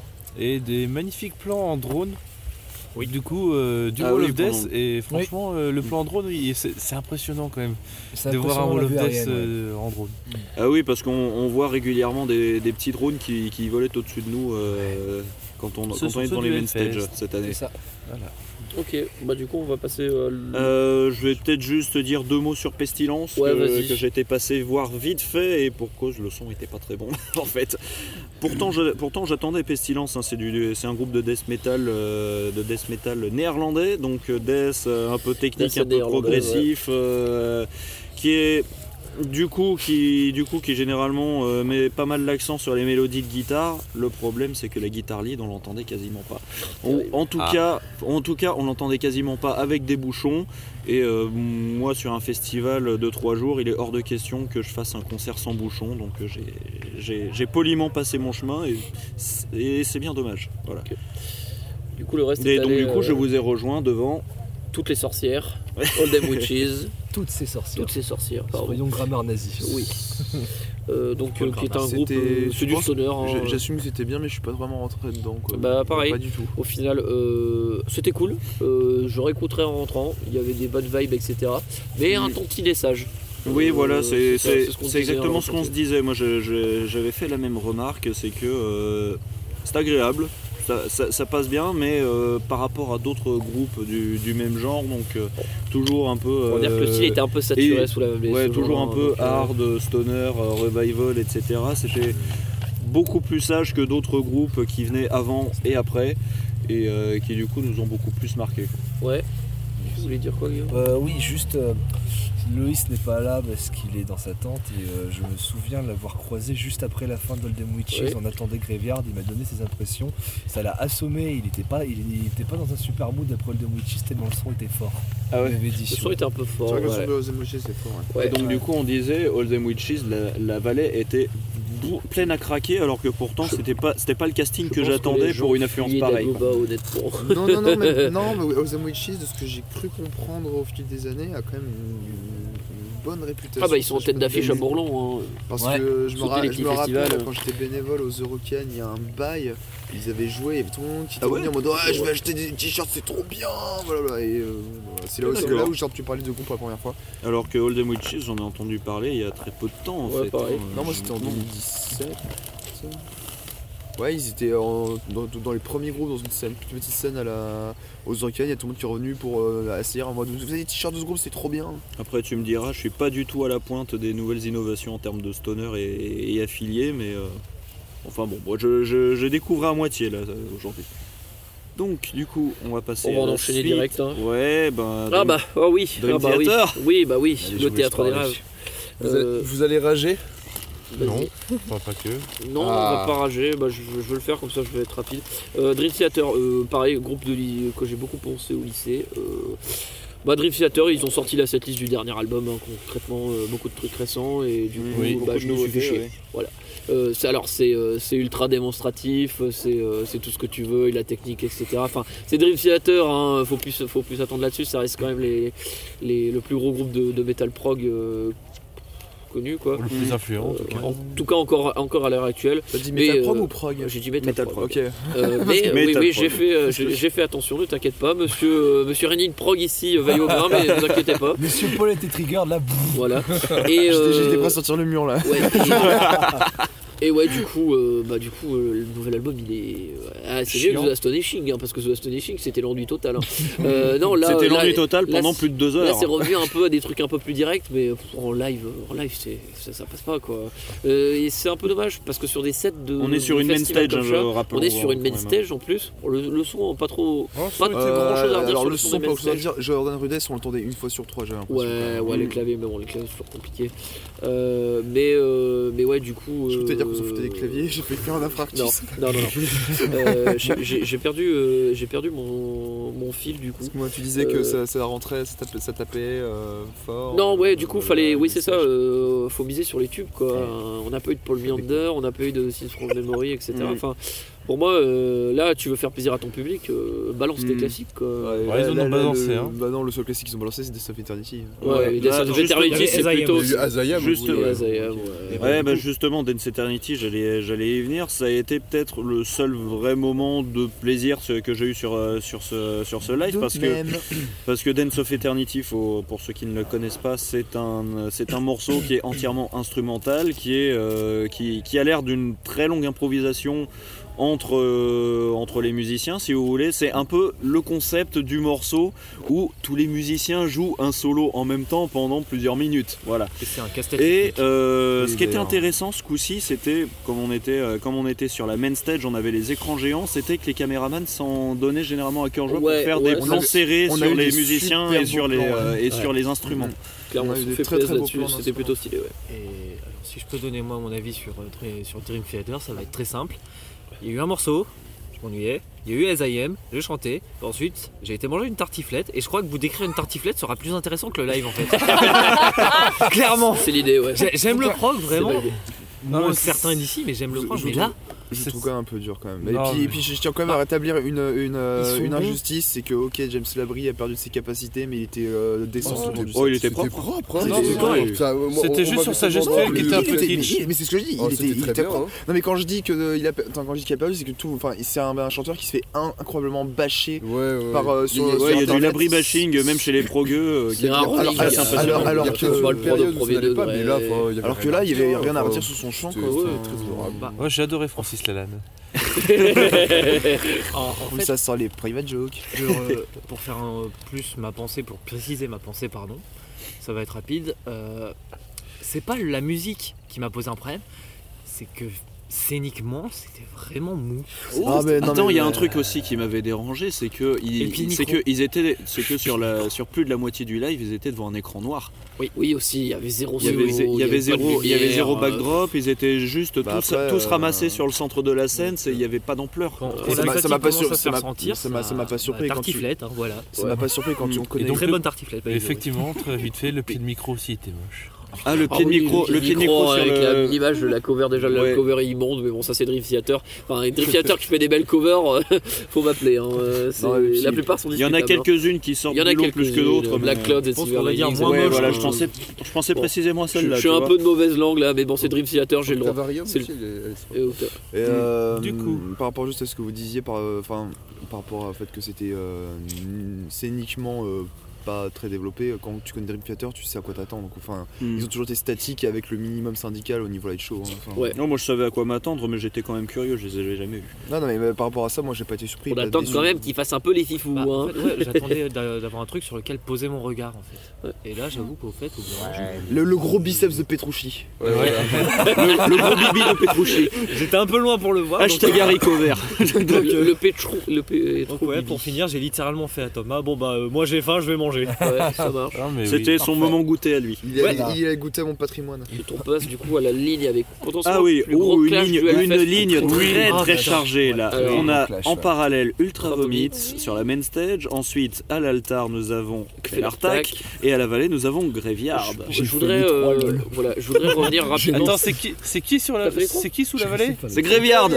S7: et des magnifiques plans en drone. Oui. Du coup, euh, du
S2: Ah
S7: Wall
S2: oui,
S7: of Death,
S2: pendant-
S7: et franchement, euh, le plan en drone, oui, c'est c'est impressionnant quand même
S3: C'est
S7: de voir un
S3: impressionnant,
S7: Wall
S3: la
S7: of
S3: vue
S7: Death
S3: aérienne, ouais.
S7: euh, en drone.
S2: Ah oui, parce qu'on on voit régulièrement des, des petits drones qui, qui volaient au-dessus de nous euh, quand on,
S7: Ce
S2: quand
S7: sont
S2: on est
S7: ceux
S2: dans
S7: du
S2: les main
S7: Hellfest.
S2: stage cette année.
S3: C'est ça.
S7: Voilà.
S4: Ok, bah du coup on va passer euh, l-
S2: Euh, je vais peut-être juste dire deux mots sur Pestilence
S4: Ouais,
S2: que,
S4: vas-y.
S2: que j'étais passé voir vite fait et pour cause le son était pas très bon en fait. Pourtant, je- pourtant j'attendais Pestilence, hein, c'est du, c'est un groupe de death metal, euh, de death metal néerlandais, donc euh, death euh, un peu technique,
S4: Death
S2: un peu
S4: néerlandais,
S2: progressif, euh, qui est du coup qui du coup qui généralement euh, met pas mal l'accent sur les mélodies de guitare. Le problème c'est que la guitare lead on l'entendait quasiment pas. On- en tout
S7: Ah.
S2: cas, en tout cas, on l'entendait quasiment pas avec des bouchons. Et euh, moi, sur un festival de trois jours, il est hors de question que je fasse un concert sans bouchon. Donc euh, j'ai- j'ai j'ai poliment passé mon chemin et c'est- et c'est bien dommage. Voilà.
S4: du coup le reste
S2: Et
S4: est
S2: donc
S4: allé,
S2: du coup,
S4: euh,
S2: je vous ai rejoint devant.
S4: toutes les sorcières, All Them Witches,
S3: Toutes ces sorcières.
S4: toutes ces sorcières, pardon.
S3: Soyons grammaire nazi.
S4: Oui. Euh, donc euh, qui est un groupe,
S9: C'était-
S4: euh,
S9: je
S4: c'est du
S9: pense-
S4: stoner. hein.
S9: J'a- J'assume que c'était bien, mais je suis pas vraiment rentré dedans. Quoi.
S4: Bah, pareil.
S9: Pas du tout.
S4: Au final, euh, c'était cool. Euh, je réécouterai en rentrant. Il y avait des bonnes vibes, et cetera. Mais un tantinet sage.
S2: Oui,
S4: Euh,
S2: voilà, c'est
S4: ça,
S2: c'est-
S4: ce qu'on
S2: c'est
S4: disait
S2: exactement
S4: en
S2: ce qu'on se
S4: sortie.
S2: disait. Moi, je- je- j'avais fait la même remarque, c'est que euh, c'est agréable, ça, ça- ça passe bien, mais euh, par rapport à d'autres groupes du, du même genre, donc euh, toujours un peu.
S4: On va dire que le
S2: euh,
S4: style était un peu saturé
S2: et-
S4: sous la même
S2: Ouais,
S4: sous
S2: toujours un
S4: genre,
S2: peu
S4: donc, euh,
S2: hard, stoner, euh, revival, et cetera. C'était beaucoup plus sage que d'autres groupes qui venaient avant et après, et euh, qui du coup nous ont beaucoup plus marqué.
S4: Ouais. Tu voulais dire quoi, Guillaume?
S3: Euh, oui, juste, euh, Loïs n'est pas là parce qu'il est dans sa tente et euh, je me souviens l'avoir croisé juste après la fin d'Oldham Witches.
S4: Oui.
S3: On attendait Graveyard, il m'a donné ses impressions. Ça l'a assommé, il n'était pas, il, il était pas dans un super mood après Oldham Witches tellement le son était fort.
S2: Ah ouais.
S3: Il avait
S4: Le
S3: dit
S4: son était un peu
S9: C'est
S4: fort.
S9: vrai que le
S4: ouais.
S9: son de Ozem Witches c'est fort. Ouais.
S4: Ouais.
S2: Et donc du coup on disait Oldham Witches, la, la vallée était bou- pleine à craquer alors que pourtant c'était pas, c'était pas le casting
S4: Je
S2: que
S4: pense
S2: j'attendais
S4: les gens
S2: pour une affluence
S4: fuyaient
S2: pareille.
S4: Dagoba, honnêtement.
S9: Non, non, non, mais, non, mais Ozem Witches, de ce que j'ai cru comprendre au fil des années, a quand même une, une bonne réputation.
S4: Ah bah ils sont en
S9: Ça,
S4: tête
S9: je peux
S4: d'affiche
S9: te
S4: à
S9: donner.
S4: Bourlon. Hein.
S9: Parce
S3: Ouais.
S9: que je me,
S4: Sauter
S9: ra-
S4: les
S9: je
S4: petits
S9: me rappelle
S4: festivals.
S9: quand j'étais bénévole aux Eurocan, il y a un bail, ils avaient joué, il y avait tout le monde qui était
S2: Ah ouais
S9: revenu en mode ouais, je vais acheter des t-shirts, c'est trop bien, voilà, et euh, voilà. c'est là, où- c'est
S2: D'accord.
S9: là où j'ai entendu parler de groupe pour la première fois.
S2: Alors que Oldham Witches j'en ai entendu parler il y a très peu de temps en
S4: Ouais,
S2: fait.
S4: pareil.
S2: hein.
S9: Non, moi c'était en deux mille dix-sept. ça. Ouais, ils étaient en- dans, dans les premiers groupes, dans une scène, toute petite scène à la, aux Eurocan, il y a tout le monde qui est revenu pour euh, essayer en mode vous avez des t-shirts de ce groupe, c'est trop bien.
S2: Après tu me diras, je suis pas du tout à la pointe des nouvelles innovations en termes de stoner et, et affiliés, mais euh, enfin bon, moi, je, je, je découvre à moitié là aujourd'hui. Donc du coup on va passer
S4: On va
S2: à
S4: en
S2: la
S4: enchaîner
S2: suite.
S4: direct. Hein.
S2: Ouais bah.
S4: Ah
S2: donc,
S4: bah, oh oui.
S2: Dream
S4: Ah bah oui.
S2: Theater.
S4: Oui, bah oui.
S3: Allez, je
S4: Le
S3: vous
S4: théâtre
S3: laisse
S4: des
S3: parler.
S4: rêves.
S6: Vous,
S4: Euh,
S6: allez, vous allez rager
S4: vas-y.
S7: Non, enfin, pas que.
S4: Non, on
S6: Ah.
S4: va pas rager, bah, je, je veux le faire comme ça, je vais être rapide. Euh, Dream Theater, euh, pareil, groupe de li- que j'ai beaucoup pensé au lycée. Euh, bah, Dream Theater, ils ont sorti la setlist du dernier album, hein, concrètement euh, beaucoup de trucs récents et du coup,
S2: Oui,
S4: bah,
S2: beaucoup
S4: je
S2: de
S4: me suis fait
S2: nouveautés,
S4: chier.
S2: ouais.
S4: Euh, c'est- alors c'est euh, c'est ultra démonstratif, c'est euh, c'est tout ce que tu veux, et la technique, et cetera. Enfin, c'est Dream Theater, hein, faut plus faut plus attendre là-dessus. Ça reste quand même les, les le plus gros groupe de, de metal prog euh, connu quoi.
S7: Le plus influent, en tout cas.
S4: Euh, en tout cas encore encore à l'heure actuelle.
S9: T'as dit
S4: Mais,
S9: Metal Prog
S4: euh,
S9: ou Prog
S4: J'ai dit metal,
S2: Metal
S4: prog.
S9: Ok.
S4: Euh, mais
S2: que
S4: euh, oui,
S2: Metal
S4: oui,
S2: prog.
S4: j'ai fait, euh, j'ai j'ai fait attention, ne t'inquiète pas, monsieur, euh, monsieur Rénine Prog ici euh, veille au grain, mais ne vous inquiétez pas.
S3: Monsieur Paul était trigger là.
S4: Voilà. Et, euh,
S9: J'étais j'étais pas sortir le mur là.
S4: ouais, et, et ouais, du coup, euh, bah, du coup euh, le nouvel album il est. Euh, ah, c'est mieux que
S3: Chiant.
S4: The Astonishing, hein, parce que The Astonishing c'était l'ennui total. Hein. Euh, non, là,
S2: C'était
S4: là-
S2: l'ennui total
S4: là,
S2: pendant
S4: c'est-
S2: plus de deux
S4: Là
S2: heures.
S4: c'est revenu un peu à des trucs un peu plus directs, mais pff, en live, en live c'est, ça, ça passe pas quoi. Euh, et c'est un peu dommage parce que sur des sets de.
S2: On est sur
S4: de
S2: une main
S4: festivals
S2: stage,
S4: comme
S2: hein,
S4: ça,
S2: je rappelle.
S4: on est sur une main stage en plus. Le, le son pas trop. Pas grand chose à redire
S9: alors
S4: sur
S9: le
S4: le son
S9: son,
S4: des
S9: pas
S4: main
S9: grand chose à
S4: stage.
S9: dire. Jordan Rudess, on l'entendait une fois sur trois, j'ai l'impression.
S4: Ouais, ouais,
S9: Mm.
S4: les claviers, mais bon, les claviers c'est toujours compliqué. Euh, mais, euh, mais ouais, du coup.
S9: Je peux te dire qu'on s'en
S4: euh,
S9: foutait des claviers, j'ai fait faire un infarctus.
S4: Non, non, non. non. Euh, j'ai- j'ai j'ai perdu, euh, j'ai perdu mon, mon fil du coup.
S9: Parce que moi tu disais que
S4: Euh,
S9: ça, ça rentrait, ça tapait, ça tapait euh, fort.
S4: Non, ouais, du coup,
S9: euh,
S4: fallait. Oui,
S9: les
S4: c'est ça,
S9: messages.
S4: euh, faut miser sur les tubes, quoi. Euh, On n'a pas eu de Paul Meander, on n'a pas eu de Sins from Memory, et cetera.
S2: Mm.
S4: Enfin, pour moi, euh, là, tu veux faire plaisir à ton public, euh, balance tes
S2: Mm.
S4: classiques, quoi.
S9: Ouais,
S7: Ouais, ils en ont balancé,
S9: le-
S7: hein.
S9: Bah non, le seul classique qu'ils ont balancé c'était Death of Eternity.
S4: Ouais,
S2: Ouais,
S4: et Death
S2: là,
S4: of
S2: juste-
S4: Eternity, c'est
S8: Azayam.
S4: plutôt.
S6: Il y a eu Azayam.
S2: Juste-
S6: vous
S4: Et
S6: voulez.
S4: Azayam, ouais.
S2: Ouais, bah justement, Dance Eternity, j'allais, j'allais y venir. Ça a été peut-être le seul vrai moment de plaisir ce- que j'ai eu sur, euh, sur, ce, sur ce live parce que, parce que Dance of Eternity, faut, pour ceux qui ne le connaissent pas, c'est un, c'est un morceau qui est entièrement instrumental, qui, est, euh, qui, qui a l'air d'une très longue improvisation entre, euh, entre les musiciens, si vous voulez. C'est un peu le concept du morceau où tous les musiciens jouent un solo en même temps pendant plusieurs minutes. Voilà.
S8: Et c'est un casse-tête.
S2: Et
S8: technique.
S2: euh,
S9: Oui,
S2: ce qui était
S9: d'ailleurs.
S2: intéressant ce coup-ci, c'était comme on était, euh, comme on était sur la main stage, on avait les écrans géants, c'était que les caméramans s'en donnaient généralement à cœur joie
S4: Ouais,
S2: pour faire
S4: ouais,
S2: des
S4: on
S2: plans
S9: a-
S2: serrés
S9: on a
S2: sur
S9: eu
S2: les
S9: des
S2: musiciens
S9: super
S2: et sur
S9: beaux
S2: les,
S9: plans,
S2: euh,
S9: ouais.
S2: et sur les instruments.
S4: Clairement,
S9: On a eu
S4: ça
S9: des
S4: fait
S9: très,
S4: plaisir
S9: très beaux
S4: là-dessus,
S9: plans
S4: c'était
S9: d'instruments.
S4: plutôt stylé, ouais.
S8: Et alors, si je peux donner moi mon avis sur, euh, Dre- sur Dream Theater, ça va être très simple. Il y a eu un morceau, je m'ennuyais. Il y a eu As I Am, j'ai chanté. Ensuite, j'ai été manger une tartiflette. Et je crois que vous décrire une tartiflette sera plus intéressant que le live en fait. Clairement.
S4: C'est l'idée, ouais.
S8: J'ai- J'aime le prog vraiment.
S4: C'est l'idée.
S8: Moins
S7: Non,
S8: que
S7: mais
S8: certains d'ici, mais j'aime le
S9: Je-
S8: prog.
S9: je
S8: Mais
S9: trouve-
S8: là,
S9: Je
S7: C'est-
S9: trouve quand même un peu dur quand même. Et
S7: Non,
S9: puis,
S7: mais-
S9: et puis je tiens quand même à rétablir une, une, euh,
S3: Ils sont
S9: une
S3: bons.
S9: injustice, c'est que ok James Labrie a perdu ses capacités mais il était euh, décent
S6: Oh,
S9: tout le long du
S2: oh,
S9: set.
S2: il était
S6: C'était
S2: propre.
S6: propre, hein.
S9: Non,
S6: C'était
S9: c'est
S6: correct. Ça, moi,
S7: C'était
S6: on- on
S7: juste
S6: m'avait
S7: sur sa
S6: fait
S7: gestuelle
S6: comprendre
S7: qui
S6: que
S7: était un
S6: il
S7: peu
S6: était-
S7: kitsch.
S9: Mais, mais c'est ce que je dis,
S6: Oh,
S9: il était,
S6: c'était
S9: il
S6: très
S9: était
S6: bien,
S9: propre.
S6: hein.
S9: Non mais quand je dis que euh, il a, attends, quand je dis qu'il a perdu, c'est que tout, enfin c'est un, un chanteur qui se fait un- incroyablement bâcher
S6: Ouais, ouais.
S9: par euh,
S2: Il
S9: sur,
S2: y a,
S9: sur
S2: ouais, il y a du
S9: Internet.
S2: labri bashing, même chez les progueux. euh, qui-
S4: C'est rare,
S9: alors-
S4: oui,
S9: alors-
S4: c'est impressionnant.
S9: alors- alors
S6: Il y a
S9: que-
S6: peut-être
S9: sur
S6: une
S9: le
S6: période
S4: premier
S6: où ça n'allait pas,
S4: degré.
S6: mais là, enfin, il y avait
S9: Alors que
S6: rien
S9: là,
S6: à
S9: il y avait
S6: dire,
S9: rien à
S6: enfin,
S9: redire sur son chant.
S6: c'était-
S9: quoi.
S6: c'était
S9: Enfin,
S6: très adorable.
S8: bah,
S7: Moi j'ai adoré Francis Lalanne.
S8: en, en
S9: oui,
S8: fait,
S9: ça sent les private jokes.
S8: je, euh, pour faire un, plus ma pensée, pour préciser ma pensée, pardon, ça va être rapide. euh, c'est pas la musique qui m'a posé un problème, c'est que scéniquement, c'était vraiment mou.
S2: Oh,
S9: Ah, mais non,
S2: attends,
S9: mais,
S2: il y a un
S9: euh,
S2: truc aussi qui m'avait dérangé, c'est que
S8: Et
S2: ils,
S8: puis le
S2: c'est
S8: micro.
S2: que ils étaient, c'est que sur la, sur plus de la moitié du live, ils étaient devant un écran noir.
S4: Oui, oui aussi, il y avait zéro
S2: Il y avait,
S4: solo,
S2: il y avait
S4: pas de
S2: zéro, il y avait
S4: lumière,
S2: zéro
S4: euh,
S2: backdrop. Ils étaient juste
S9: Bah
S2: tous,
S9: après,
S2: tous
S9: euh,
S2: ramassés sur le centre de la scène. C'est, il n'y avait pas d'ampleur.
S8: Quand,
S4: Euh,
S8: quand
S9: ça
S8: la
S9: m'a- ça
S8: fatigue
S9: m'a pas
S8: commence
S9: sur-
S8: à se
S9: ça
S8: faire
S9: m'a-
S8: sentir,
S9: ça m'a- ça m'a pas surpris quand tu-
S8: tartiflette, hein, voilà.
S9: Ça m'a pas surpris quand tu
S2: Mm.
S9: on connaît.
S2: Et donc,
S8: Très
S2: le-
S8: bonne tartiflette. by the way.
S7: Effectivement, très vite fait, le pied de micro aussi était moche.
S2: Ah, le
S4: Ah
S2: pied de
S4: oui,
S2: micro, le pied de micro sur
S4: avec
S2: le.
S4: la- l'image de la cover, déjà
S2: Ouais.
S4: la cover est immonde, mais bon, ça c'est Drift Theater. Enfin, un Drift Theater qui fait des belles covers, euh, faut m'appeler. Hein. euh, c'est-
S9: Non, et puis,
S4: la plupart sont
S2: Il y en a
S4: discutables, hein.
S2: quelques-unes qui sortent
S4: Il y en a
S2: du lot plus que d'autres.
S4: Black
S2: mais-
S4: Cloud et
S8: je pense
S4: Silver
S8: qu'on va dire
S4: Linings,
S8: moins
S2: Ouais,
S8: moche,
S2: voilà,
S8: hein.
S2: je pensais, je pensais
S4: Bon.
S2: précisément à
S4: Je,
S2: celle-là.
S4: je suis
S2: tu
S4: un
S2: vois.
S4: peu de mauvaise langue là, mais bon, c'est Dream Theater, j'ai le droit.
S6: Octavarium
S4: C'est
S6: aussi, elle est- elle est sympa.
S4: Et auteur.
S9: Et euh,
S7: Du coup.
S9: par rapport juste à ce que vous disiez, par, euh, enfin, par rapport au fait que c'était euh, scéniquement euh, pas très développé, quand tu connais Dream Theater, tu sais à quoi t'attendre. Donc, enfin,
S2: Mm.
S9: ils ont toujours été statiques avec le minimum syndical au niveau light show. hein. Enfin,
S4: Ouais.
S2: Non, moi je savais à quoi m'attendre, mais j'étais quand même curieux. Je les avais jamais vus.
S9: Non, non, mais euh, par rapport à ça, moi j'ai pas été surpris.
S4: On
S9: pas
S4: attend
S9: déçu.
S4: quand même qu'ils fassent un peu les fifous.
S8: Bah,
S4: hein.
S8: en fait, ouais, j'attendais d'a- d'avoir un truc sur lequel poser mon regard en fait. Et là, j'avoue qu'au fait, au bout d'un moment,
S9: Le, le gros biceps de Petrucci.
S6: Ouais, voilà.
S2: Le, le gros bibi de Petrucci.
S8: j'étais un peu loin pour le voir. donc-
S2: Hashtag haricot vert.
S4: le, le pétrou, le pé-
S8: Donc
S4: trop
S8: ouais,
S4: bibi.
S8: pour finir, j'ai littéralement fait à Thomas, bon bah euh, moi j'ai faim, je vais manger.
S4: Ouais, ça marche.
S7: Ah, mais
S2: C'était
S7: oui.
S2: son moment goûté à lui.
S9: Il, a,
S8: Ouais.
S9: il a goûté à mon patrimoine.
S4: Et on passe du coup à la ligne avec potentiellement
S2: Ah oui,
S4: le plus gros
S2: oh, une
S4: clash
S2: ligne,
S4: du
S2: une
S4: Hellfest.
S2: ligne
S4: Très,
S2: très
S4: très-
S8: Ah,
S2: très
S8: d'accord.
S2: chargée là.
S4: Alors,
S2: On a
S3: clash,
S2: en
S3: ouais.
S2: parallèle Ultra
S4: Ultra
S2: Vomit
S4: Vomit.
S2: sur la main stage. Ensuite, à l'altar, nous avons
S4: Kvelertak.
S2: Kvelertak. Et à la vallée, nous avons Graveyard.
S4: Je voudrais,
S3: fait les trois,
S4: euh,
S3: lol.
S4: voilà, je voudrais revenir rapidement.
S7: Attends, c'est qui, c'est qui sur la,
S4: T'as fait les trois
S7: c'est qui sous la vallée?
S2: C'est Graveyard.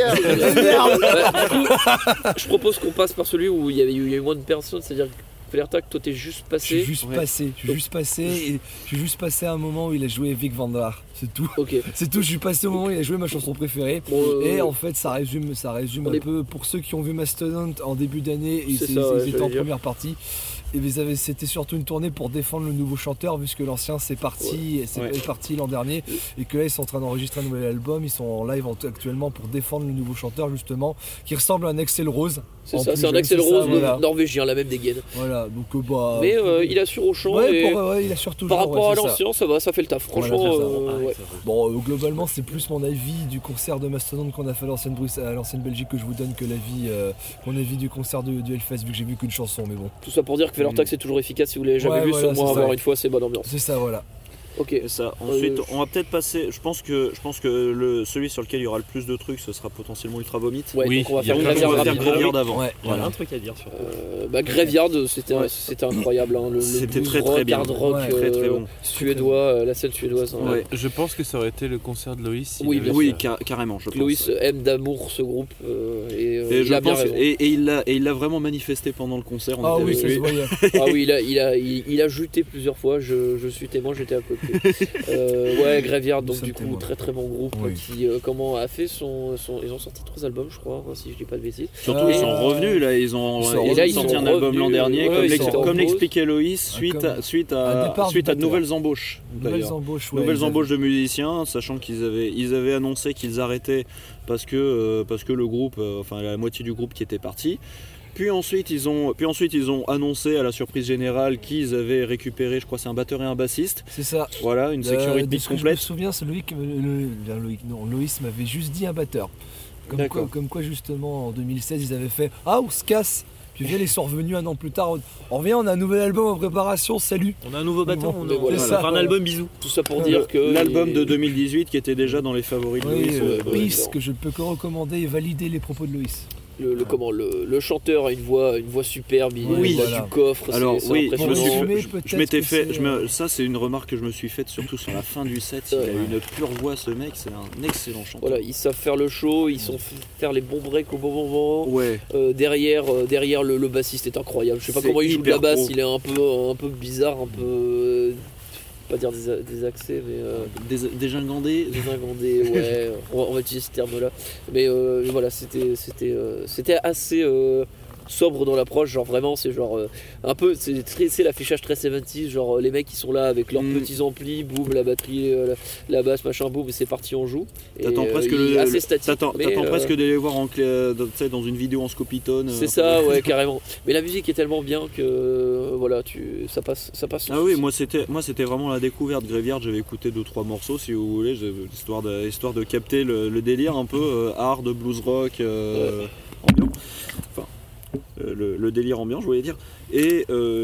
S4: Bah, du coup, je propose qu'on passe par celui où il y avait eu, il y a eu moins de personnes, c'est-à-dire que Kvelertak, toi t'es juste
S3: Je suis
S4: passé.
S3: juste
S2: Ouais.
S3: passé, je suis juste passé et je suis juste passé à un moment où il a joué Vic Vandar, c'est tout.
S4: Ok.
S3: C'est tout, je suis passé au moment où il a joué ma chanson préférée.
S4: Bon, euh,
S3: Et en fait, ça résume, ça résume
S4: on
S3: un
S4: est-
S3: peu pour ceux qui ont vu Mastodon en début d'année et
S4: C'est
S3: c'est-
S4: ça, ouais,
S3: ils étaient en
S4: j'allais dire.
S3: première partie. Et ils avaient- c'était surtout une tournée pour défendre le nouveau chanteur, puisque l'ancien c'est parti, c'est
S2: Ouais.
S3: est parti l'an dernier, et que là ils sont en train d'enregistrer un nouvel album. Ils sont en live en- actuellement pour défendre le nouveau chanteur justement, qui ressemble à un Axel Rose.
S4: c'est
S3: En
S4: ça,
S3: plus,
S4: c'est un
S3: ouais,
S4: Axel
S3: c'est ça,
S4: Rose
S3: voilà.
S4: norvégien, la même dégaine.
S3: Voilà, donc euh, bah.
S4: Mais euh, il assure au chant
S3: ouais,
S4: et
S3: pour- ouais, il assure toujours.
S4: par rapport
S3: ouais,
S4: à
S3: c'est ça.
S4: l'ancien, ça va, ça fait le taf.
S3: Voilà,
S4: Franchement,
S3: c'est ça.
S4: euh,
S8: Ah,
S4: ouais.
S8: ça va.
S3: Bon, euh, globalement, c'est plus mon avis du concert de Mastodon qu'on a fait à l'ancienne, Bruxelles- à l'ancienne Belgique que je vous donne que l'avis, euh, mon avis du concert de, du Hellfest, vu que j'ai vu qu'une chanson, mais bon.
S4: Tout ça pour dire que Kvelertak c'est toujours efficace. Si vous l'avez jamais
S3: Ouais,
S4: vu,
S3: voilà,
S4: sur moi,
S3: c'est ça.
S4: avoir une fois, c'est bonne ambiance.
S3: C'est ça, voilà.
S4: Ok.
S2: C'est ça. Ensuite,
S4: Euh,
S2: on va peut-être passer. Je pense que, je pense que le, celui sur lequel il y aura le plus de trucs, ce sera potentiellement Ultra Vomit.
S4: Ouais,
S7: Oui,
S4: donc on va
S7: il y a
S4: faire
S7: plein de
S4: Graveyard
S2: on va faire
S4: rapidement.
S2: Graveyard avant.
S3: Ouais,
S8: Voilà
S2: Voilà.
S8: un truc à dire sur
S4: Euh, bah, Graveyard, c'était
S2: Ouais.
S4: c'était incroyable. Hein, le, le
S2: C'était
S4: blues
S2: très, très
S4: rock,
S2: bien.
S4: hard rock,
S3: Ouais,
S2: Très très
S4: euh,
S2: bon.
S4: suédois, euh, la scène suédoise. hein.
S2: Ouais.
S7: Je pense que ça aurait été le concert de Loïs. s'il
S4: Oui,
S7: avait
S4: bien
S2: Oui,
S7: fait-
S2: car- carrément, je pense.
S4: Loïs aime d'amour ce groupe euh, et, euh,
S2: Et,
S4: il
S2: je
S4: a bien
S2: pense-
S4: raison.
S2: et, et il l'a et il l'a vraiment manifesté pendant le concert. On
S3: Ah
S2: était
S3: oui,
S2: avec
S3: ça
S2: lui.
S3: se voyait.
S4: Ah oui, il a, il a, il, il a juté plusieurs fois. Je, je suis témoin, j'étais à côté. Euh, ouais, Graveyard, donc
S3: Nous
S4: du
S3: sommes
S4: coup,
S3: témoins.
S4: très très bon groupe
S3: Oui.
S4: qui euh, comment a fait son, son. Ils ont sorti trois albums, je crois, si je dis pas de bêtises.
S2: Surtout,
S3: Euh,
S2: ils sont revenus là. Ils ont,
S3: ils sont
S2: ils ont
S3: revenus. Et là, ils
S2: sorti
S4: sont
S2: un album
S4: revenus,
S2: l'an dernier,
S4: ouais,
S2: comme
S4: ils
S2: l'ex-
S4: sont en
S2: comme
S4: pause.
S2: l'expliquait Loïs, suite
S3: comme-
S2: à, suite
S3: un
S2: à,
S3: départ du
S2: suite à de
S3: batteur.
S2: nouvelles embauches.
S3: Nouvelles
S2: d'ailleurs.
S3: embauches, ouais.
S2: Nouvelles
S3: ils avaient-
S2: embauches de musiciens, sachant qu'ils avaient, ils avaient annoncé qu'ils arrêtaient parce que, euh, parce que le groupe, euh, enfin la moitié du groupe qui était parti. Puis ensuite, ils ont, puis ensuite, ils ont annoncé à la surprise générale qu'ils avaient récupéré, je crois, c'est un batteur et un bassiste.
S3: C'est ça.
S2: Voilà, une section
S3: Euh, de
S2: rythmique
S3: ce que je me
S2: complète.
S3: souviens, c'est Loïc, le- bien, Loïc, non, Loïs m'avait juste dit un batteur. Comme
S2: D'accord.
S3: quoi, comme quoi, justement, en deux mille seize, ils avaient fait Ah, on se casse. Puis ils sont revenus un an plus tard. On revient, on a un nouvel album en préparation, salut.
S8: On a un nouveau batteur,
S3: Bon,
S8: on,
S4: mais
S8: a-
S4: voilà.
S8: on va
S3: C'est ça,
S8: faire un
S3: voilà.
S8: album bisous.
S4: Tout ça pour
S3: Euh,
S4: dire que
S2: L'album
S4: il-
S2: de deux mille dix-huit qui était déjà dans les favoris de
S3: Oui,
S2: Loïs.
S3: euh,
S2: euh,
S4: ouais,
S3: Loïs,
S4: ouais.
S3: que je ne peux que recommander et valider les propos de Loïs.
S4: le, le- comment le, le chanteur a une voix une voix superbe, il
S3: Oui,
S4: a une voix
S3: voilà.
S4: du coffre. c'est-
S2: Alors
S4: c'est
S2: oui, je me
S4: impressionnant.
S2: suis
S3: Résumer,
S2: fait, je-
S3: peut-être
S2: je m'étais
S3: que
S2: fait,
S3: c'est,
S2: je me-
S3: euh,
S2: ça c'est une remarque que je me suis faite surtout sur la fin du set. Il a
S4: Ouais.
S2: une pure voix, ce mec, c'est un excellent chanteur.
S4: Voilà, ils savent faire le show, ils savent faire les bons breaks au bon moment.
S2: Ouais.
S4: Euh, derrière, euh, derrière le, le bassiste est incroyable. Je sais pas
S2: C'est
S4: comment il joue de la
S2: hyper
S4: basse,
S2: pro.
S4: il est un peu, un peu bizarre, un peu, euh, pas dire des, a- des accès, mais euh,
S2: Des, dégingandé.
S4: désingandé. Ouais, on va, on va utiliser ce terme-là. Mais euh, voilà, c'était, c'était, euh, c'était assez, euh, sobre dans l'approche, genre vraiment c'est genre euh, un peu c'est très c'est l'affichage très soixante-dix, genre euh, les mecs qui sont là avec leurs
S2: Mm.
S4: petits amplis, boum la batterie, euh, la, la basse machin, boum et c'est parti on joue. Et,
S2: T'attends
S4: euh,
S2: presque,
S4: il est
S2: le,
S4: assez
S2: le-
S4: statique,
S2: t'attends,
S4: mais,
S2: t'attends
S4: euh,
S2: presque de les voir en clé, euh, dans, tu sais, dans une vidéo en scopitone.
S4: c'est ça ouais carrément. Mais la musique est tellement bien que euh, voilà tu ça passe ça passe. sans
S2: Ah oui,
S4: souci.
S2: moi c'était, moi c'était vraiment la découverte. Graveyard, j'avais écouté deux trois morceaux si vous voulez, j'ai- histoire de, histoire de capter le, le délire un peu euh, hard, blues rock, euh, ambiant. Enfin, euh, le, le délire ambiant, je voulais dire. Et,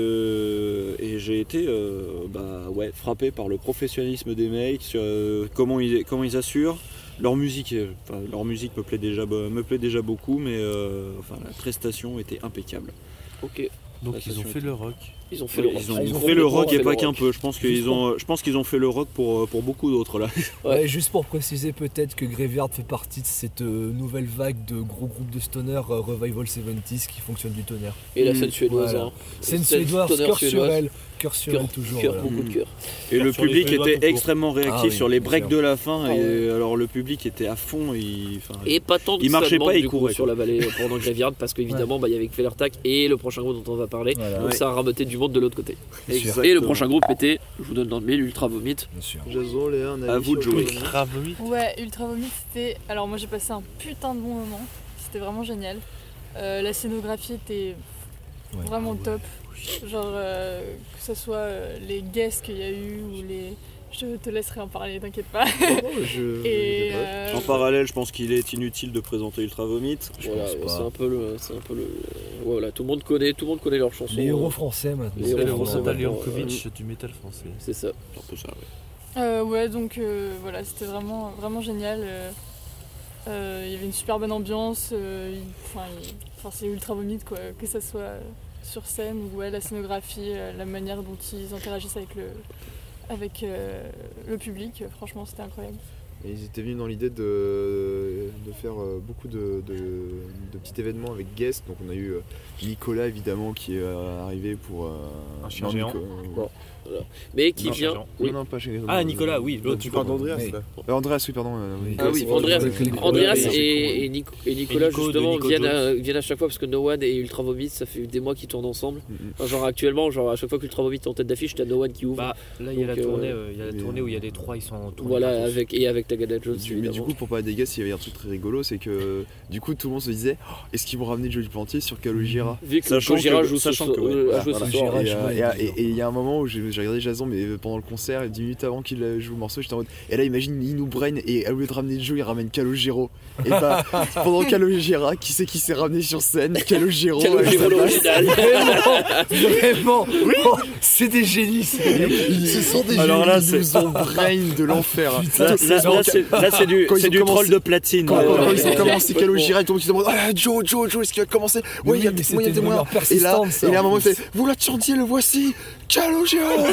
S2: euh, et j'ai été euh, bah, ouais, frappé par le professionnalisme des mecs, sur, euh, comment, ils, comment ils assurent. Leur musique, euh, enfin, leur musique me plaît déjà, me plaît déjà beaucoup, mais euh, enfin, la prestation était impeccable.
S4: Ok.
S7: Donc
S4: La
S7: ils ont
S4: station
S7: fait le rock.
S4: Ils ont fait
S2: Ouais,
S4: le rock.
S2: ils ont,
S3: Ah, ils ont
S2: fait le rock
S4: complètement
S2: et
S4: fait
S2: pas
S4: le
S2: qu'un
S4: rock.
S2: peu. Je pense qu'ils
S3: Juste
S2: ont, je pense qu'ils ont fait le rock pour, pour beaucoup d'autres là.
S3: Ouais, juste pour préciser peut-être que Graveyard fait partie de cette euh, nouvelle vague de gros groupes de stoner euh, Revival soixante-dix qui fonctionne du tonnerre.
S4: Et la
S2: Mm.
S4: scène suédoise.
S3: Voilà.
S4: hein.
S3: C'est une
S4: Scène
S3: suédoise,
S4: tonnerre
S3: cœur sur
S4: suédoise.
S3: elle, cœur sur
S4: Cœur,
S3: elle toujours.
S4: cœur,
S3: voilà.
S4: beaucoup de cœur.
S2: Et le
S7: Sur les
S2: public
S7: Suédois
S2: était
S7: tout court.
S2: extrêmement réactif
S3: Ah oui,
S2: sur les
S3: bien
S2: breaks
S3: sûr.
S2: de la fin.
S4: Ah
S2: et
S4: ouais.
S2: alors le public était à fond. Il, enfin,
S4: Et pas tant de
S2: Il marchait
S4: seulement,
S2: pas, il
S4: du coup,
S2: courait,
S4: sur
S2: quoi.
S4: la vallée pendant Graveyard parce qu'évidemment bah, il y avait Fellertac et le prochain groupe dont on va parler.
S3: Voilà,
S4: Donc
S2: Ouais.
S4: ça a ramoté du monde de l'autre côté.
S3: bien sûr.
S2: Exactement.
S4: Et le prochain groupe était, je vous donne dans le mille, Ultra Vomit.
S3: Bien sûr.
S9: Jason, Léa, un avis
S2: À vous de
S9: sur
S2: jouer.
S9: le-
S7: Ultra Vomit.
S5: Ouais, Ultra Vomit, c'était. Alors, moi j'ai passé un putain de bon moment. C'était vraiment génial. Euh, la scénographie était
S3: Ouais.
S5: vraiment top. Genre, euh, que ce soit euh, les guests qu'il y a eu ou les. Je te laisserai en parler, t'inquiète pas.
S9: Oh, je-
S5: Et.
S9: je-
S5: euh,
S2: En parallèle, je pense qu'il est inutile de présenter Ultra Vomit.
S4: Voilà,
S3: pense pas.
S4: c'est un peu le, c'est un peu le, voilà, tout le monde connaît, tout le monde connaît leurs chansons.
S3: Les héros français maintenant.
S4: Les
S7: C'est
S4: héros
S7: le
S4: français,
S7: Rosa
S4: ouais.
S7: Leonkovic du métal français.
S4: C'est ça.
S2: C'est un peu ça, ouais.
S5: Euh, ouais, donc euh, voilà, c'était vraiment, vraiment génial. Euh, euh, Il y avait une super bonne ambiance. euh, il- Enfin, il- enfin, c'est ultra vomite, quoi. Que ça soit euh, sur scène ou ouais, la scénographie, euh, la manière dont ils interagissent avec le, avec, euh, le public. euh, Franchement, c'était incroyable.
S9: Et ils étaient venus dans l'idée de, de faire euh, beaucoup de, de- de petits événements avec guests. Donc on a eu euh, Nicolas évidemment qui est euh, arrivé pour euh,
S8: Un chien
S9: non,
S8: géant.
S9: Nico-
S4: Bon. Mais qui
S8: Non,
S4: vient.
S8: Jean.
S4: Oui.
S9: Non, non, pas chez
S8: Ah, Nicolas, oui, l'autre.
S6: Tu parles d'Andreas
S3: Oui.
S6: là.
S9: Euh, Andreas, oui, pardon. euh, oui.
S4: Ah oui,
S3: c'est
S4: Andreas,
S3: vrai que les-
S4: Andreas
S3: Ouais,
S4: et, et, Nico- et Nicolas
S8: Et Nico de
S4: justement
S8: Nico
S4: viennent à,
S8: Jones.
S4: viennent à chaque fois parce que No One et Ultra Vomit ça fait des mois qu'ils tournent ensemble.
S9: Mm, mm.
S4: Enfin, genre actuellement, genre à chaque fois que Ultra Vomit est en tête d'affiche, t'as No One qui ouvre.
S8: Bah, là, il y a la
S4: Donc, euh,
S8: tournée, euh, il y a la
S9: mais,
S8: tournée où il y a
S9: euh,
S8: les trois, ils sont en tournée.
S4: voilà,
S8: gratos.
S4: avec, et avec Tagada Jones
S9: Du- mais du
S4: évidemment.
S9: coup, pour parler des guests, il y avait un truc très rigolo, c'est que du coup, tout le monde se disait oh, est-ce qu'ils vont ramener Joey Plantier sur Calogera
S4: Vu que
S2: Sachant
S4: Gojira
S2: que-
S4: joue ce
S2: sachant
S4: soir-
S2: que, ouais,
S4: euh, a
S9: voilà,
S4: joué ce
S3: voilà,
S4: soir.
S3: Gojira,
S9: Et
S3: je
S9: euh,
S3: vois,
S9: et,
S3: il
S9: euh,
S3: est
S9: et-
S3: dur.
S9: et il y a un moment où j'ai j'ai regardé Jason, mais pendant le concert, dix minutes avant qu'il euh, joue le morceau, j'étais en mode. Et là, imagine, il nous brain et au lieu de ramener Joe, il ramène Calogero. Et bah, pendant Calogera, qui c'est qui s'est ramené sur scène Calogero.
S4: Calogero l'original.
S3: Vraiment, Oh, c'est des génies. ces mecs.
S9: Ce sont des
S2: Alors
S9: génies,
S2: là,
S9: ils
S2: c'est-
S9: nous ont brain de l'enfer.
S3: Putain,
S2: Là, là, là, c'est, là, c'est du,
S9: Quand ils
S2: c'est
S9: ont
S2: du
S9: commencé-
S2: troll de platine.
S9: Quand,
S2: Ouais,
S9: quand- quand
S2: ouais,
S9: ils ont
S2: ouais.
S9: commencé Calogera, tout le monde qui demande ah, Joe, Joe, Joe, est-ce qu'il va commencer
S3: Mais
S9: Oui, il y a
S3: oui, mais
S9: moyen
S3: c'était
S9: de
S3: une
S9: moi.
S3: rumeur
S9: Et là,
S3: persistante, ça,
S9: et là, à un
S3: en
S9: moment, il
S3: plus.
S9: fait vous l'attendiez, le voici Calogero.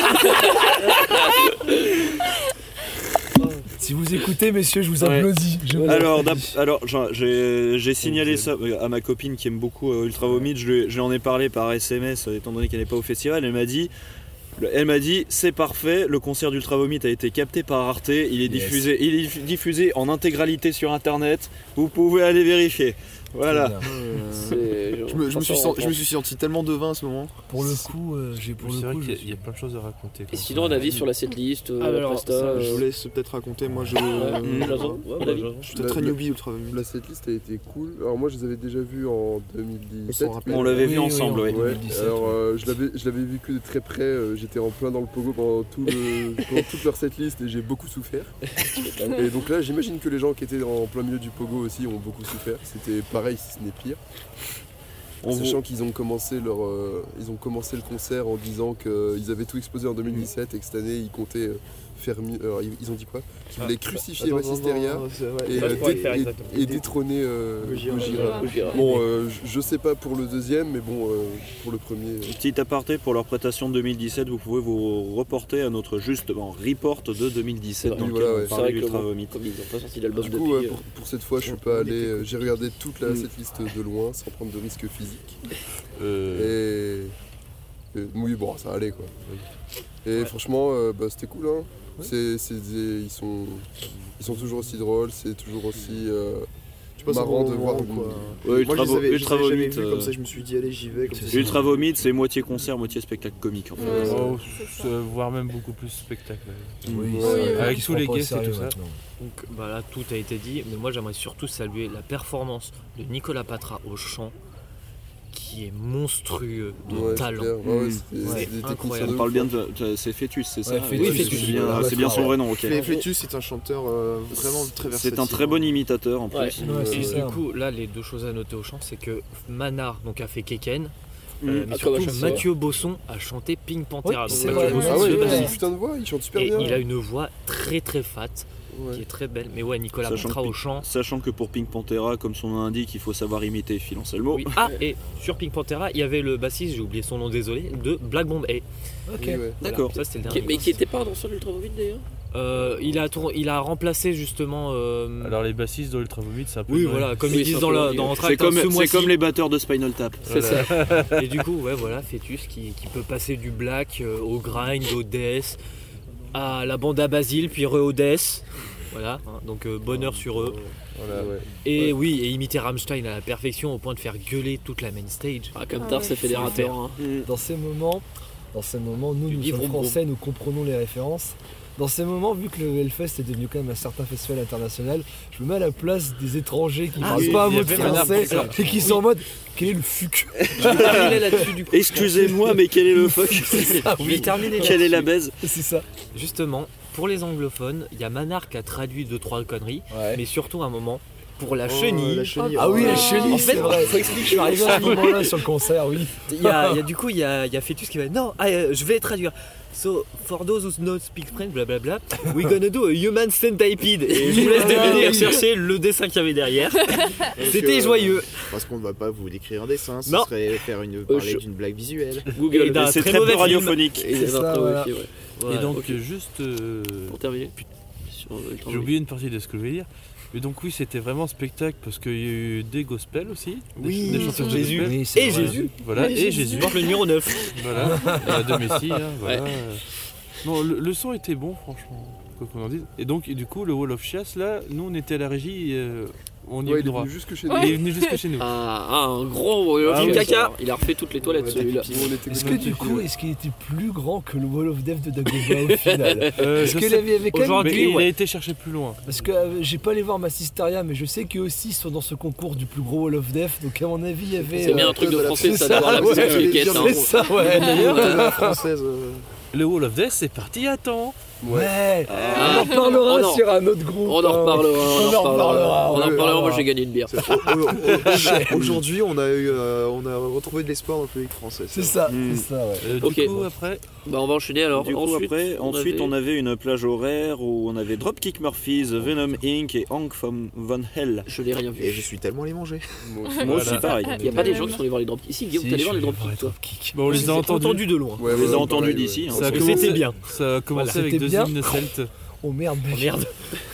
S3: Si vous écoutez, messieurs, je vous
S2: Ouais.
S3: applaudis. Je vous
S2: Alors,
S3: applaudis.
S2: d'ap- alors j'en- j'ai, j'ai signalé ça euh, à ma copine qui aime beaucoup euh, Ultra Vomit. Je lui, je lui en ai parlé par S M S, euh, étant donné qu'elle n'est pas au festival. Elle m'a dit, elle m'a dit, c'est parfait. Le concert d'Ultra Vomit a été capté par Arte. Il est
S3: Yes.
S2: diffusé, il est diff- diffusé en intégralité sur Internet. Vous pouvez aller vérifier. Voilà.
S3: Très bien.
S4: C'est-
S9: Je me, je, me suis
S4: Franchement,
S9: senti, je me suis senti tellement devin à ce moment.
S3: Pour le coup, euh, j'ai pour
S7: C'est
S3: le
S7: vrai
S3: coup.
S7: qu'il y, a-
S3: je
S7: il y a plein de choses à raconter.
S4: Et
S7: quoi.
S4: sinon, un avis sur la setlist, euh,
S8: Ah,
S4: la
S8: alors,
S4: presta,
S8: ça,
S4: euh,
S9: Je vous laisse peut-être raconter. Moi, je,
S4: ouais,
S2: Mm.
S4: Jason,
S8: Ouais,
S4: ton
S8: bah,
S4: avis
S8: Jason.
S9: je suis peut-être très
S6: La-
S9: newbie ultra vomit.
S6: La setlist a été cool. Alors moi je les avais déjà vus en deux mille
S9: On
S6: dix-sept.
S9: s'en rappelle.
S2: On l'avait
S3: Oui,
S2: vu
S3: oui,
S2: ensemble,
S3: en
S2: oui.
S6: Ouais,
S3: deux mille dix-sept,
S6: alors
S3: ouais.
S6: euh, je l'avais je l'avais vécu de très près, euh, j'étais en plein dans le pogo pendant, tout le, pendant toute leur setlist et j'ai beaucoup souffert. Et donc là j'imagine que les gens qui étaient en plein milieu du pogo aussi ont beaucoup souffert, c'était pareil si ce n'est pire.
S2: On vous-
S6: Sachant qu'ils ont commencé leur euh, ils ont commencé le concert en disant qu'ils avaient tout explosé en deux mille dix-sept et que cette année ils comptaient euh, faire mieux. Alors ils, ils ont dit quoi Qu'ils voulaient crucifier Massisteria et,
S8: Ça,
S6: euh,
S8: je pourrais
S6: dé-
S8: le faire,
S6: et-
S8: exactement.
S6: et détrôner euh,
S9: Gojira.
S6: Gojira.
S4: Gojira.
S6: Bon, euh, je- je sais pas pour le deuxième, mais bon, euh, pour le premier. euh,
S2: Petit aparté pour leur prestation de deux mille dix-sept, vous pouvez vous reporter à notre justement report de deux mille dix-sept
S4: Oui,
S2: dans
S6: voilà,
S2: lequel
S6: ouais.
S2: on
S4: C'est
S2: parlait
S4: vrai que
S2: d'Ultra
S4: bon,
S2: Vomit.
S4: comme ils n'ont pas sorti l'album
S6: Du
S4: depuis.
S6: coup, ouais,
S4: euh,
S6: pour, pour cette fois, je suis
S9: on-
S6: pas
S9: on
S6: allé.
S9: était
S6: euh,
S9: cool.
S6: J'ai regardé toute la
S2: Mm.
S6: setlist de loin, sans prendre de risques physiques.
S2: Euh,
S6: Et, et- oui, bon, ça allait quoi. Et franchement, euh, bah, c'était cool. Hein.
S3: Ouais.
S6: C'est, c'est des- ils sont, ils sont toujours aussi drôles. C'est toujours aussi. euh,
S9: Je passe un
S6: marrant
S9: bon
S6: de
S9: moment,
S6: voir.
S9: quoi.
S2: Ouais,
S9: Moi,
S2: Ultra,
S9: je les avais, je les
S2: Ultra
S9: avais jamais
S2: Vomit.
S9: vus,
S2: euh,
S9: comme ça, je me suis dit, allez, j'y vais. Comme ça,
S2: Ultra
S9: c'est-
S2: Vomit, c'est moitié concert, moitié spectacle comique en fait.
S5: Ouais.
S7: Oh,
S5: c'est ça.
S7: euh, voire même beaucoup plus spectacle.
S3: Oui,
S2: Ouais,
S3: c'est-
S5: ouais.
S7: Avec
S3: ils se
S7: tous les
S3: prend pas au
S7: guests et
S3: sérieux
S7: tout ça.
S3: maintenant.
S8: Donc bah là tout a été dit, mais moi j'aimerais surtout saluer la performance de Nicolas Patra au chant, qui est monstrueux de
S6: Ouais, c'est
S8: talent.
S6: clair. Ouais, ouais,
S2: Mm.
S6: c'était-
S8: Ouais,
S6: c'était des techniciens
S8: incroyable.
S6: de
S2: On
S6: ouf,
S2: parle bien
S6: quoi.
S2: de. de- C'est Fœtus, c'est ça
S3: Ouais, Fœtus,
S2: Oui,
S3: Fœtus,
S2: c'est bien,
S3: ouais,
S2: c'est bien son
S3: ouais.
S2: vrai nom, ok.
S9: Fé- Fœtus est un chanteur euh, vraiment très versatile.
S2: C'est un très bon imitateur en plus.
S4: Ouais.
S3: Ouais, c'est
S8: Et
S3: ça.
S8: du coup là les deux choses à noter au chant, c'est que Manar donc a fait Keken,
S2: Mm.
S8: euh, mais
S4: Ah,
S8: surtout
S4: comme à chaque fois.
S8: Mathieu Bosson a chanté Pink Panthera.
S3: Ouais,
S8: donc
S3: c'est
S8: Mathieu
S3: vrai,
S8: Bosson,
S6: Ah ouais,
S8: c'est
S6: il
S8: le
S6: a une
S8: bassiste.
S6: putain de voix, il chante super
S8: Et
S6: bien.
S8: il a une voix très très fat,
S6: Ouais.
S8: qui est très belle. Mais ouais, Nicolas
S2: Sachant
S8: Patra
S2: que-
S8: au chant.
S2: Sachant que pour Pink Panthera, comme son nom l'indique, il faut savoir imiter Phil Anselmo.
S8: Oui. Ah, et sur Pink Panthera, il y avait le bassiste, j'ai oublié son nom, désolé, de Black Bombay.
S3: Ok.
S6: Oui, ouais.
S2: D'accord.
S8: Ça c'était le
S4: Qui-
S8: dernier.
S4: Mais qui était pas dans son Ultra Vomit d'ailleurs.
S8: Euh, il, a tour- il a remplacé justement. euh,
S7: Alors les bassistes dans Ultra Vomit, c'est un peu.
S8: oui,
S7: de-
S8: voilà, comme
S4: Oui,
S8: ils disent
S4: c'est
S8: dans,
S4: un peu
S8: la,
S4: lié.
S8: dans
S2: C'est
S8: Entracte,
S2: comme,
S8: hein, ce
S2: c'est
S8: mois-ci.
S2: comme les batteurs de Spinal Tap.
S4: C'est ça.
S8: Et du coup, ouais, voilà, Fœtus qui, qui peut passer du black euh, au grind, au death, à la bande à Basile, puis re au death. Voilà, hein, donc euh, bonheur sur eux.
S7: Voilà.
S6: Ouais.
S8: Et oui, et imiter Rammstein à la perfection au point de faire gueuler toute la main stage.
S4: Ah, comme
S5: Ah
S4: tard,
S5: ouais,
S4: c'est fédérateur. Hein.
S2: Mm.
S3: Dans ces moments, dans ces moments, nous,
S4: Tu
S3: nous
S4: dis
S3: sommes
S4: vroom, vroom.
S3: français, nous comprenons les références. Dans ces moments, vu que le Hellfest est devenu quand même un certain festival international, je me mets à la place des étrangers qui ne
S8: Ah
S3: parlent
S8: oui,
S3: pas un
S7: il y
S3: mot de
S7: avait Manar
S3: français
S7: pour ça.
S3: et qui sont en mode quel est le fuck.
S8: Je vais terminer là-dessus du coup.
S2: Excusez-moi, mais quel est le fuck
S8: Je vais terminer
S2: Quelle est la
S8: là-dessus.
S2: baise
S3: C'est ça.
S8: Justement, pour les anglophones, il y a Manar qui a traduit deux trois conneries,
S3: Ouais.
S8: mais surtout un moment pour la
S9: Oh,
S8: chenille.
S9: la chenille.
S3: Ah oui,
S9: oh.
S3: la chenille,
S8: En fait,
S3: c'est vrai.
S8: faut expliquer.
S3: Je suis arrivé à ce moment-là sur le concert, oui.
S8: Il y a, il y a du coup il y a, il y a Fœtus qui va non ah, euh, je vais traduire. So for those who don't speak French, blablabla, we're gonna do a human centipede. Et je vous laisse deviner et chercher le dessin qu'il y avait derrière. C'était
S9: euh,
S8: joyeux.
S9: Parce qu'on ne va pas vous décrire un dessin, ce
S8: Non.
S9: serait faire une, parler
S4: je-
S9: d'une blague visuelle.
S4: Google.
S8: Et d'un
S2: C'est
S8: très
S2: très peu
S8: mauvais film.
S2: radiophonique.
S4: Et
S3: C'est
S4: les
S3: ça,
S4: intros
S3: voilà.
S4: aussi, ouais.
S8: Ouais.
S7: Et donc
S8: Ok.
S7: euh, juste, euh,
S4: Pour terminer. Sur Ultra
S7: j'ai
S4: Vomit.
S7: oublié une partie de ce que je voulais dire. Mais donc oui, c'était vraiment spectacle parce qu'il y a eu des gospels aussi, des-
S8: Oui,
S7: des chanteurs de
S8: Jésus.
S7: gospel.
S3: Oui, c'est
S8: Et
S3: vrai.
S8: Jésus.
S7: Voilà,
S8: Et
S7: et Jésus.
S8: Donc le numéro neuf.
S7: Voilà, euh, de Messie. Hein, voilà.
S4: Ouais.
S7: Non, le, le son était bon, franchement, quoi qu'on en dise. Et donc, et du coup, le Wall of Chiasse, là, nous, on était à la régie, euh, on y
S6: Ouais,
S7: est
S6: il est
S7: droit.
S6: venu jusque chez nous.
S7: Il est venu jusque chez nous.
S4: Ah, ah, un gros
S7: Ah
S4: film
S7: oui,
S4: caca.
S8: ça.
S4: Il a refait toutes les toilettes
S6: Ouais,
S4: celui-là.
S6: nous, on était
S3: Est-ce
S6: contents.
S3: que du coup, est-ce qu'il était plus grand que le Wall of Death de Dagoba au final
S7: Euh,
S3: Est-ce
S7: je
S3: qu'il
S7: sais-
S3: avait, avait quand même
S7: Mais
S8: Aujourd'hui,
S7: il
S8: ouais.
S7: a été cherché plus loin.
S3: Parce que euh, j'ai pas allé voir Massisteria, mais je sais qu'eux aussi ils sont dans ce concours du plus gros Wall of Death. Donc à mon avis, il y avait.
S4: C'est bien
S3: euh,
S4: un truc de
S9: c'est
S4: français, ça,
S3: ça,
S4: d'avoir la
S3: ouais,
S4: musique
S9: j'allais
S4: qui est
S9: dire,
S4: hein.
S3: C'est ça, ouais.
S9: D'ailleurs, de la française. euh,
S7: Le Wall of Death, c'est parti à temps.
S3: Ouais.
S4: Ah.
S3: On en reparlera
S4: Oh non.
S3: sur un autre groupe.
S4: On en
S3: hein.
S4: reparlera, on en
S3: On en
S4: reparlera.
S3: reparlera,
S4: On en
S3: ouais,
S4: reparlera, moi
S3: ouais.
S4: j'ai gagné une bière.
S9: c'est- oh, oh, oh, Aujourd'hui, on a eu, euh, on a retrouvé de l'espoir dans le public français.
S3: C'est ça,
S2: Hmm.
S3: c'est ça, ouais.
S7: Euh,
S4: Ok.
S7: Du coup, après,
S4: Bah on va enchaîner alors.
S2: Du coup,
S4: ensuite,
S2: après, ensuite,
S4: avait-
S2: on avait une plage horaire où on avait Dropkick Murphys, Venom Incorporated et Hank von von Hell.
S4: Je l'ai rien
S9: Et
S4: vu.
S9: je suis tellement allé manger.
S2: Moi
S7: Voilà.
S2: aussi, pareil.
S4: Il n'y a pas des gens qui sont allés voir les dropkicks. Ici, Guillaume, t'es allé voir les dropkicks toi.
S3: Dropkick.
S7: bon, on les a entendus.
S8: Entendu de loin.
S6: Ouais,
S2: On les
S6: ouais,
S2: a entendus
S6: pareil,
S2: d'ici.
S6: ouais.
S2: hein.
S7: Ça a
S8: Parce que
S7: commencé-
S8: c'était bien.
S7: Ça a commencé
S3: Voilà,
S7: avec
S3: c'était
S7: deux
S3: bien.
S7: hymnes celtes.
S3: Oh merde, mec.
S8: Oh, merde.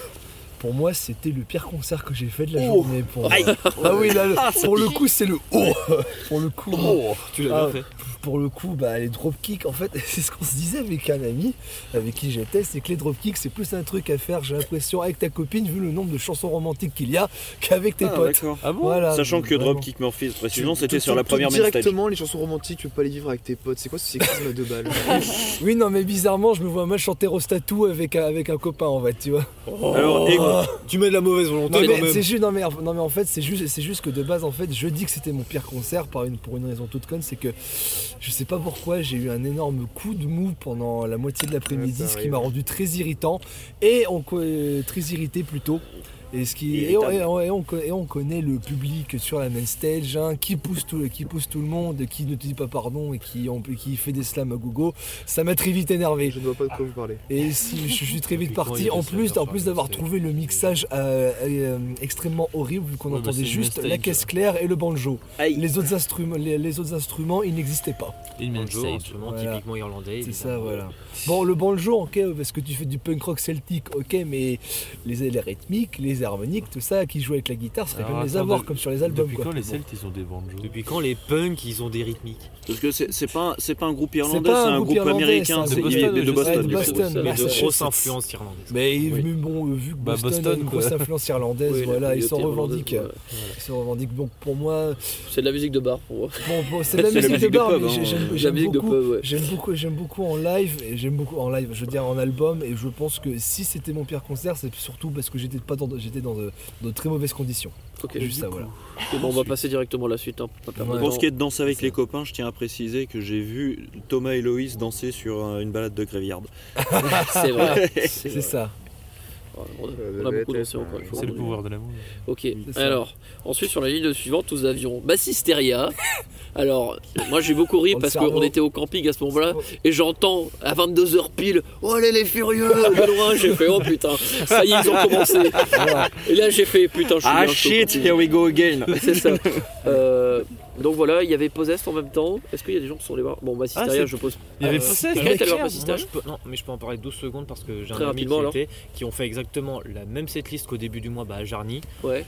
S3: Pour moi, c'était le pire concert que j'ai fait de la
S2: Oh.
S3: journée. Pour
S2: Aïe.
S3: Ah oui, là, le- pour le coup, c'est le oh. Pour le coup,
S8: Tu l'as
S3: Ah,
S8: bien fait.
S3: pour le coup, bah, les dropkicks, en fait, c'est ce qu'on se disait avec un ami avec qui j'étais, c'est que les dropkicks, c'est plus un truc à faire, j'ai l'impression, avec ta copine, vu le nombre de chansons romantiques qu'il y a, qu'avec tes
S2: Ah,
S3: potes.
S2: d'accord.
S7: Ah bon
S3: Voilà,
S2: Sachant que
S3: vraiment.
S2: Dropkick Murphys, précisément,
S9: Tu-
S2: c'était
S9: tu-
S2: sur la
S9: tu-
S2: première main stage.
S9: Directement, les chansons romantiques, tu peux pas les vivre avec tes potes. C'est quoi ce sexisme à deux balles?
S3: Oui, non, mais bizarrement, je me vois mal chanter Rostatou avec, un- avec un copain, en fait, tu vois.
S2: Alors, écoute,
S8: Tu mets de la mauvaise volonté
S3: Non
S8: quand
S3: mais,
S8: même.
S3: c'est juste, non, mais, non mais en fait c'est juste, c'est juste que de base en fait je dis que c'était mon pire concert par une, pour une raison toute conne, c'est que je sais pas pourquoi j'ai eu un énorme coup de mou pendant la moitié de l'après-midi,
S9: Ouais, ça
S3: ce qui
S9: arrive.
S3: m'a rendu très irritant et on, co- euh, très irrité plutôt. Et, ce qui, et, on, et, on, et on co- et on connaît le public sur la main stage hein, qui, pousse tout, qui pousse tout le monde, qui ne te dit pas pardon et qui, on, qui fait des slams à gogo. Ça m'a très vite énervé.
S9: Je ne vois pas de quoi vous parlez.
S3: Et si je suis très vite
S8: Depuis quand
S3: parti,
S8: il
S3: en
S8: fait ça,
S3: plus,
S8: genre,
S3: en plus d'avoir
S8: c'est-
S3: trouvé le mixage euh, euh, extrêmement horrible, vu qu'on
S7: Ouais, bah,
S3: entendait
S7: c'est une
S3: juste
S7: main
S3: la
S7: stage.
S3: caisse claire et le banjo.
S2: aïe.
S3: Les autres instruments, les, les autres instruments, ils n'existaient pas.
S7: Une main
S8: Banjo,
S7: stage.
S8: instrument
S3: Voilà.
S8: typiquement irlandais.
S3: C'est ça,
S8: évidemment.
S3: voilà. Bon, le banjo, ok, parce que tu fais du punk rock celtique, ok, mais les, les rythmiques, les, maîtrisent les harmoniques, tout ça, qui jouent avec la guitare, serait
S7: Alors,
S3: bien de les
S7: attends,
S3: avoir
S7: de-
S3: comme sur les albums.
S7: Depuis
S3: quoi.
S7: quand les
S3: Bon.
S7: Celtes ils ont des banjos?
S8: Depuis quand les punks ils ont des rythmiques?
S2: Parce que c'est c'est pas, c'est pas un groupe
S3: C'est
S2: irlandais,
S3: pas
S2: c'est
S3: un
S2: un
S3: groupe
S2: groupe
S3: irlandais,
S2: américain,
S3: ça,
S2: c'est
S7: de Boston,
S2: de
S7: de
S2: Boston.
S3: Ouais, de
S2: du coup.
S3: Boston.
S8: Il y a de
S3: Massachusetts.
S8: grosses influences irlandaises.
S3: Mais,
S2: Oui.
S3: mais bon, euh, vu que
S7: Bah,
S3: Boston,
S7: Boston,
S3: a une grosse
S7: quoi.
S3: influence irlandaise,
S4: Oui, la
S3: voilà, ils s'en
S4: communauté
S3: revendiquent.
S4: irlandaise,
S3: Ils se revendiquent. Donc pour moi,
S4: C'est de la musique de bar pour moi.
S3: bon, bon, c'est de la
S2: C'est la
S3: musique de
S2: musique de
S3: bar,
S2: pub,
S3: mais
S2: hein.
S3: j'ai- j'aime
S4: De la
S3: j'aime
S4: musique de
S3: beaucoup.
S4: pub, ouais.
S3: J'aime beaucoup, j'aime beaucoup en live, et j'aime beaucoup en live, je veux dire en album, et je pense que si c'était mon pire concert, c'est surtout parce que j'étais pas dans, de- j'étais dans de, de très mauvaises conditions.
S4: Ok,
S3: Juste ça, voilà.
S4: Ok, bon, on va passer directement à la suite. Hein, pour pas perdre
S3: Ouais.
S4: de
S2: Pour
S4: temps.
S2: ce qui est de danser avec les copains, je tiens à préciser que j'ai vu Thomas et Loïs danser sur un- une balade de Gréviard.
S4: C'est vrai.
S3: C'est ça.
S4: Ouais, On a, on a beaucoup dansé encore une fois.
S7: C'est le pouvoir de l'amour.
S4: Ok,
S3: ça.
S4: alors, ensuite sur la ligne suivante, nous avions Bassisteria. Alors, moi j'ai beaucoup ri
S3: Dans le
S4: parce
S3: cerveau.
S4: qu'on était au camping à ce moment-là et j'entends à vingt-deux heures pile oh allez les furieux de loin, j'ai fait oh putain, ça y est, ils ont commencé. Et là j'ai fait putain, je suis
S2: Ah
S4: bien chaud,
S2: shit,
S4: continue.
S2: here we go again.
S4: C'est ça. Euh, donc voilà, il y avait Possessed en même temps. Est-ce qu'il y a des gens qui sont allés voir? Bon, Bassisteria,
S7: Ah, c'est-
S4: je pose.
S7: Il y avait
S3: Euh,
S7: Possessed,
S4: quelqu'un est allé voir
S8: Moi,
S4: Bassisteria?
S8: je peux- Non, mais je peux en parler douze secondes parce que j'ai
S4: Très
S8: un ami qui
S4: rapidement, alors.
S8: était, qui ont fait exactement la même setlist qu'au début du mois bah, à Jarny.
S4: Ouais.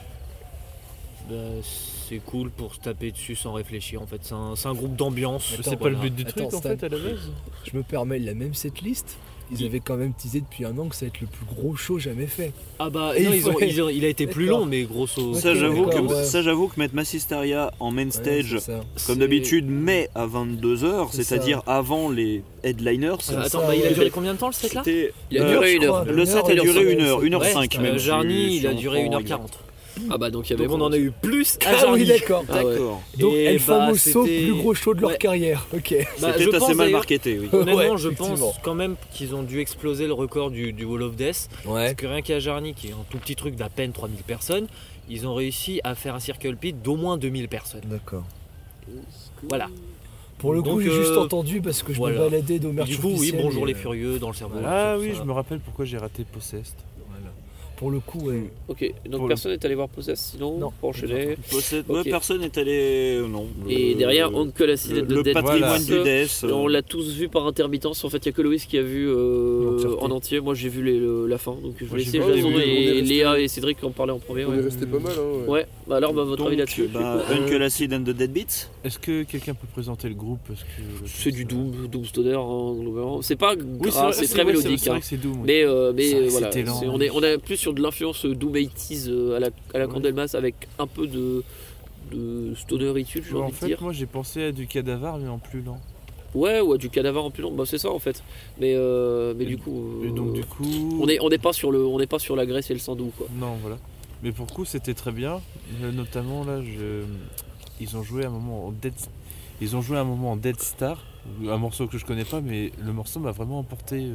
S8: Bah, c'est cool pour se taper dessus sans réfléchir en fait. C'est un, c'est un groupe d'ambiance.
S3: Attends,
S7: C'est pas le
S8: voilà.
S7: but du truc
S3: Attends,
S7: en
S3: Stan.
S7: fait à la base.
S3: Je me permets, la même setlist, ils avaient quand même teasé depuis un an que ça va être le plus gros show jamais fait.
S8: Ah bah
S3: Et
S8: non,
S3: il
S8: ils ont,
S3: faut-
S8: ils ont- il a été plus
S3: D'accord.
S8: long mais grosso.
S2: Ça
S3: Ok,
S2: j'avoue que,
S3: d'accord, ouais.
S2: ça, j'avoue que mettre Massisteria en main stage,
S3: Ouais, c'est ça.
S2: comme
S8: C'est-
S2: d'habitude, mais à vingt-deux heures,
S3: C'est
S2: c'est-à-dire avant les headliners,
S8: Ah,
S3: C'est
S8: attends,
S3: ça,
S8: bah, il a
S3: ouais.
S8: duré combien de temps le set là?
S2: c'était...
S4: Il a
S2: euh,
S4: duré
S3: je
S4: une heure.
S3: crois.
S2: Le set a
S3: une heure,
S2: duré
S3: ouais,
S2: une heure,
S3: c'est-
S2: une heure
S8: Ouais,
S2: cinq
S8: euh,
S2: même.
S8: Jarny,
S2: si-
S8: il a
S2: si on
S8: duré
S2: prend
S8: une heure
S2: exact.
S8: quarante.
S4: Ah bah donc il y avait
S8: Donc on en
S4: vraiment-
S8: a eu plus à
S3: Ah oui,
S8: Jarny.
S3: d'accord.
S4: Ah ouais.
S2: D'accord.
S3: Donc
S8: Et
S3: El
S8: bah,
S3: Famoso,
S8: c'était-
S3: plus gros show de leur
S8: Ouais.
S3: carrière. Ok.
S8: Bah, je
S2: C'était assez
S8: pense,
S2: mal
S8: d'ailleurs-
S2: marketé, oui.
S8: Honnêtement,
S3: Ouais,
S8: je
S3: effectivement.
S8: pense quand même qu'ils ont dû exploser le record du, du Wall of Death.
S3: Ouais.
S8: Parce que rien qu'à Jarny, qui est un tout petit truc d'à peine trois mille personnes, ils ont réussi à faire un circle pit d'au moins deux mille personnes.
S3: D'accord.
S8: Voilà.
S3: Pour le coup,
S8: Donc,
S3: j'ai juste
S8: euh,
S3: entendu parce que je
S8: voilà.
S3: me baladais au
S8: Et
S3: merch
S8: du coup, oui,
S3: officiel
S8: bonjour
S3: et,
S8: les
S3: euh,
S8: furieux dans le cerveau.
S7: Ah
S8: sur
S7: oui,
S8: ça.
S7: je me rappelle pourquoi j'ai raté Possessed.
S3: voilà. Pour le coup, ouais.
S4: Ok, donc
S7: Pour le-
S4: personne n'est allé voir Possessed sinon
S3: Non.
S4: pour enchaîner.
S2: Possède-
S4: Ok.
S2: ouais, personne n'est allé... Non.
S4: Et
S2: Le-
S4: derrière, Uncle Acid
S2: le,
S4: and the
S2: le
S4: Dead
S2: patrimoine
S4: Beats.
S2: du Death.
S4: On l'a tous vu par intermittence. En fait, il n'y a que Loïs qui a vu euh,
S3: L'entièreté.
S4: en entier. Moi, j'ai vu les- le- la fin. Donc, je vais
S7: Moi, j'ai
S4: laisser
S7: pas
S4: Jason
S7: vu,
S6: on est
S4: et
S6: resté-
S4: Léa et Cédric en parler en premier.
S6: On
S4: Ouais,
S6: est resté pas mal, hein. Ouais.
S4: ouais. Bah alors, bah, votre
S2: Donc,
S4: avis là-dessus?
S2: bah,
S7: Euh,
S2: Uncle Acid and the Dead Beats.
S7: Est-ce que quelqu'un peut présenter le groupe parce que
S4: C'est du Doom, Doom Stoner. Hein, globalement. c'est pas
S7: Oui,
S4: gras,
S7: vrai,
S4: c'est très
S7: vrai,
S4: mélodique.
S7: C'est
S4: hein.
S7: vrai que c'est Doom. oui.
S4: Mais, euh, mais
S7: C'est vrai
S4: euh,
S7: que
S4: voilà,
S7: c'était lent.
S4: c'est- on, est, on est plus sur de l'influence Doom eighties euh, à la, à la
S7: Ouais.
S4: Candlemas avec un peu de, de stoneritude, j'ai
S7: Ouais, en
S4: envie de
S7: fait,
S4: dire.
S7: moi j'ai pensé à du Cadavar mais en plus lent.
S4: Ouais, ou à du Cadavar en plus long. Bah, c'est ça en fait. Mais, euh, mais
S7: Et-
S4: du coup,
S7: Et donc
S4: euh,
S7: du coup,
S4: on n'est on n'est pas sur le, on n'est pas sur la graisse et le sandou quoi.
S7: non voilà. Mais pour le coup c'était très bien. Euh, Notamment là, je... ils ont joué un moment en Dead, ils ont joué un moment en Dead Star, un morceau que je connais pas, mais le morceau m'a vraiment emporté euh,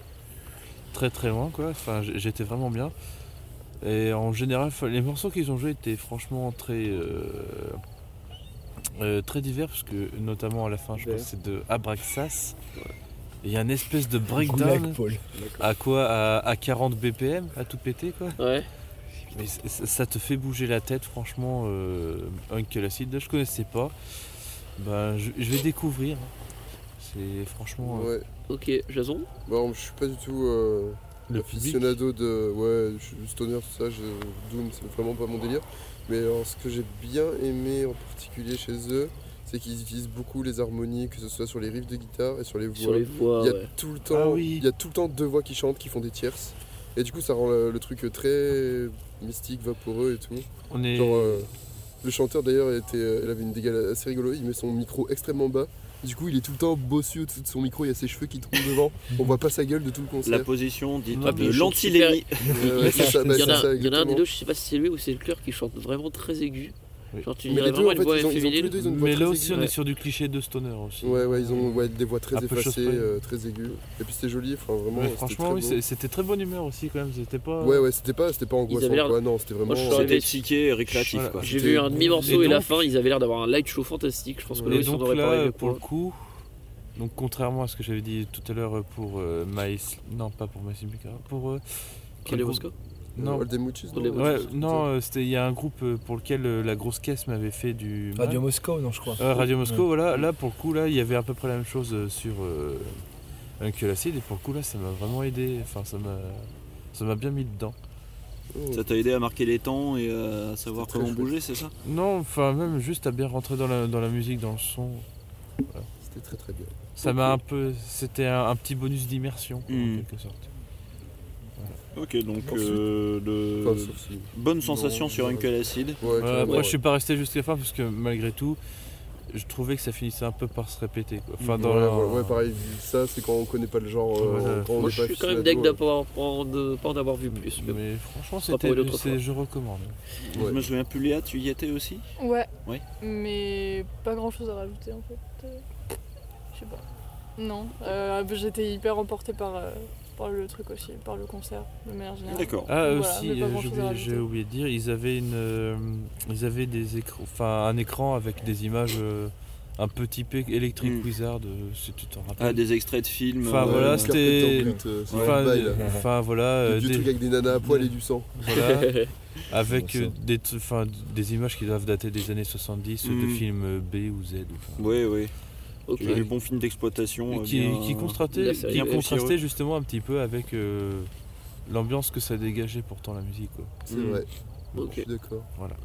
S7: très très loin quoi. Enfin, j- j'étais vraiment bien. Et en général, enfin, les morceaux qu'ils ont joués étaient franchement très euh, euh, très divers parce que notamment à la fin, je pense que c'est de Abraxas. Il y a une espèce de breakdown.
S3: Goulag, Paul.
S7: À quoi à, à quarante B P M, à tout péter quoi.
S4: Ouais.
S7: Mais c- c- ça te fait bouger la tête, franchement. Euh, Uncle Acid, je connaissais pas. Ben, je, je vais découvrir. C'est franchement euh,
S6: Ouais.
S4: Ok, Jason.
S6: Bon, je suis pas du tout euh,
S7: le public.
S6: aficionado de. Ouais, je suis stoner, tout ça, je- Doom, c'est vraiment pas mon délire. Mais alors, ce que j'ai bien aimé en particulier chez eux, c'est qu'ils utilisent beaucoup les harmonies, que ce soit sur les riffs de guitare et sur les voix.
S4: Sur les voix,
S6: Il y a
S4: ouais.
S6: tout le temps,
S7: Ah oui.
S6: il y a tout le temps deux voix qui chantent, qui font des tierces. Et du coup, ça rend le, le truc très mystique, vaporeux et tout.
S7: On est.
S6: Genre, euh, le chanteur d'ailleurs, était, euh, elle avait une dégâts assez rigolo. Il met son micro extrêmement bas. Du coup, il est tout le temps bossu au-dessus de son micro. Il y a ses cheveux qui tombent devant. On voit pas sa gueule de tout le
S2: La
S6: concert.
S2: position dite
S7: Ah,
S2: de
S7: puis il
S4: chante
S2: l'antilémie.
S6: Euh, ouais, c'est ça, bah,
S4: Il y en
S6: c'est
S4: a,
S6: ça,
S4: il y en a un des
S6: exactement.
S4: deux, je sais pas si c'est lui ou c'est le cœur qui chante vraiment très aigu.
S7: Oui.
S4: Genre tu
S6: Mais
S4: dirais
S6: les deux,
S4: vraiment
S6: en
S4: une
S6: fait,
S4: voix
S6: ils ont, ils ont tous les
S4: féminine.
S6: deux, ils ont une voix
S7: Mais là
S6: très
S7: aussi, on
S6: aiguë.
S7: est sur du cliché de stoner aussi.
S6: Ouais, ouais, ils ont ouais, des voix très
S7: Un peu
S6: effacées,
S7: chausse-paille.
S6: euh, très aiguës. Et puis c'était joli, enfin vraiment.
S7: Mais
S6: c'était
S7: franchement,
S6: très
S7: oui,
S6: beau.
S7: c'est- c'était très bonne humeur aussi quand même. C'était pas.
S6: Ouais, ouais, c'était pas, c'était pas
S4: avaient
S6: angoissant.
S4: l'air-
S6: Quoi. Non, c'était vraiment.
S4: Moi, je suis
S2: C'était
S4: arrivé-
S2: psyché et récréatif.
S7: Voilà.
S2: Quoi.
S4: J'ai
S6: C'était-
S4: vu un demi-morceau
S7: Et
S4: et, la
S7: donc-
S4: fin, ils avaient l'air d'avoir un light show fantastique. Je pense que
S7: Et
S4: Loïs, on
S7: donc
S4: aurait parlé
S7: là,
S4: de
S7: pour le
S4: quoi.
S7: coup, donc contrairement à ce que j'avais dit tout à l'heure pour euh, Maïs, non pas pour Maïs Mika, pour euh, quel
S4: Radio
S7: groupe
S4: Moscow.
S7: Non,
S6: All Them Witches,
S4: All Them
S6: non
S7: ouais,
S6: c'est-
S7: non, euh, c'était il y a un groupe euh, pour lequel euh, la grosse caisse m'avait fait du mal.
S3: Radio Moscow, non, je crois.
S7: Euh, Radio Moscow,
S3: Ouais.
S7: voilà. Là, pour le coup, là, il y avait à peu près la même chose euh, sur euh, Uncle Acid, et pour le coup, là, ça m'a vraiment aidé. Enfin, ça m'a, ça m'a bien mis dedans.
S2: Ça t'a aidé à marquer les temps et à savoir comment bouger, c'est ça?
S7: Non, enfin même juste à bien rentrer dans la, dans la musique, dans le son. Voilà.
S6: C'était très très bien.
S7: Ça m'a un peu... C'était un, un petit bonus d'immersion,
S2: Mmh.
S7: en quelque sorte.
S2: Ok, donc euh, de...
S6: Enfin, sauf si-
S2: bonne sensation
S6: Non,
S2: sur
S6: non,
S2: Uncle Acid.
S6: Ouais,
S7: Ouais,
S6: carrément,
S7: après,
S6: ouais.
S7: je suis pas resté jusqu'à la fin parce que malgré tout, je trouvais que ça finissait un peu par se répéter. Quoi. Enfin, dans
S6: Ouais,
S7: la-
S6: ouais, ouais, pareil, ça c'est quand on connaît pas le genre, euh,
S7: Voilà.
S6: quand on
S4: Moi
S6: n'est
S4: je
S6: pas
S4: suis quand même
S6: aficionado,
S4: deg d'avoir- de pas en avoir vu plus. Mais bon.
S7: Mais franchement,
S4: Ce sera pour
S7: c'était,
S4: une autre
S7: c'est-
S4: fois.
S7: je recommande.
S6: Ouais.
S2: Je me souviens plus, Léa, tu y étais aussi?
S5: Ouais.
S2: Ouais.
S5: Mais pas grand chose à rajouter en fait. Euh, Je sais pas. Non. Euh, J'étais hyper emportée par, euh, par le truc aussi, par le concert de manière générale.
S2: D'accord.
S7: Ah
S5: Voilà,
S7: aussi,
S5: mais pas
S7: euh,
S5: grand-chose
S7: j'ai,
S5: à
S7: oublié,
S5: rajouter.
S7: j'ai oublié de dire, ils avaient une, euh, ils avaient des écrans, enfin un écran avec des images euh, un peu typées Electric
S2: Mm.
S7: Wizard, euh, si tu t'en rappelles.
S2: Ah, des extraits de films.
S7: Enfin,
S2: euh,
S7: voilà,
S6: une
S7: c'était-
S6: carpet template, euh, c'est
S7: Enfin,
S6: une bail, là.
S7: euh, enfin, voilà,
S6: Le
S7: euh,
S6: vieux
S7: des,
S6: truc avec des nanas à poil et du sang.
S7: voilà, avec
S3: Bon,
S7: euh,
S3: ça.
S7: des, t- enfin, des images qui doivent dater des années soixante-dix,
S2: Mm.
S7: de films euh, B ou Z. Enfin,
S2: Oui, oui.
S4: Ok.
S2: Du bon film d'exploitation.
S7: Et
S2: euh,
S7: qui,
S2: bien-
S7: qui contrastait,
S4: La série,
S7: qui
S2: bien
S7: contrastait
S2: conçu,
S7: justement un petit peu avec euh, l'ambiance que ça dégageait pourtant la musique. Quoi.
S6: C'est
S2: Mm.
S6: vrai.
S4: Ok.
S6: Je suis d'accord.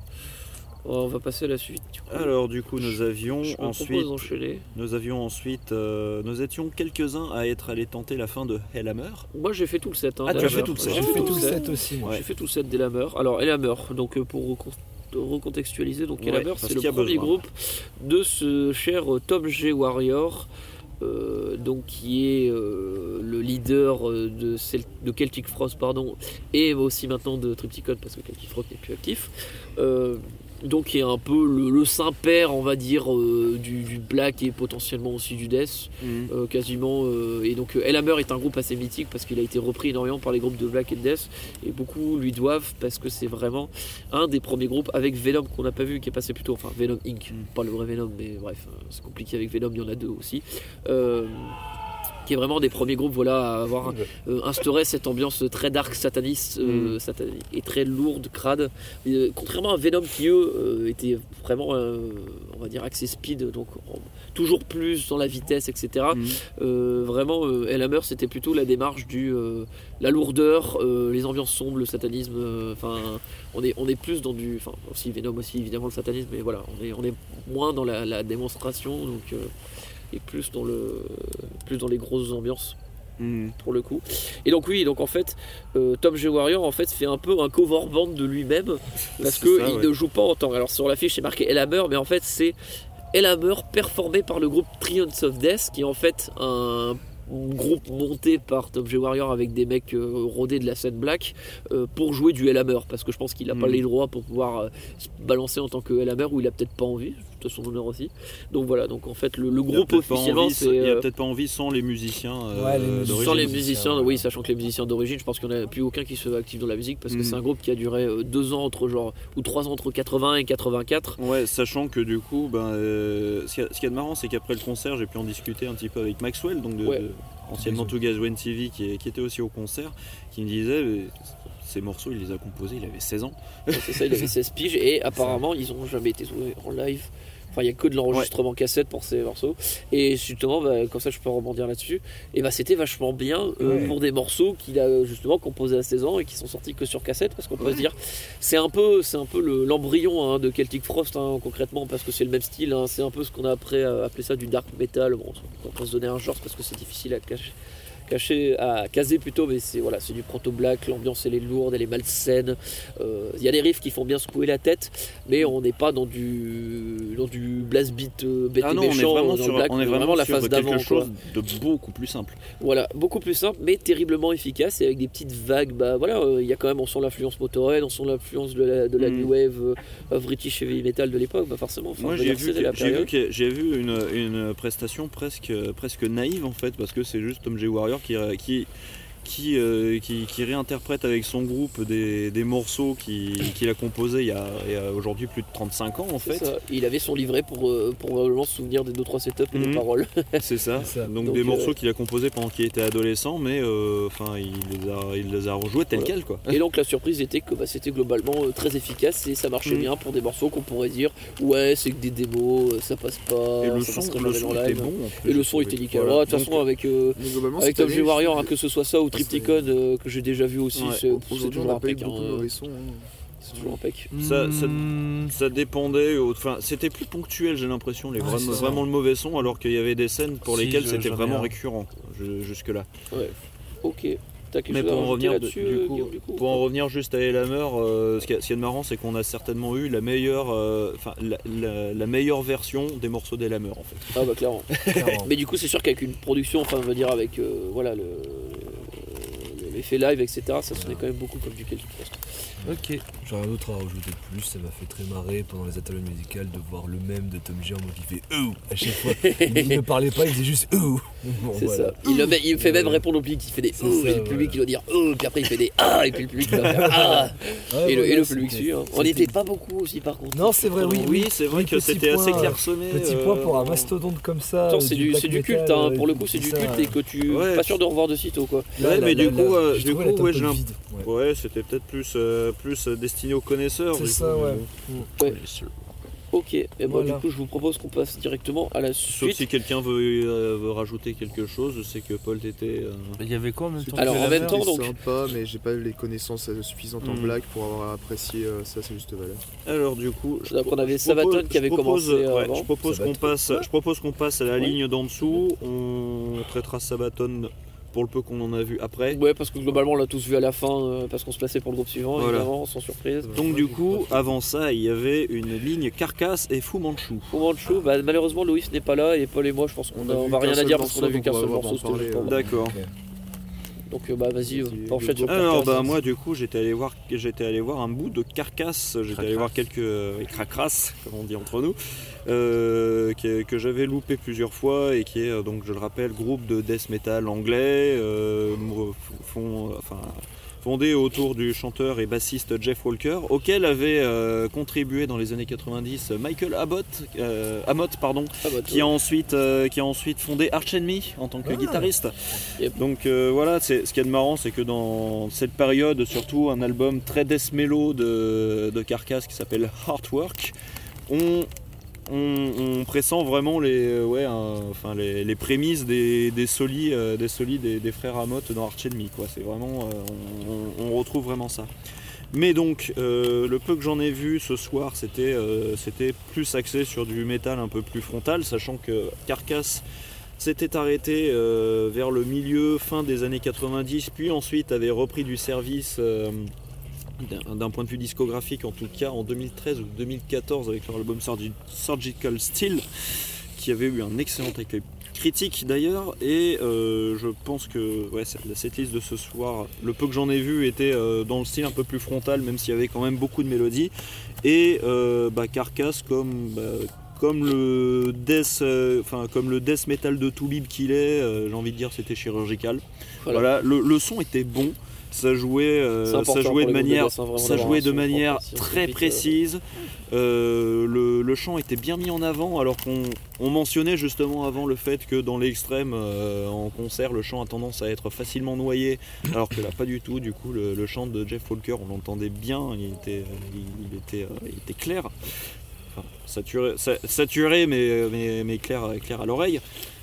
S4: On va passer à la suite. Du coup.
S2: Alors du coup nous avions
S4: je me
S2: ensuite,
S4: propose d'enchaîner.
S2: nous avions ensuite, euh, nous étions quelques-uns à être allés tenter la fin de Hellhammer.
S4: Moi j'ai fait tout le set. Hein,
S2: Ah, tu as
S4: d'Elhammer.
S2: fait tout le set.
S4: J'ai
S3: J'ai fait tout le
S4: set.
S3: set aussi, moi.
S2: Ouais.
S4: J'ai fait tout le set d'Elhammer. Alors Elhammer, donc euh, pour recon- recontextualiser, donc
S2: Ouais,
S4: Elhammer
S2: parce
S4: c'est
S2: qu'il
S4: le
S2: y a
S4: premier
S2: besoin.
S4: groupe de ce cher euh, Tom G. Warrior, euh, donc qui est euh, le leader euh, de, Cel- de Celtic Frost, pardon, et aussi maintenant de Triptykon parce que Celtic Frost n'est plus actif. Euh, donc qui est un peu le, le saint-père, on va dire, euh, du, du black et potentiellement aussi du death. Euh, quasiment euh, et donc euh, Hellhammer est un groupe assez mythique parce qu'il a été repris énormément par les groupes de Black and Death et beaucoup lui doivent parce que c'est vraiment un des premiers groupes avec Venom qu'on n'a pas vu qui est passé plus tôt, enfin Venom incorporé,
S2: Mm.
S4: pas le vrai Venom mais bref euh, c'est compliqué avec Venom, il y en a deux aussi. Euh, qui est vraiment des premiers groupes voilà, à avoir euh, instauré cette ambiance très dark sataniste euh,
S2: Mm.
S4: satanique et très lourde, crade. Euh, contrairement à Venom qui eux euh, était vraiment euh, on va dire axé speed, donc en- toujours plus dans la vitesse, et cetera.
S2: Mhm.
S4: Euh, vraiment, euh, Hellhammer c'était plutôt la démarche du euh, la lourdeur, euh, les ambiances sombres, le satanisme. Enfin, on est on est plus dans du, enfin aussi Venom aussi évidemment le satanisme, mais voilà, on est on est moins dans la, la démonstration, donc euh, et plus dans le plus dans les grosses ambiances.
S2: Mhm.
S4: Pour le coup. Et donc oui, donc en fait, euh, Tom G. Warrior en fait fait un peu un cover band de lui-même parce
S2: C'est
S4: que
S2: ça,
S4: il
S2: ouais.
S4: ne joue pas en tant. Alors sur l'affiche c'est marqué Hellhammer, mais en fait c'est Hellhammer performé par le groupe Triumphs of Death, qui est en fait un groupe monté par Tom G. Warrior avec des mecs euh, rodés de la scène black euh, pour jouer du Hellhammer, parce que je pense qu'il n'a pas
S2: Mhm.
S4: les droits pour pouvoir euh, se balancer en tant que Hellhammer, ou il a peut-être pas envie, de son honneur aussi. Donc voilà, donc en fait le, le
S2: Il a
S4: groupe
S2: peut-être pas
S4: officiellement
S2: envie-
S4: c'est
S2: Il a
S4: euh,
S2: peut-être pas envie sans les musiciens. euh,
S3: Ouais, les musiciens.
S2: d'origine.
S4: sans les
S3: musiciens,
S4: musiciens,
S3: ouais.
S4: oui, sachant que les musiciens d'origine, je pense qu'il n'y en a plus aucun qui se actif dans la musique, parce que
S2: Mhm.
S4: c'est un groupe qui a duré euh, deux ans entre genre, ou trois ans entre quatre-vingts et quatre-vingt-quatre.
S2: Ouais, sachant que du coup, ben, euh, ce qu'il y a- ce qu'il y a de marrant, c'est qu'après le concert, j'ai pu en discuter un petit peu avec Maxwell, donc de,
S4: Ouais.
S2: de- anciennement Two Guys One T V, qui, est- qui était aussi au concert, qui me disait, mais ces morceaux, il les a composés, il avait seize ans.
S4: C'est ça, il avait seize piges, et apparemment ils n'ont jamais été joués en live. Enfin, il n'y a que de l'enregistrement cassette pour ces morceaux. Et justement, bah, comme ça je peux rebondir là-dessus, et bah, c'était vachement bien euh,
S3: Ouais.
S4: pour des morceaux qu'il a justement composés à seize ans et qui sont sortis que sur cassette, parce qu'on peut se dire, c'est un peu, c'est un peu le- l'embryon hein, de Celtic Frost hein, concrètement, parce que c'est le même style, hein, c'est un peu ce qu'on a après euh, appelé ça du dark metal. Bon, on peut se donner un genre parce que c'est difficile à cacher. caché à caser plutôt, mais c'est voilà, c'est du proto black, l'ambiance elle est lourde, elle est malsaine. Euh, Il y a des riffs qui font bien secouer la tête, mais on n'est pas dans du dans du blast beat euh, bête
S2: Ah
S4: et
S2: non, on est
S4: méchant
S2: vraiment
S4: dans
S2: sur,
S4: le black,
S2: on est
S4: mais
S2: vraiment
S4: la
S2: sur
S4: phase
S2: quelque
S4: d'avant.
S2: chose
S4: quoi.
S2: de beaucoup plus simple.
S4: Voilà, beaucoup plus simple, mais terriblement efficace et avec des petites vagues. Bah voilà, euh, il y a quand même, on sent l'influence Motorhead, on sent l'influence de la, de la
S2: Mm.
S4: new wave euh, of British heavy metal de l'époque. Bah forcément, enfin,
S2: Moi,
S4: je veux
S2: j'ai
S4: dire,
S2: vu,
S4: c'est la
S2: que- j'ai vu,
S4: période.
S2: que- j'ai vu une, une prestation presque, presque naïve en fait, parce que c'est juste Tom G. Warrior qui, qui, qui, euh, qui, qui réinterprète avec son groupe des, des morceaux qu'il qu'il a composés il y a, il y a aujourd'hui plus de trente-cinq ans en
S4: C'est
S2: fait.
S4: ça. Et il avait son livret pour euh, pour probablement se souvenir des deux trois setups et des
S2: Mhm.
S4: paroles.
S2: C'est ça.
S3: C'est ça.
S2: Donc,
S4: Donc,
S2: des
S4: euh,
S2: morceaux qu'il a composés pendant qu'il était adolescent, mais euh, enfin il, les a, il les a rejoués tels
S4: Voilà.
S2: quels quoi.
S4: Et donc la surprise était que bah, c'était globalement euh, très efficace et ça marchait
S2: Mm.
S4: bien pour des morceaux qu'on pourrait dire ouais c'est que des démos, euh, ça passe pas,
S2: Et le
S4: ça
S2: son,
S4: passerait
S2: le
S4: jamais
S2: son
S4: en
S2: était
S4: live.
S2: bon en plus.
S4: Et le
S2: je
S4: son était
S2: trouvais.
S4: nickel.
S2: Voilà.
S4: Ouais, de toute
S2: Donc,
S4: façon avec, euh,
S9: Mais globalement,
S4: avec
S9: cette
S4: Tom G.
S9: année,
S4: Warrior,
S9: je-
S4: hein, que ce soit ça ou ou Triptychon euh, que j'ai déjà vu aussi,
S2: Ouais.
S4: c'est, c'est
S9: Aujourd'hui, on
S4: toujours
S9: n'a
S4: un
S9: pas eu
S4: pec.
S9: beaucoup de
S4: Hein,
S9: mauvais sons. hein.
S4: c'est toujours un pec.
S2: Ça, ça,
S7: Hmm.
S2: ça dépendait, au- enfin c'était plus ponctuel j'ai l'impression, les
S3: Ouais,
S2: vrais-
S3: c'est ça.
S2: vraiment le mauvais son, alors qu'il y avait des scènes pour
S7: Si,
S2: lesquelles
S7: je-
S2: c'était
S7: j'en ai
S2: vraiment
S7: un.
S2: récurrent je- jusque-là.
S4: Ok. T'as quelque
S2: Mais
S4: chose
S2: pour
S4: à
S2: en
S4: rajouter
S2: revenir de-
S4: là-dessus,
S2: du
S4: euh,
S2: coup,
S4: Guillaume, du coup,
S2: Pour en revenir juste à Elhammer, euh, ce qui est ce qui est marrant, c'est qu'on a certainement eu la meilleure, euh, enfin la, la- la meilleure version des morceaux d'Elhammer en fait.
S4: Ah bah clairement.
S3: Clairement.
S4: Mais du coup, c'est sûr qu'avec une production, enfin, on va dire avec euh, voilà le l'effet live, et cetera, ça sonnait quand même beaucoup comme du Celtic Frost.
S7: Ok.
S3: J'ai rien d'autre à rajouter de plus, ça m'a fait très marrer pendant les ateliers musicaux de voir le même de Tom G en mode qui fait ouh à chaque fois. Il ne parlait pas, il disait juste ouh. Bon,
S4: C'est
S3: voilà.
S4: ça. Il, le met- il fait même
S3: Ouais.
S4: répondre au public, il fait des
S3: C'est
S4: oh,
S3: ça,
S4: et le public
S3: voilà.
S4: il doit dire oh, puis après il fait des ah, et puis le public il va faire ah.
S3: Ouais,
S4: Et le, et
S3: voilà,
S4: le public
S3: c'était-
S4: suit. hein. On
S3: c'était-
S4: n'était pas beaucoup aussi par contre.
S3: Non, c'est vrai, oui.
S2: Oui, c'est vrai que
S3: petit
S2: c'était assez
S3: point,
S2: clairsemé.
S3: Petit
S2: euh,
S3: point pour un mastodonte comme ça.
S4: Attends,
S3: euh,
S4: c'est du,
S3: black
S4: c'est du
S3: metal,
S4: culte, hein.
S3: euh,
S4: pour le coup c'est du
S3: ça.
S4: culte et que tu
S2: Ouais.
S4: pas sûr de revoir de sitôt quoi.
S3: Là,
S2: Ouais,
S3: là,
S2: mais
S3: là,
S2: du
S3: là,
S2: coup, euh,
S3: j'ai
S2: du
S3: trouvé
S2: coup,
S3: la top
S2: ouais, j'ai
S3: un peu
S2: l'imp-
S3: vide. Ouais.
S2: Ouais, c'était peut-être plus, euh, plus destiné aux connaisseurs.
S3: C'est
S2: du
S3: ça,
S2: coup,
S3: ouais.
S2: mais bon.
S4: Ouais. Ok, et bon
S3: Voilà.
S4: du coup je vous propose qu'on passe directement à la
S2: Sauf
S4: suite.
S2: si quelqu'un veut, euh, veut rajouter quelque chose, je sais que Paul t'était. euh,
S7: Il y avait quoi en même temps
S4: Alors,
S7: que
S4: en
S7: la
S4: même
S7: mer
S4: temps,
S9: C'est
S4: donc-
S9: sympa, mais j'ai pas les connaissances euh, suffisantes en
S2: Hmm.
S9: blague pour avoir apprécié euh, ça à sa juste valeur.
S2: Alors du coup,
S4: Donc, on avait
S2: je
S4: Sabaton
S2: propose-
S4: qui avait
S2: je propose-
S4: commencé, euh,
S2: ouais,
S4: avant.
S2: je propose qu'on
S3: Sabaton.
S2: passe, je propose qu'on passe à la
S4: Ouais.
S2: ligne d'en dessous. On traitera Sabaton pour le peu qu'on en a vu après.
S4: Ouais, parce que globalement on l'a tous vu à la fin euh, parce qu'on se plaçait pour le groupe suivant,
S2: Voilà.
S4: évidemment, sans surprise.
S2: Donc du coup, avant ça, il y avait une ligne Carcass et Fu Manchu.
S4: Fu Manchu, bah, malheureusement Loïs n'est pas là et Paul et moi je pense qu'on
S9: On
S4: a-
S9: a
S4: on
S9: vu
S4: va
S9: qu'un
S4: rien à
S9: seul
S4: dire parce qu'on a
S9: morceau,
S4: vu qu'un
S9: donc on
S4: seul
S9: va
S4: morceau,
S9: en
S4: c'était
S9: parler,
S4: juste pour
S9: euh,
S4: moi.
S2: D'accord.
S4: Donc euh, bah vas-y, euh,
S9: Vas-y,
S4: enchaîne sur
S2: Alors
S4: Carcass.
S2: bah moi du coup j'étais allé voir j'étais allé voir un bout de Carcass, j'étais allé voir quelques euh, cracras comme on dit entre nous, euh, qui est- que j'avais loupé plusieurs fois et qui est euh, donc je le rappelle groupe de death metal anglais, euh, mo- fond- enfin, fondé autour du chanteur et bassiste Jeff Walker, auquel avait euh, contribué dans les années quatre-vingt-dix Michael Abbott, euh, Amott pardon,
S4: Ah, bah,
S2: qui a ensuite euh, qui a ensuite fondé Arch Enemy en tant que
S3: Ah.
S2: guitariste.
S4: Yep.
S2: Donc euh, voilà, c'est ce qu'il y a de marrant, c'est que dans cette période, surtout un album très death mellow de, de Carcass qui s'appelle Heartwork, on, on, on pressent vraiment les, euh, ouais, un- enfin les, les prémices des, des solis, euh, des, solis des, des frères Amott dans Arch Enemy, quoi. C'est vraiment, euh, on, on- on retrouve vraiment ça. Mais donc, euh, le peu que j'en ai vu ce soir, c'était euh, c'était plus axé sur du métal un peu plus frontal, sachant que Carcass s'était arrêté euh, vers le milieu, fin des années quatre-vingt-dix, puis ensuite avait repris du service euh, d'un- d'un point de vue discographique, en tout cas en deux mille treize ou deux mille quatorze avec leur album Surgi- Surgical Steel, qui avait eu un excellent accueil critique d'ailleurs, et euh, je pense que ouais, cette, cette liste de ce soir, le peu que j'en ai vu était euh, dans le style un peu plus frontal, même s'il y avait quand même beaucoup de mélodies, et euh, bah, Carcass comme, bah, comme, le death, euh, enfin, comme le death metal de Toubib qu'il est, euh, j'ai envie de dire c'était chirurgical.
S4: Voilà.
S2: Voilà, le, le son était bon, ça jouait, euh,
S4: C'est important
S2: ça jouait
S4: pour
S2: de
S4: les groupes de
S2: manière,
S4: death, hein, vraiment,
S2: ça
S4: d'avoir
S2: jouait
S4: un
S2: de
S4: son
S2: manière
S4: précis,
S2: très
S4: ensuite, euh,
S2: précise. Euh, le, le chant était bien mis en avant, alors qu'on on mentionnait justement avant le fait que dans l'extrême, euh, en concert, le chant a tendance à être facilement noyé, alors que là pas du tout. Du coup, le, le chant de Jeff Walker, on l'entendait bien, il était, il, il était, euh, il était clair, enfin, saturé, sa- saturé mais, mais, mais clair, clair à l'oreille.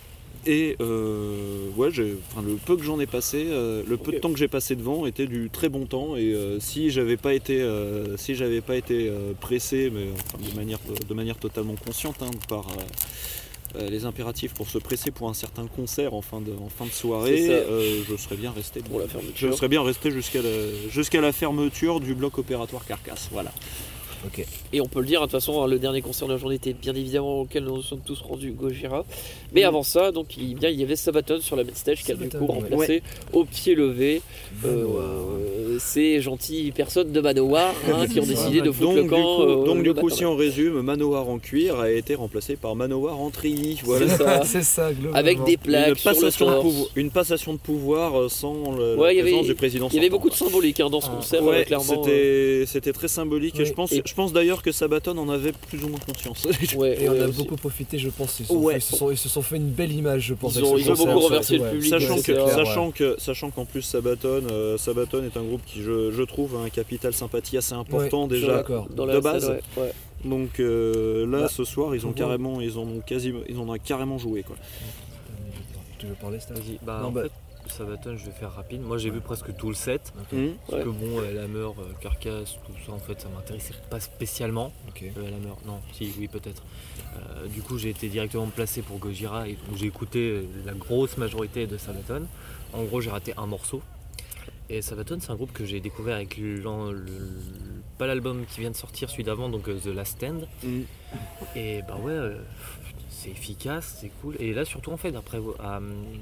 S2: Et euh, ouais, j'ai, enfin, le peu que j'en ai passé, euh, le peu
S4: Ok.
S2: de temps que j'ai passé devant était du très bon temps. Et euh, si j'avais pas été, euh, si j'avais pas été euh, pressé, mais enfin, de manière, de manière totalement consciente, hein, par euh, euh, les impératifs pour se presser pour un certain concert en fin de, en fin de soirée,
S4: C'est ça.
S2: euh, je serais bien resté.
S4: Pour la
S2: Je
S4: fermeture.
S2: serais bien resté jusqu'à la, jusqu'à la fermeture du bloc opératoire Carcass. Voilà.
S3: Ok.
S4: Et on peut le dire, hein, de toute façon, hein, le dernier concert de la journée était bien évidemment auquel nous nous sommes tous rendus, Gojira. Mais avant ça, donc il, bien, il y avait Sabaton sur la main stage qui a du
S3: Sabaton,
S4: coup
S3: ouais.
S4: remplacé au pied levé
S3: Manowar.
S4: euh, ces gentilles personnes de Manowar hein, qui ont décidé de foutre
S2: Donc
S4: le
S2: du
S4: camp.
S2: coup,
S4: euh,
S2: donc,
S4: le
S2: du coup
S4: matin.
S2: si on résume, Manowar en cuir a été remplacé par Manowar en treillis. Voilà.
S4: C'est ça.
S3: C'est ça, globalement.
S4: Avec des
S2: Une
S4: plaques sur le
S2: passation, de
S4: torse.
S2: pouvoir, une passation de pouvoir euh, sans le,
S4: Ouais, il y
S2: la
S4: avait-
S2: présence du président
S4: Il y avait
S2: sortant.
S4: beaucoup de symbolique hein, dans ce
S3: Ah.
S4: concert, euh,
S2: Ouais,
S4: clairement.
S2: c'était, c'était très symbolique et
S3: Oui.
S2: je pense,
S4: Et-
S2: je pense d'ailleurs que Sabaton en avait plus ou moins conscience.
S4: euh, ouais,
S3: Et on
S4: ouais,
S3: a
S4: aussi.
S3: beaucoup profité, je pense. Ils, sont
S2: Ouais.
S3: fait- ils se, sont, ils se sont fait une belle image, je pense.
S4: Ils
S3: avec
S4: ont-
S3: ce
S4: ils ont
S3: concert.
S4: beaucoup remercié le
S3: Ouais.
S4: public,
S2: Sachant
S4: ouais,
S2: que,
S4: c'est clair,
S2: sachant que, sachant qu'en plus Sabaton, euh, Sabaton est un groupe qui, je, je trouve, a un capital sympathie assez important
S3: je suis
S2: déjà
S3: d'accord.
S4: Dans
S2: de
S4: la
S2: base.
S4: salle, ouais, ouais.
S2: Donc euh, là,
S3: Bah,
S2: ce soir, ils ont
S3: faut
S2: carrément, ils en ont quasi, ils en ont carrément joué quoi.
S3: Tu veux parler, Stan
S8: Vas-y, bah
S3: Non,
S8: en
S3: bah,
S8: fait, Sabaton, je vais faire rapide. Moi, j'ai vu presque tout le set.
S2: Mmh,
S8: Parce
S2: ouais.
S8: que bon, euh, Hammer, euh, Carcass, tout ça, en fait, ça m'intéressait pas spécialement.
S3: Ok.
S8: Euh, Hammer, non, si, oui, peut-être. Euh, du coup, j'ai été directement placé pour Gojira et donc j'ai écouté euh, la grosse majorité de Sabaton. En gros, j'ai raté un morceau. Et Sabaton, c'est un groupe que j'ai découvert avec l'an- le, pas l'album qui vient de sortir, celui d'avant, donc euh, The Last Stand.
S2: Mmh.
S8: Et bah ouais, euh, c'est efficace, c'est cool. Et là, surtout, en fait, après, à,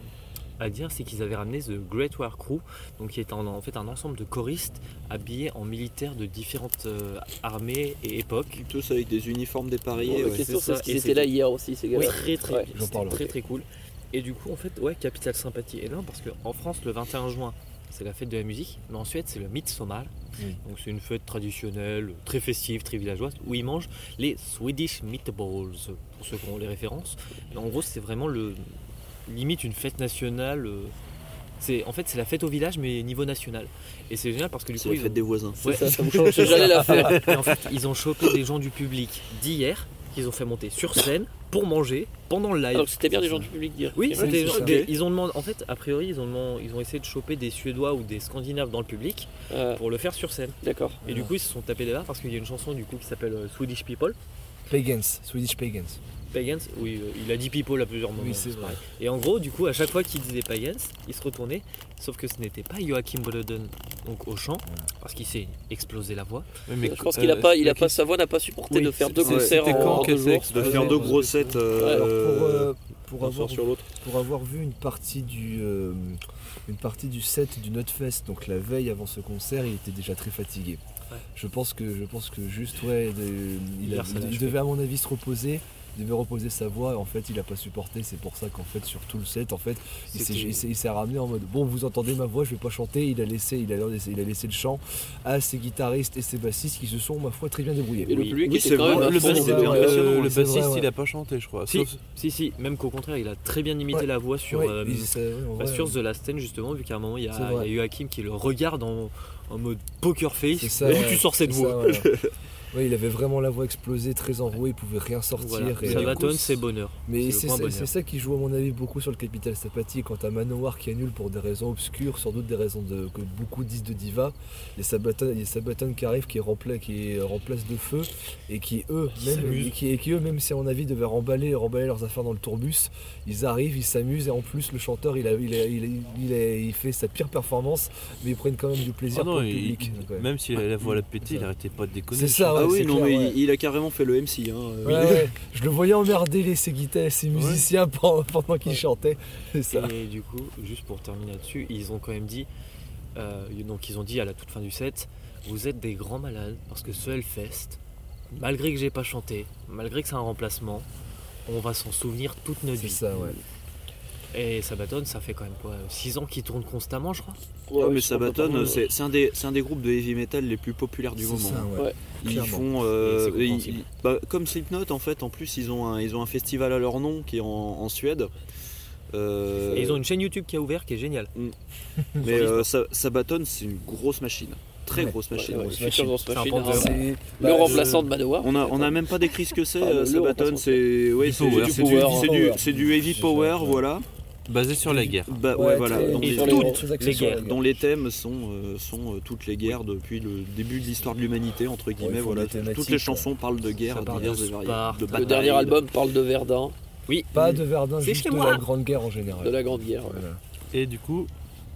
S8: à dire, c'est qu'ils avaient ramené The Great War Crew, donc qui est en, en fait un ensemble de choristes habillés en militaires de différentes euh, armées et époques.
S2: Tous avec des uniformes dépareillés.
S4: La
S2: ouais.
S4: question,
S8: c'est
S4: c'est
S8: ça.
S4: ce qu'ils
S8: Et
S4: étaient
S8: c'est-
S4: là hier aussi, ces gars-là.
S8: Très très,
S4: Ouais.
S3: J'en
S8: c'était
S3: parle,
S8: très
S3: ok.
S8: très cool. Et du coup, en fait, ouais, Capital Sympathie est là parce qu'en France, le vingt et un juin, c'est la fête de la musique, mais en Suède, c'est le Midsommar.
S3: Oui.
S8: Donc c'est une fête traditionnelle, très festive, très villageoise, où ils mangent les Swedish Meatballs, pour ceux qui ont les références. Et en gros, c'est vraiment le limite une fête nationale. euh, C'est, en fait, c'est la fête au village, mais niveau national. Et c'est génial parce que du
S2: C'est
S8: coup,
S2: la
S8: ils
S2: fête
S8: ont-
S2: des voisins.
S8: Ouais,
S4: Ça, ça me change, j'allais la faire.
S8: et en fait, ils ont chopé des gens du public d'hier qu'ils ont fait monter sur scène pour manger pendant le live.
S4: Alors c'était bien des gens du public dire.
S8: Oui,
S4: Ouais,
S8: c'était
S4: c'est
S8: genre-
S4: ça.
S8: des- ils ont demandé, en fait, a priori, ils ont, demandé- ils ont essayé de choper des Suédois ou des Scandinaves dans le public
S4: Euh,
S8: pour le faire sur scène.
S4: D'accord.
S8: Et du coup, ils se sont tapés des barres parce qu'il y a une chanson du coup qui s'appelle euh, Swedish People.
S3: Pagans, Swedish Pagans.
S8: Pagans, oui, euh, il a dit people à plusieurs moments.
S3: Oui, c'est vrai.
S8: pareil. Et en gros, du coup, à chaque fois qu'il disait Pagans, il se retournait, sauf que ce n'était pas Joachim Boleden donc au chant, parce qu'il s'est explosé la voix.
S7: Ouais, mais
S4: Je pense
S7: euh,
S4: qu'il a pas, il
S7: la
S4: a pas, sa voix n'a pas supporté
S8: Oui,
S4: de faire
S8: c'est-
S4: deux
S8: c'est-
S4: concerts
S7: c'était
S4: en,
S7: quand
S4: en
S7: qu'elle
S4: deux
S7: s'est
S4: jours.
S7: explosée
S2: De faire deux gros sets euh,
S3: Alors, pour, euh, pour
S2: un
S3: avoir,
S2: soir sur l'autre.
S3: pour avoir vu une partie du euh, une partie du set du Notfest, donc la veille avant ce concert, il était déjà très fatigué.
S8: Ouais.
S3: Je pense que je pense que juste ouais, de- il,
S8: Hier,
S3: a-
S8: ça
S3: il
S8: l'a achevé.
S3: devait à mon avis se reposer. Il devait reposer sa voix et en fait il a pas supporté, c'est pour ça qu'en fait sur tout le set en fait il s'est,
S8: C'était-
S3: il s'est- il s'est ramené en mode bon vous entendez ma voix, je vais pas chanter, il a laissé il a laissé, il a laissé le chant à ses guitaristes et ses bassistes qui se sont ma foi très bien débrouillés.
S4: Et le
S8: Oui.
S4: public
S2: Oui,
S4: était
S2: c'est
S4: quand
S2: vrai,
S4: même à
S2: le
S4: fond.
S2: bassiste
S3: ouais,
S2: était
S3: ouais,
S2: impressionnant.
S3: ouais,
S7: le
S3: c'est
S7: bassiste,
S3: vrai, ouais.
S7: il a pas chanté, je crois.
S8: Si,
S7: Sauf-
S8: si, si, même qu'au contraire, il a très bien imité
S3: Ouais.
S8: la voix sur,
S3: Ouais,
S8: euh,
S3: il- c'est- ouais, en
S8: bah,
S3: vrai,
S8: sur
S3: ouais.
S8: The Last Stand justement, vu qu'à un moment il y
S3: C'est
S8: a,
S3: vrai.
S8: il y a Joachim qui le regarde en, en mode poker face.
S3: C'est ça,
S8: D'où
S3: ouais,
S8: tu sors cette
S3: c'est
S8: voix
S3: ça, voilà. Ouais, il avait vraiment la voix explosée, très enrouée, il pouvait rien sortir.
S8: Voilà.
S3: et
S8: Ça
S3: du
S8: va
S3: coup,
S8: tonne, c'est bonheur.
S3: Mais
S8: le
S3: c'est
S8: point
S3: ça,
S8: bonheur.
S3: c'est ça qui joue à mon avis beaucoup sur le Capital Sympathie. Quant à Manowar qui annule pour des raisons obscures, sans doute des raisons de, que beaucoup disent de diva, les Sabaton, les Sabaton qui arrivent, qui remplacent, qui remplacent de feu et qui eux, même,
S8: s'amusent.
S3: et qui, et qui eux, même si à mon avis devaient remballer, remballer leurs affaires dans le tourbus, ils arrivent, ils s'amusent et en plus le chanteur il, a, il, a, il, a, il, a- il fait sa pire performance, mais ils prennent quand même du plaisir
S7: Ah non,
S3: pour le
S7: il-
S3: public.
S7: il-
S3: Donc, ouais.
S7: même s'il a la voix à la péter,
S3: C'est
S7: il
S3: ça.
S7: arrêtait pas de déconner.
S3: C'est ça, ouais,
S2: Ah oui,
S3: c'est
S2: non,
S3: clair,
S2: mais
S3: ouais.
S2: il, il a carrément fait le M C. Hein. euh,
S3: Ouais, ouais. Je le voyais emmerder les, ses guitares, ses musiciens pendant, pendant qu'ils chantaient. C'est ça.
S8: Et du coup, juste pour terminer là-dessus, ils ont quand même dit, euh, donc ils ont dit à la toute fin du set, vous êtes des grands malades parce que ce Hellfest, malgré que j'ai pas chanté, malgré que c'est un remplacement, on va s'en souvenir toute notre
S3: C'est
S8: vie.
S3: ça, ouais.
S8: Et Sabaton, ça fait quand même quoi six ans qu'ils tournent constamment, je crois.
S2: Ouais, mais
S4: je crois pas
S2: Sabaton,
S4: mal.
S2: c'est c'est un, des- c'est un des groupes de heavy metal les plus populaires du
S3: C'est
S2: moment.
S3: ça, ouais.
S4: Ouais.
S2: Ils
S3: Clairement.
S2: font, euh,
S8: Et c'est
S2: ils-
S8: compréhensible.
S2: ils- bah, comme Slipknot en fait, en plus ils ont un, ils ont un festival à leur nom qui est en, en Suède. Euh,
S8: Et ils ont une chaîne YouTube qui a ouvert qui est géniale.
S2: mais euh, Sa- Sabaton c'est une grosse machine, très
S3: Ouais.
S2: grosse machine.
S4: Ouais,
S3: grosse
S4: future
S3: machine.
S4: grosse
S8: C'est un
S4: machine,
S8: panthère.
S4: hein.
S3: C'est-
S4: Le
S3: bah,
S4: remplaçant
S3: je-
S4: de Manowar.
S2: On a, on a même pas décrit ce que c'est
S4: Ah, le-
S2: euh,
S4: le
S2: Sabaton,
S4: remplaçant.
S2: c'est ouais,
S7: Du
S2: c'est
S7: power.
S2: c'est
S4: Du
S2: du,
S4: power.
S2: c'est du,
S3: Power.
S2: c'est du heavy
S3: C'est
S2: power,
S3: ça, ouais.
S2: voilà.
S7: Basé sur la guerre.
S2: Bah ouais,
S3: Ouais,
S2: voilà.
S3: très-
S2: Dont,
S8: Et
S2: les,
S4: sur
S8: toutes
S3: très axé
S8: les
S3: sur la
S8: guerres.
S2: dont les thèmes sont, euh, sont euh, toutes les guerres depuis le début de l'histoire de l'humanité entre
S3: ils
S2: guillemets.
S3: font
S2: voilà,
S3: des thématiques,
S2: toutes les
S3: ouais.
S2: chansons parlent de guerres
S8: Ça parle
S2: diverses
S8: de
S2: et variées,
S8: Sparte.
S2: de
S8: Le
S4: Le
S2: batailles.
S4: dernier album parle de Verdun,
S8: Oui.
S3: Pas de Verdun,
S8: C'est
S3: juste
S8: chez
S3: de
S8: moi.
S3: la Grande Guerre en général.
S4: de la Grande Guerre. ouais.
S3: Voilà.
S7: Et du coup,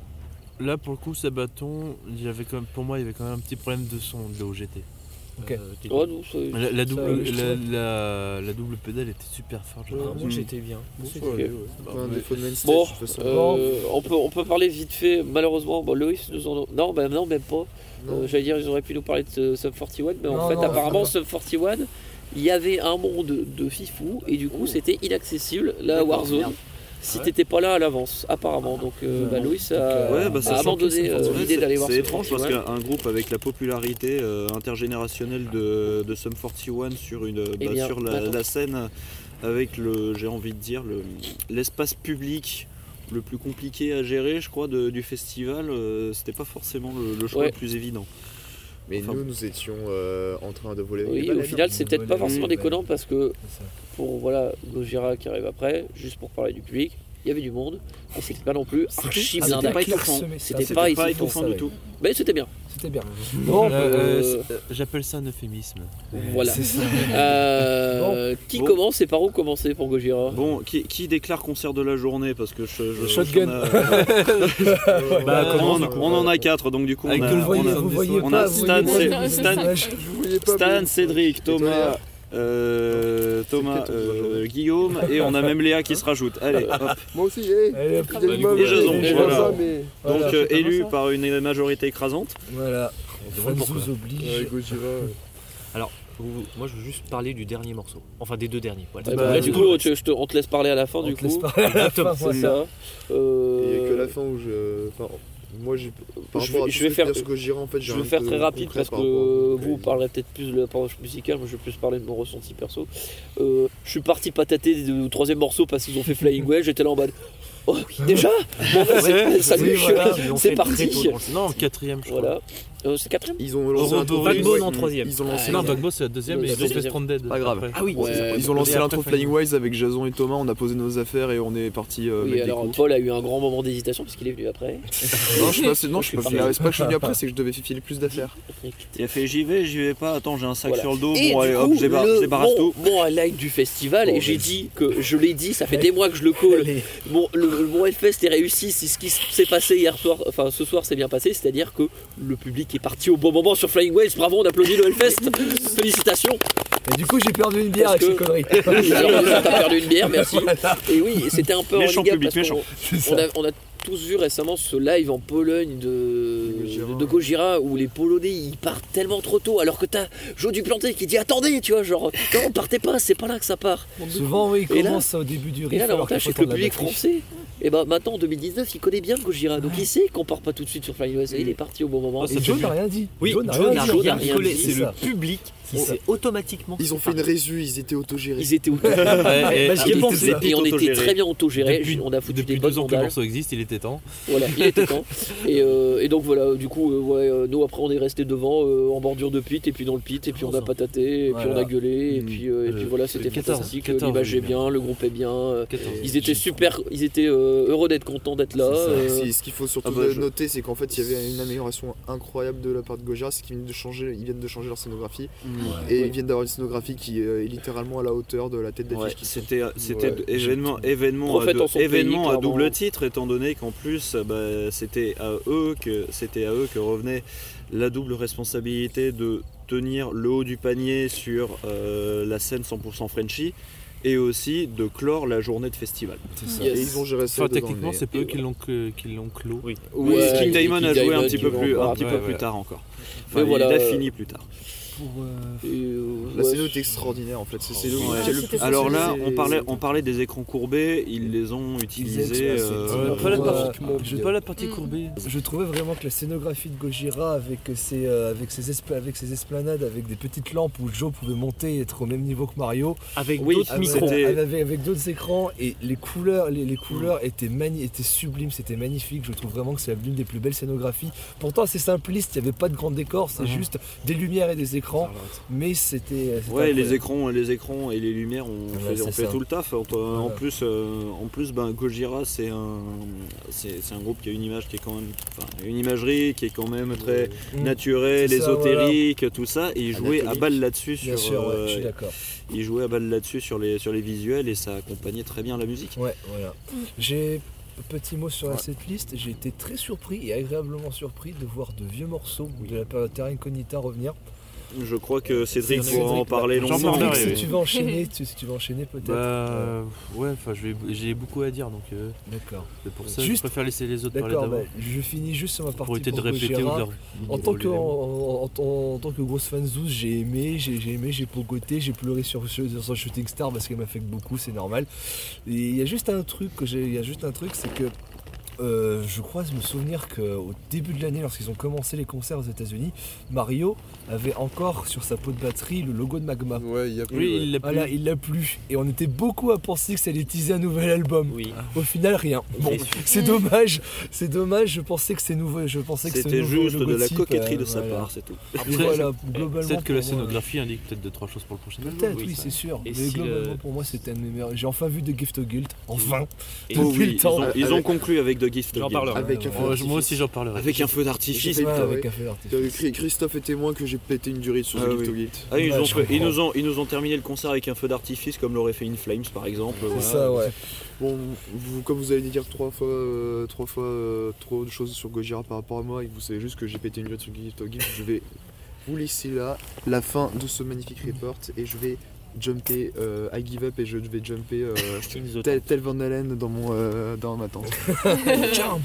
S7: là pour le coup, Sabaton, il y avait quand même, pour moi, il y avait quand même un petit problème de son de la O G T.
S3: Ok.
S8: Euh, t'es-
S4: Oh, non, c'est-
S7: La, la double,
S3: oui, je
S7: la,
S3: trouve.
S7: la- la double pédale était super forte. je
S8: Ah,
S7: trouve.
S8: moi j'étais bien.
S9: C'est
S4: Ok.
S9: pas un défaut de main stage,
S4: Bon,
S9: de toute façon.
S4: euh, on, peut, on peut parler vite fait, malheureusement, bon, Loïs nous en... Non, bah, non, même pas. Euh, J'allais dire, ils auraient pu nous parler de Sum quarante et un, mais en
S3: Non,
S4: fait,
S3: non,
S4: apparemment,
S3: ça
S4: Sum quarante et un, il y avait un monde de fifou, et du coup, c'était inaccessible, la
S8: D'accord,
S4: Warzone,
S8: merde.
S4: si
S8: Ah ouais.
S4: t'étais pas là à l'avance, apparemment. Donc, euh, bah, Loïs a,
S2: Ouais, bah, ça
S4: a
S2: sent
S4: abandonné
S3: que
S4: euh,
S3: c'est-
S2: Ouais,
S4: l'idée
S2: c'est-
S4: d'aller voir
S2: C'est
S4: Sum
S2: étrange parce
S4: quarante et un.
S2: qu'un groupe avec la popularité euh, intergénérationnelle de, de Sum quarante et un sur, une,
S4: Eh
S2: bah,
S4: bien,
S2: sur la,
S4: maintenant.
S2: la scène avec le, j'ai envie de dire, le- l'espace public le plus compliqué à gérer, je crois, de- du festival, euh, c'était pas forcément le, le choix
S4: Ouais.
S2: le plus évident.
S9: Mais
S2: Enfin,
S9: nous, nous étions euh, en train de voler. les
S4: Oui, au
S9: baleines.
S4: final, c'est peut-être pas
S3: Mmh.
S4: forcément déconnant parce que
S3: C'est ça.
S4: pour voilà Gojira qui arrive après, juste pour parler du public, il y avait du monde, mais c'était pas non plus archi
S3: Ah,
S4: blindé.
S3: c'était
S2: pas étouffant.
S3: clairsemé,
S4: C'était
S3: ça,
S4: pas
S2: Pas
S4: étouffant,
S2: étouffant
S3: ça,
S2: du
S3: ouais.
S2: tout.
S4: mais c'était bien.
S3: C'était bien.
S7: Euh,
S3: Bon,
S7: euh,
S4: euh,
S7: c'est- euh, J'appelle ça un euphémisme.
S4: Voilà.
S3: c'est ça.
S4: Euh, Qui
S2: Bon.
S4: commence et par où commencer pour Gojira?
S2: Bon, qui, qui déclare concert de la journée parce que je, je
S3: Shotgun.
S2: j'en ai-
S7: Bah,
S2: on,
S7: commence,
S2: en, on en a quatre, donc du coup
S7: Avec
S2: on a,
S7: tout le
S3: Vous voyez,
S2: on a-
S3: vous voyez
S2: on
S3: pas,
S2: a
S3: vous
S2: Stan,
S3: voyez
S2: c'est-
S3: pas,
S2: Stan-
S3: vous voyez
S6: Je voyais pas.
S2: Stan,
S6: mais-
S2: Cédric, Thomas,
S6: Léa.
S2: euh, Thomas,
S6: C'est
S2: euh, Guillaume et on a même Léa qui se rajoute. Allez, hop.
S6: Moi aussi, hey.
S3: Allez, hop,
S6: Il y a une
S3: bah,
S6: main,
S2: Et Jason,
S6: mais-
S2: voilà.
S6: ça, mais-
S2: Donc
S3: Voilà.
S2: euh, élu par une majorité écrasante.
S3: Voilà.
S8: demande pourquoi.
S3: Fanzouz oblige.
S6: Ouais, Gojira.
S8: Alors, vous- moi je veux juste parler du dernier morceau. Enfin, des deux derniers. Voilà.
S4: Eh
S3: Bah,
S4: ben,
S3: du
S4: du
S3: coup,
S4: coup, tu- je te- on te laisse parler à la fin
S3: On
S4: du
S3: te laisse
S4: coup.
S3: parler à la fin,
S4: C'est
S3: voilà.
S4: ça. Euh,
S6: Il n'y a que la fin où je. Enfin, moi, j'ai. Par
S4: Je
S6: rapport
S4: vais-
S6: à
S4: je
S6: tout
S4: vais
S6: ce que
S4: faire-
S6: tu dis sur Gojira, en fait, j'ai
S4: Je vais
S6: rien
S4: faire
S6: de
S4: très rapide
S6: concret
S4: parce que
S6: par rapport à-
S4: vous parlerez peut-être plus de l'approche musicale, moi je vais plus parler de mon ressenti perso. Euh, je suis parti patater du troisième morceau parce qu'ils ont fait Flying Well, j'étais là en mode oh oui, déjà bon, bah, c'est- salut,
S3: Oui, voilà.
S8: Ils l'ont
S4: c'est
S8: fait
S4: parti.
S8: très tôt dans le-
S7: Non, quatrième, je crois.
S4: Voilà. Euh, c'est quatrième.
S6: Ils ont lancé
S7: Ouroboros,
S6: l'intro Flying
S8: Backbone
S6: Wild.
S8: en troisième.
S6: Ils ont lancé
S4: Ah,
S7: Non,
S4: oui.
S7: Dogbo c'est la deuxième,
S4: Le
S7: et ils ont fait
S4: deuxième.
S7: Stranded.
S9: Pas grave.
S7: après.
S8: Ah oui,
S4: Ouais,
S8: c'est-
S6: Ils ont
S7: Et
S6: lancé
S7: après,
S6: l'intro
S7: Flying
S6: Flying Wise avec Jason et Thomas, on a posé nos affaires et on est parti euh,
S4: Oui,
S6: mettre des
S4: alors
S6: coups.
S4: Paul a eu un grand moment d'hésitation parce qu'il est venu après.
S6: Non, je suis pas, c'est- non, je suis pas
S4: Je suis
S6: venu.
S4: parti.
S6: C'est pas que je suis venu après, c'est que je devais filer plus d'affaires.
S2: Il a fait j'y vais, j'y vais pas, attends j'ai un sac
S4: Voilà.
S2: sur le dos,
S4: Et
S2: bon
S4: du
S2: allez
S4: coup,
S2: hop, je débar-
S4: le-
S2: je débarrasse
S4: mon,
S2: tout.
S4: mon highlight du festival, et j'ai dit que je l'ai dit, ça fait des mois que je le colle.
S3: Allez.
S4: Bon, le, mon Hellfest est réussi, c'est ce qui s'est passé hier soir, enfin ce soir s'est bien passé, c'est-à-dire que le public est parti au bon moment sur Flying Whales, bravo, on applaudit le Hellfest, félicitations.
S3: Et du coup, j'ai perdu une bière
S4: Parce
S3: avec ces
S4: que-
S3: conneries.
S4: Oui, alors t'as perdu une bière, merci. Et oui, c'était un peu
S2: Méchant
S4: renegable
S2: public,
S4: parce qu'on-
S2: méchant.
S3: C'est ça.
S4: on a, on a tous vu récemment ce live en Pologne de
S6: Gojira.
S4: de Gojira où les Polonais ils partent tellement trop tôt alors que t'as Joe Duplanté qui dit attendez, tu vois, genre non, partez pas, c'est pas là que ça part.
S3: Souvent, oui, il
S4: Et là-
S3: commence au début du riff.
S4: Et là,
S3: alors
S4: l'avantage,
S3: qu'il
S4: c'est
S3: faut
S4: que le public
S3: attendre la
S4: français, et ben maintenant en deux mille dix-neuf, il connaît bien Gojira, donc il sait qu'on part pas tout de suite sur Flying West, il est parti au bon moment.
S3: batterie. Et Joe n'a rien dit.
S8: Oui,
S3: Joe n'a
S8: Joe n'a
S3: rien dit.
S4: Joe
S8: rien
S4: n'a rien
S8: collé.
S4: dit,
S8: C'est
S3: c'est
S8: le
S3: ça.
S8: public qui
S3: C'est
S8: s'est automatiquement.
S6: Ils ont fait une résu, ils étaient autogérés.
S4: Ils étaient au
S7: Ouais, et-
S3: Bah,
S7: ah,
S3: j'y ai
S7: il
S3: pensé.
S7: était
S4: et on était
S2: autogéré.
S4: très bien autogéré,
S7: Depuis,
S4: on a foutu
S7: depuis
S4: des bonnes
S7: deux ans que le
S4: mandales.
S7: morceau existe, il était temps.
S4: Voilà, il était temps. Et, euh, et donc voilà, du coup, euh, ouais, euh, nous après on est resté devant euh, en bordure de pit, et puis dans le pit, et puis on a pataté, et puis
S3: Voilà.
S4: on a gueulé, et
S7: Mmh.
S4: puis, euh, et puis
S7: Euh,
S4: voilà, c'était
S7: quatorze,
S4: fantastique.
S7: quatorze,
S4: L'image est
S7: oui.
S4: bien, le groupe est bien. euh,
S7: quatorze.
S4: Ils étaient super, ils étaient euh, heureux d'être contents d'être là.
S3: C'est ça.
S4: euh,
S6: Si- Ce qu'il faut surtout
S2: Ah bah, je-
S6: noter, c'est qu'en fait, il y avait une amélioration incroyable de la part de Gojira, c'est qu'ils viennent de changer, ils viennent de changer leur scénographie et
S4: Ouais.
S6: ils viennent d'avoir une scénographie qui euh, est littéralement à la hauteur de la tête d'affiche.
S2: Ouais,
S6: qu'ils sont.
S2: c'était c'était
S6: Ouais.
S2: événement événement à,
S4: Prophète
S2: dou-
S4: en son pays,
S2: événement à
S4: clairement.
S2: double titre étant donné qu'en plus bah, c'était à eux que c'était à eux que revenait la double responsabilité de tenir le haut du panier sur euh, la scène cent pour cent Frenchy et aussi de clore la journée de festival.
S3: C'est ça.
S4: Yes.
S6: Et ils ont géré ça.
S7: Enfin,
S6: devant
S7: techniquement,
S6: le nez.
S7: c'est peu eux qui l'ont que- qui l'ont clos.
S8: Oui.
S2: Oui,
S4: Ouais,
S2: King
S4: et
S2: Diamond
S4: King
S2: a joué
S4: Diamond
S2: un petit
S4: qui
S2: peu
S4: va
S2: plus,
S4: encore
S2: un petit peu
S7: après,
S2: plus
S7: ouais.
S2: tard encore.
S4: Mais
S2: Enfin,
S4: voilà,
S2: il a
S4: euh,
S2: fini plus tard.
S3: Pour, euh,
S4: et, euh,
S6: La
S4: ouais,
S6: scéno est extraordinaire en fait. C'est c'est le
S2: Ouais.
S6: qui a le
S5: C'était
S6: plus-
S2: Alors là,
S6: c'est-
S2: on parlait, on parlait des écrans courbés, ils les ont utilisés.
S3: Ils
S2: euh,
S3: ont-
S7: Euh, pas, la
S3: Ouais.
S7: partie, je
S3: Ouais.
S7: pas la partie
S5: Mm.
S7: courbée.
S3: Je trouvais vraiment que la scénographie de Gojira avec ses, euh, avec, ses espla- avec ses esplanades, avec des petites lampes où Joe pouvait monter et être au même niveau que Mario,
S8: Avec
S2: Oui,
S8: d'autres
S2: ah,
S8: micros.
S2: c'était-
S3: avec, avec, avec d'autres écrans et les couleurs, les, les couleurs étaient, mani- étaient sublimes, c'était magnifique. Je trouve vraiment que c'est l'une des plus belles scénographies. Pourtant assez simpliste, il n'y avait pas de grand décor, c'est
S7: Mhm.
S3: juste des lumières et des écrans, mais c'était. c'était
S2: Ouais, les
S3: incroyable.
S2: écrans, les écrans et les lumières ont
S3: Ouais,
S2: fait, ont
S3: c'est
S2: fait
S3: ça.
S2: tout le taf. En, en
S3: Voilà.
S2: plus, euh, en plus, ben, Gojira, c'est un, c'est c'est un groupe qui a une image qui est quand même, enfin, une imagerie qui est quand même très
S3: Mm.
S2: naturelle,
S3: C'est ça,
S2: ésotérique, tout ça. Et ils jouaient à
S4: Anatolique.
S2: balle là-dessus
S3: Bien
S2: sur,
S3: sûr, ouais,
S2: euh,
S3: je suis d'accord.
S2: ils jouaient à balle là-dessus sur les sur les visuels et ça accompagnait très bien la musique.
S3: Ouais, voilà. J'ai petit mot sur la setlist. J'ai été très surpris et agréablement surpris de voir de vieux morceaux de la période Terra Incognita revenir.
S2: Je crois que Cédric
S3: C'est
S2: pourra en
S3: Cédric,
S2: parler
S7: J'en
S2: longuement.
S7: parlerai,
S3: Cédric,
S7: oui.
S3: si tu veux enchaîner, tu- si tu veux enchaîner peut-être.
S7: Bah, ouais, enfin, je vais- j'ai beaucoup à dire, donc euh,
S3: D'accord.
S7: c'est pour ça que
S3: Juste-
S7: je préfère laisser les autres parler
S3: D'accord,
S7: d'abord.
S3: bah, je finis juste sur ma partie
S7: Pour éviter de
S3: pour
S7: répéter ou de
S3: Gojira.
S7: leur-
S3: En tant, que,
S7: de leur-
S3: en, en- en- en tant que grosse fanzouz, j'ai aimé, j'ai j'ai aimé, j'ai pogoté, j'ai pleuré sur, sur, sur Shooting Star parce qu'elle m'affecte beaucoup, c'est normal. Et il y a juste un truc que j'ai, il y a juste un truc, c'est que euh, je crois me souvenir qu'au début de l'année, lorsqu'ils ont commencé les concerts aux États-Unis, Mario avait encore sur sa peau de batterie le logo de Magma.
S6: Ouais, il y a plus.
S7: Oui,
S6: ouais.
S7: il l'a plus.
S3: Voilà, il l'a plus. Et on était beaucoup à penser que ça allait teaser un nouvel album.
S8: Oui.
S3: Au final, rien. Bon,
S8: Déçu.
S3: c'est dommage. C'est dommage. Je pensais que c'est nouveau. Je pensais que ce
S2: C'était
S3: nouveau
S2: juste de la
S3: logotype,
S2: coquetterie
S3: euh,
S2: de sa
S3: voilà.
S2: part, c'est tout.
S3: Et
S7: Après,
S3: voilà,
S7: c'est-
S3: globalement.
S7: Peut-être que la
S3: pour moi,
S7: scénographie indique peut-être deux trois choses pour le prochain album.
S3: Peut-être,
S8: Oui,
S3: oui,
S8: ça.
S3: c'est sûr.
S8: Et
S3: Mais
S8: si
S3: globalement,
S8: le-
S3: pour moi, c'était un de mes meilleurs. J'ai enfin vu The Gift of Guilt. Enfin.
S8: Et
S2: Oh
S3: Depuis
S2: oui,
S3: le
S2: ils
S3: temps.
S2: ont, ils ont
S9: Avec-
S2: conclu avec The Gift of
S8: J'en
S2: Guilt.
S8: parlerai.
S9: Avec un
S3: Ouais,
S9: feu
S7: Moi, je-
S9: d'artifice.
S7: moi aussi j'en parlerai.
S2: Avec un feu d'artifice.
S9: J'ai
S3: Ouais,
S9: pas,
S3: avec
S9: ouais.
S3: un feu
S9: Euh,
S3: d'artifice.
S9: Chri- Christophe est témoin que j'ai pété une durite sur
S2: Ah
S9: The
S2: oui.
S9: Gift of Guilt.
S2: Ah, ils,
S3: Ouais,
S2: ont
S3: je
S2: fait- ils,
S3: comprends.
S2: nous ont, ils nous ont terminé le concert avec un feu d'artifice comme l'aurait fait In Flames par exemple.
S3: C'est
S2: Voilà.
S3: ça, ouais.
S9: Bon, vous, comme vous allez dire trois fois, euh, trois fois euh, trop de choses sur Gojira par rapport à moi et que vous savez juste que j'ai pété une durite sur Gift of Guilt, je vais vous laisser là la fin de ce magnifique report et je vais jumper euh, I give up et je vais jumper euh,
S8: In the
S9: tel, tel Van Halen dans, mon, euh, dans ma tente.
S3: Jump.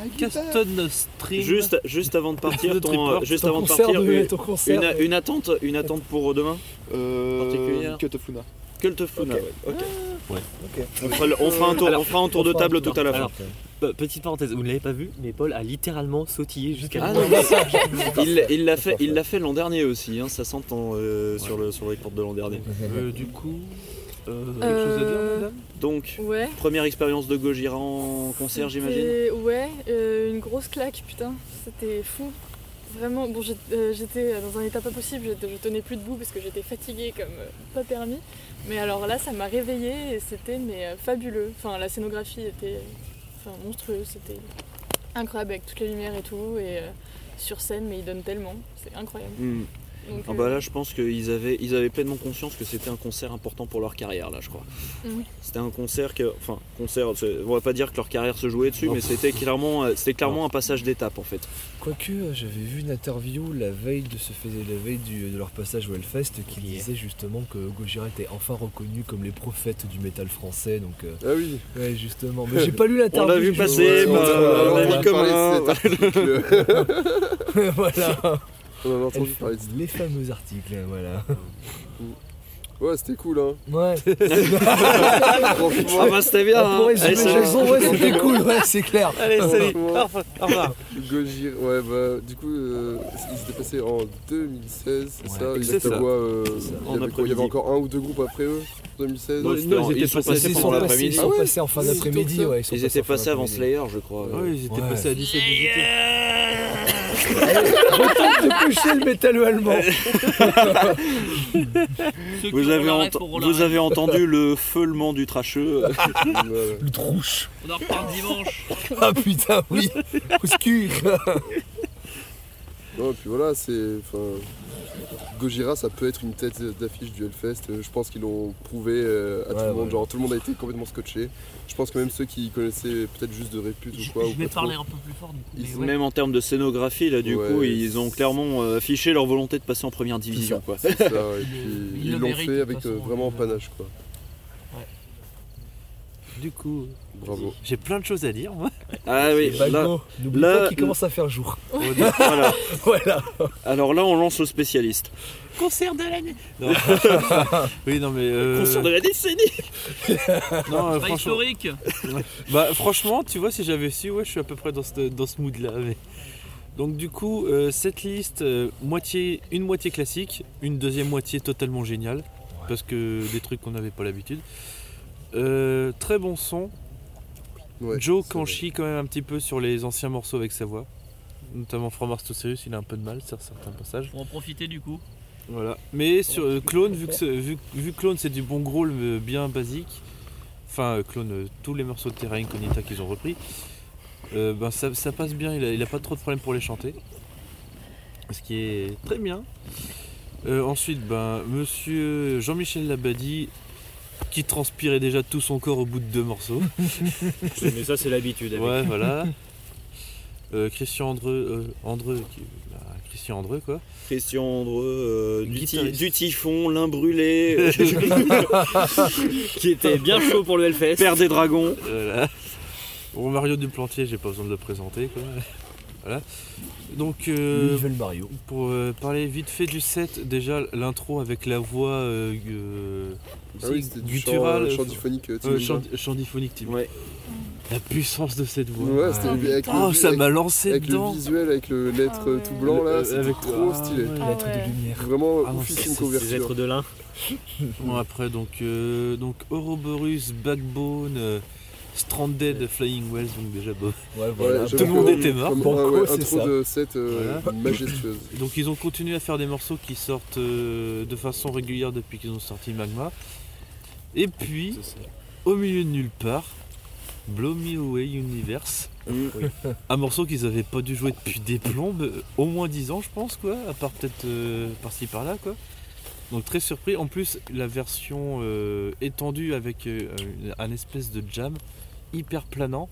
S7: Caston Stream.
S2: Juste, juste avant de partir,
S7: Le
S2: ton,
S7: triport.
S2: euh, juste
S3: Ton
S2: avant de
S3: concert
S2: partir,
S3: de-
S2: une,
S3: ton concert.
S2: une- une attente, une attente pour demain.
S9: Euh,
S2: Particulière.
S9: Cut of Luna.
S2: Cult of Luna,
S3: Ok.
S2: ouais. Ok.
S7: Ouais.
S3: Ok.
S2: On fera, le- on fera un tour,
S8: Alors,
S2: on fera un tour de
S3: on fera un
S2: table
S3: tour.
S2: tout à la fin.
S8: Alors, Pe- Petite parenthèse, vous ne l'avez pas vu, mais Paul a littéralement sautillé jusqu'à
S2: Ah
S8: la
S2: non, mais il il l'a fait, il l'a fait l'an dernier aussi. Hein, ça s'entend euh, sur le sur le report de l'an dernier.
S7: Euh, du coup, euh, quelque chose à dire,
S5: Euh,
S7: madame
S2: Donc,
S5: Ouais.
S2: première expérience de Gojira en concert, j'imagine.
S5: C'était- Ouais, euh, une grosse claque, putain. C'était fou. Vraiment, bon, j'ai- euh, j'étais dans un état pas possible, je, je tenais plus debout parce que j'étais fatiguée comme euh, pas permis. Mais alors là, ça m'a réveillée et c'était mais, euh, fabuleux. Enfin, la scénographie était euh, enfin, monstrueuse, c'était incroyable avec toutes les lumières et tout. Et euh, sur scène, mais ils donnent tellement, c'est incroyable.
S2: Hmm.
S5: Donc,
S2: Ah
S5: euh,
S2: bah là, je pense qu'ils avaient, ils avaient pleinement conscience que c'était un concert important pour leur carrière, là, je crois.
S5: Mhm.
S2: C'était un concert que, enfin, concert, c'est- on va pas dire que leur carrière se jouait dessus,
S3: Non.
S2: mais c'était clairement, euh, c'était clairement un passage d'étape en fait.
S3: Quoique, euh, j'avais vu une interview la veille de ce fait, la veille du- de leur passage au Hellfest qui
S8: Yeah.
S3: disait justement que Gojira était enfin reconnu comme les prophètes du métal français. Donc, euh,
S6: Ah oui.
S3: ouais, justement. Mais j'ai pas lu
S2: On
S3: l'interview.
S2: l'a vu
S3: je-
S2: passer,
S3: ouais,
S2: bah,
S3: ouais,
S2: on
S3: ouais,
S2: a
S3: ouais,
S2: vu comment.
S6: de cet article.
S3: voilà.
S6: On en a entendu parler de ça.
S3: Les fameux articles, voilà.
S6: Ouais, c'était cool, hein.
S3: Ouais.
S6: Franchement,
S2: Ah bah c'était bien.
S3: Ah,
S2: hein.
S3: pour résumer,
S2: Allez, salut.
S3: Jason, ouais, c'était cool, ouais, c'est clair.
S7: Allez, salut.
S6: Franchement.
S7: Au revoir. Au revoir.
S6: Gojira, ouais, bah, du coup, euh, il s'était passé en deux mille seize, c'est
S3: Ouais,
S6: ça
S2: c'est
S6: Il y
S2: ça.
S6: avait quoi, euh,
S3: C'est ça.
S6: il, y
S2: En
S6: avait quoi, il y
S2: après-midi.
S6: avait encore un ou deux groupes après eux, en deux mille seize
S2: Non,
S7: Non,
S2: c'était en-
S7: ils étaient
S2: ils sont
S7: passés
S2: passés
S3: Ils
S2: pendant
S3: sont passés,
S2: l'après-midi.
S3: ils
S6: Ah
S3: sont
S6: ouais
S3: passés en fin
S6: Oui,
S3: d'après-midi,
S6: c'est
S3: ouais. sont
S2: Ils étaient
S3: en fin
S2: passés avant
S3: d'après-midi.
S2: Slayer, je crois.
S7: Ouais, ils étaient
S3: Ouais.
S7: passés à dix-sept dix-huit.
S3: De toucher le métal allemand.
S2: Vous avez, ent- vous avez entendu le feulement du tracheux.
S6: Voilà.
S3: Le trouche.
S8: On en reparle dimanche.
S3: Ah putain, oui. Au secours.
S6: Non, et puis voilà, c'est. Enfin, Gojira, ça peut être une tête d'affiche du Hellfest. Euh, Je pense qu'ils l'ont prouvé euh, à
S3: Ouais,
S6: tout le monde.
S3: ouais.
S6: Genre, tout le monde a été complètement scotché. Je pense que même ceux qui connaissaient peut-être juste de répute
S8: Je,
S6: ou quoi.
S8: je
S6: ou
S8: vais
S6: pas trop,
S8: parler un peu plus fort du coup.
S6: Ils
S8: mais
S6: sont
S8: ouais.
S2: Même en termes de scénographie, là, du
S6: Ouais,
S2: coup, ils ont
S6: c'est-
S2: clairement euh, affiché leur volonté de passer en première division, quoi.
S6: c'est ça, et puis
S8: Ils
S6: ils
S8: le
S6: l'ont
S8: méritent,
S6: fait
S8: de
S6: avec
S8: toute
S6: euh,
S8: façon,
S6: vraiment
S8: euh,
S6: panache, quoi.
S7: Du coup,
S6: Bravo.
S7: j'ai plein de choses à dire, moi.
S2: Ah oui,
S3: Bah,
S2: là,
S3: go. N'oublie
S2: là-
S3: pas qu'il commence à faire jour.
S2: voilà.
S3: Voilà.
S2: Alors là, on lance le spécialiste.
S7: Concert de l'année. Non. Oui, non, mais. euh,
S2: Concert de la décennie.
S7: Non, euh,
S8: Pas
S7: franchement.
S8: historique.
S7: Bah, franchement, tu vois, si j'avais su, ouais, je suis à peu près dans ce, dans ce mood-là. Mais... Donc, du coup, euh, cette liste, euh, moitié, une moitié classique, une deuxième moitié totalement géniale. Parce que des trucs qu'on n'avait pas l'habitude. Euh, très bon son.
S6: Ouais,
S7: Joe
S6: c'est
S7: quand
S6: vrai.
S7: chie quand même un petit peu sur les anciens morceaux avec sa voix. Notamment From Mars to Sirius, il a un peu de mal sur certains passages.
S8: Pour en profiter du coup.
S7: Voilà. Mais sur euh, Clone, vu que, c'est- vu, vu que Clone c'est du bon growl euh, bien basique, enfin euh, Clone, euh, tous les morceaux de Terra Incognita qu'ils ont repris, euh, ben, ça, ça passe bien, il a, il a pas trop de problème pour les chanter. Ce qui est très bien. Euh, ensuite, ben, monsieur Jean-Michel Labadie, qui transpirait déjà tout son corps au bout de deux morceaux.
S8: Mais ça c'est l'habitude. avec.
S7: Ouais, voilà. Euh, Christian Andreu, euh, Andreu qui- bah, Christian Andreu quoi.
S2: Christian Andreu, euh, du, ti-
S7: Guitariste.
S2: du typhon, l'un brûlé,
S8: Qui était bien chaud pour le Hellfest.
S2: père des dragons.
S7: Voilà. Bon, Mario Duplantier, j'ai pas besoin de le présenter quoi. Voilà. Donc euh,
S3: Le Evil Mario.
S7: pour euh, parler vite fait du set, déjà l'intro avec la voix euh, euh,
S6: Ah oui, c'était du chant,
S7: gutturale,
S6: euh, chant
S7: euh,
S6: diphonique. euh,
S7: euh,
S6: Tim
S7: chant,
S6: Linda.
S7: chant diphonique Tim.
S2: Ouais.
S7: La puissance de cette voix.
S6: Ouais, c'était avec,
S7: Oh,
S6: le,
S7: ça
S6: avec,
S7: m'a lancé
S6: avec
S7: dedans.
S6: le visuel, avec le lettre
S5: Ah ouais.
S6: tout blanc là,
S7: Le-
S6: c'était
S7: avec-
S6: trop
S7: ah
S6: stylé.
S7: ouais.
S5: Ah
S3: Lettre
S5: ouais.
S3: de lumière.
S6: Vraiment
S7: Ah non,
S6: oufissime
S7: c'est- c'est-
S8: Les
S6: couverture.
S8: êtres de l'un.
S7: Bon, après, donc, euh, donc Ouroboros, Backbone, euh, Stranded, Flying Wells, donc déjà bon.
S3: Ouais,
S6: Ouais,
S3: voilà.
S7: Tout le
S6: j'avoue
S7: monde
S6: que-
S7: était mort.
S6: comme-
S3: Banco,
S6: ah ouais,
S3: c'est
S6: intro
S3: ça.
S6: de set euh, majestueuse.
S7: Donc ils ont continué à faire des morceaux qui sortent euh, de façon régulière depuis qu'ils ont sorti Magma. Et puis, au milieu de nulle part, Blow Me Away Universe.
S2: Mm.
S7: Un morceau qu'ils avaient pas dû jouer depuis des plombes, euh, au moins dix ans je pense quoi, à part peut-être euh, par-ci par-là quoi. Donc très surpris, en plus la version euh, étendue avec euh, un espèce de jam hyper planant.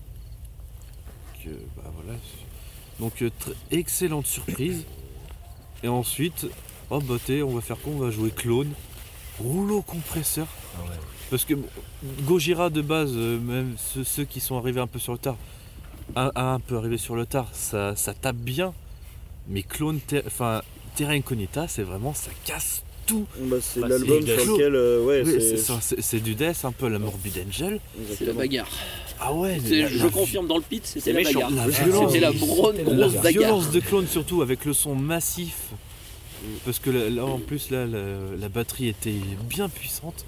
S7: Que, bah, voilà. Donc euh, tr- excellente surprise. Et ensuite, oh bah t'es, on va faire quoi? On va jouer Clone, rouleau compresseur.
S3: Ah ouais.
S7: Parce que bon, Gojira de base, euh, même ceux, ceux qui sont arrivés un peu sur le tard, un, un peu arrivé sur le tard, ça, ça tape bien. Mais Clone, Ter- enfin Terra Incognita, c'est vraiment, ça casse tout.
S2: Bah, c'est
S8: Bah,
S2: l'album
S8: c'est
S2: sur
S7: Clo-
S2: lequel. euh, ouais,
S7: Oui,
S2: c'est.
S7: c'est, ça, c'est- c'est du death, un peu la Morbid Angel.
S4: C'est la
S2: Exactement.
S4: bagarre.
S7: Ah ouais,
S4: C'est-
S7: la-
S4: je
S7: la-
S4: confirme dans le pit, c'était
S2: C'est
S4: la
S2: méchant.
S4: bagarre.
S7: La
S4: C'était
S7: violence.
S4: la bronne
S3: C'était la
S4: grosse
S7: La
S4: bagarre.
S7: violence de Clone surtout avec le son massif. Parce que là, là, en plus là la, la batterie était bien puissante.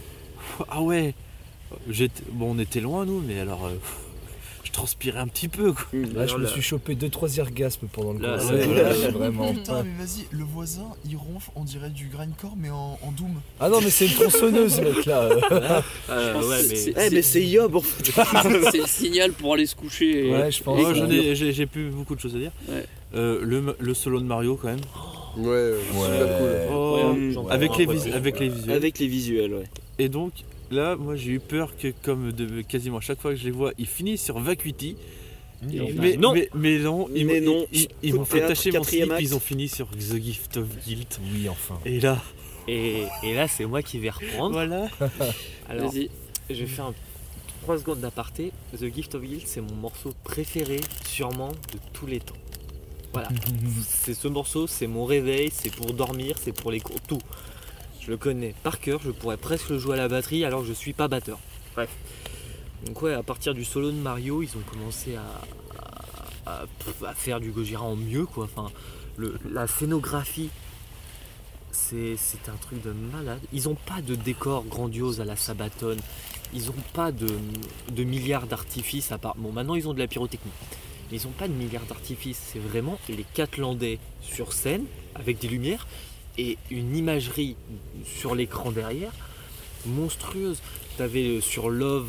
S7: Ah ouais. J'étais- Bon on était loin nous mais alors euh, je transpirais un petit peu quoi.
S2: Mm.
S3: Là, je me
S8: Là,
S3: suis chopé deux trois orgasmes pendant le
S8: Là,
S3: concert.
S7: ouais,
S3: Là,
S7: ouais.
S3: vraiment.
S10: Putain, mais vas-y, le voisin il ronfle, on dirait du grindcore mais en, en doom.
S3: Ah non, mais c'est une tronçonneuse, mec, là.
S8: Euh, ouais, mais
S4: c'est-
S2: Eh, mais c'est Yob en fait.
S4: C'est le signal pour aller se coucher. et-
S3: Ouais, je pense.
S7: Ouais, j'en
S3: ouais.
S7: ai- j'ai, j'ai plus beaucoup de choses à dire.
S4: Ouais.
S7: Euh, le, le solo de Mario quand même.
S6: Ouais, ouais, super cool.
S7: Oh,
S2: Ouais,
S8: j'en
S7: avec,
S8: prends
S7: les
S8: un peu,
S7: vis-
S8: ouais.
S7: avec les visuels.
S2: Avec les visuels, ouais.
S7: Et donc là moi j'ai eu peur que comme de quasiment à chaque fois que je les vois ils finissent sur Vacuity.
S4: Et
S7: Mais
S4: non.
S7: mais, mais non, ils,
S2: Mais
S7: m'ont-
S2: non.
S7: ils, ils
S2: Coup
S7: m'ont
S2: de
S7: fait
S2: théâtre,
S7: tâcher mon
S2: quatrième
S7: slip,
S2: acte.
S7: ils ont fini sur The Gift of Guilt.
S3: Oui, enfin.
S7: Et là,
S8: Et, et là, c'est moi qui vais reprendre.
S7: voilà.
S8: Alors,
S4: Vas-y.
S8: je vais faire un trois secondes d'aparté. The Gift of Guilt, c'est mon morceau préféré, sûrement, de tous les temps. Voilà. C'est ce morceau, c'est mon réveil, c'est pour dormir, c'est pour les cours, tout. Je le connais par cœur, je pourrais presque le jouer à la batterie alors que je suis pas batteur. Bref. Donc ouais, à partir du solo de Mario, ils ont commencé à, à, à faire du Gojira en mieux quoi. Enfin, le, la scénographie, c'est c'est un truc de malade. Ils ont pas de décor grandiose à la Sabaton. Ils ont pas de, de milliards d'artifices à part. Bon, maintenant ils ont de la pyrotechnie. Mais ils ont pas de milliards d'artifices. C'est vraiment les Catlandais sur scène avec des lumières et une imagerie sur l'écran derrière monstrueuse. T'avais euh, sur Love,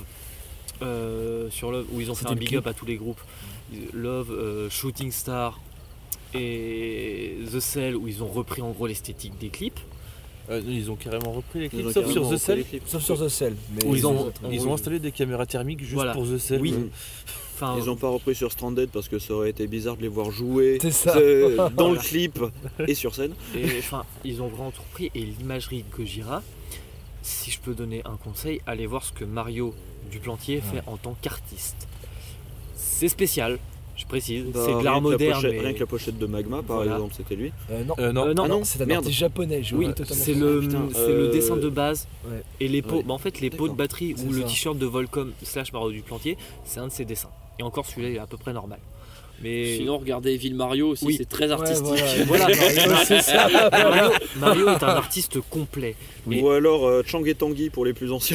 S8: euh, sur Love où ils ont fait
S3: C'était
S8: un
S3: le
S8: big
S3: clip.
S8: up à tous les groupes. Love, euh, Shooting Star et The Cell où ils ont repris en gros l'esthétique des clips.
S7: Euh, ils ont carrément repris les
S2: Ils
S7: clips,
S2: ont
S7: sauf sur
S2: carrément
S7: The
S2: repris
S7: Cell.
S2: les clips.
S3: Sauf sur The Cell. Mais
S7: Où ils ont,
S3: autres,
S7: ils
S8: oui.
S7: ont installé des caméras thermiques juste
S8: Voilà.
S7: pour The Cell.
S8: Oui.
S7: Euh,
S8: Enfin,
S2: Ils ont pas repris sur Stranded parce que ça aurait été bizarre de les voir jouer
S3: C'est ça.
S2: euh, dans le clip et sur scène.
S8: et, enfin, ils ont vraiment tout repris et l'imagerie de Gojira. Si je peux donner un conseil, allez voir ce que Mario Duplantier fait en tant qu'artiste. C'est spécial, je précise.
S2: Bah,
S8: c'est de
S2: rien
S8: l'art
S2: que la
S8: moderne.
S2: pochette-
S8: mais-
S2: Rien que la pochette de Magma par
S8: Voilà.
S2: exemple, c'était lui.
S3: Euh, non.
S7: euh, non.
S8: Euh, non,
S2: Ah non,
S3: c'est un
S2: merde.
S3: artiste japonais. Je
S8: Oui,
S3: vois totalement
S8: c'est
S3: ça.
S8: le,
S2: putain,
S8: c'est
S2: euh,
S8: le dessin de base
S3: Ouais.
S8: et les pots.
S2: Ouais.
S8: bah, en fait, les pots de
S2: D'accord.
S8: batterie
S3: C'est
S8: ou le
S3: ça.
S8: t-shirt de Volcom slash Mario Duplantier, c'est un de ses dessins. Et encore celui-là, il est à peu près normal. Mais
S4: Sinon, regardez Evil Mario aussi,
S8: Oui.
S4: c'est très
S3: Ouais,
S4: artistique.
S3: voilà.
S8: voilà,
S3: Ouais, c'est ça.
S8: Mario, Mario est un artiste complet. Et-
S2: Ou alors euh, Chang et Tanguy pour les plus anciens.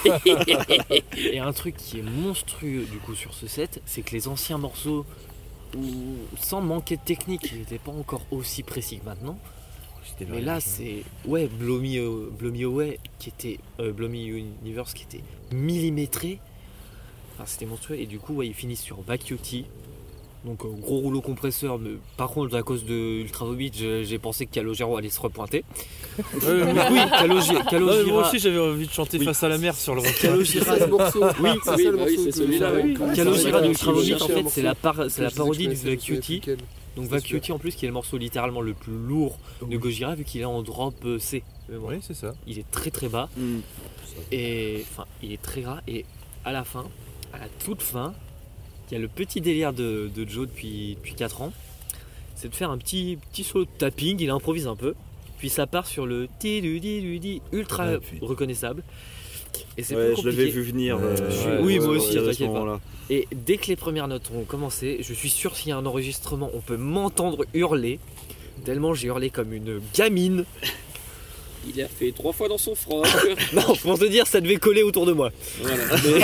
S8: Et un truc qui est monstrueux du coup sur ce set, c'est que les anciens morceaux, où, sans manquer de technique, ils n'étaient pas encore aussi précis que maintenant.
S7: C'était
S8: Mais
S7: vrai.
S8: là, c'est ouais, Blow Me, euh, Blow Me Away qui était euh, Blow Me Universe qui était millimétré. Enfin, c'était monstrueux. Et du coup, ouais, ils finissent sur Vacuity. Donc euh, gros rouleau compresseur. Mais par contre, à cause de Ultra Vomit, j'ai j'ai pensé que Calogero allait se repointer.
S7: Euh,
S8: Donc oui, Calogi-
S7: non, mais
S8: Calogero.
S7: moi aussi j'avais envie de chanter
S8: Oui.
S7: Face à la mer sur le refrain.
S8: Calogero.
S6: C'est le morceau.
S8: Oui,
S6: C'est
S4: oui,
S6: ça, le
S4: bah oui,
S6: morceau
S4: c'est
S6: que-
S4: celui-là,
S6: ouais.
S4: oui.
S6: Ouais,
S8: Calogero
S6: c'est
S8: d'Ultra
S6: ça,
S8: Vomit,
S6: je
S8: en
S6: cherchais un
S8: fait,
S6: morceau.
S8: c'est la, par- c'est la
S6: Je disais que
S8: parodie
S6: je
S8: de
S6: connaissais, je savais
S8: Vacuity.
S6: plus lequel.
S8: Donc
S6: C'est
S8: Vacuity en plus qui est le morceau littéralement le plus lourd de
S3: Oui.
S8: Gojira vu qu'il est en drop euh, C. Euh,
S7: Oui, c'est ça.
S8: Il est très très bas
S2: Mm.
S8: et enfin il est très gras et à la fin, à la toute fin, il y a le petit délire de, de Joe depuis, depuis quatre ans, c'est de faire un petit, petit solo de tapping, il improvise un peu, puis ça part sur le ti du di du di ultra
S3: Ah, putain.
S8: reconnaissable Et c'est
S2: Ouais,
S8: plus
S2: je
S8: compliqué.
S2: l'avais vu venir.
S6: Ouais.
S2: euh,
S8: Oui,
S2: ouais,
S8: moi
S2: ouais,
S8: aussi,
S2: à ce
S8: t'inquiète pas.
S2: moment-là.
S8: Et dès que les premières notes ont commencé, je suis sûr s'il y a un enregistrement, on peut m'entendre hurler. Tellement j'ai hurlé comme une gamine.
S4: Il a fait trois fois dans son froc.
S8: Non, pour te dire, ça devait coller autour de moi.
S4: Voilà.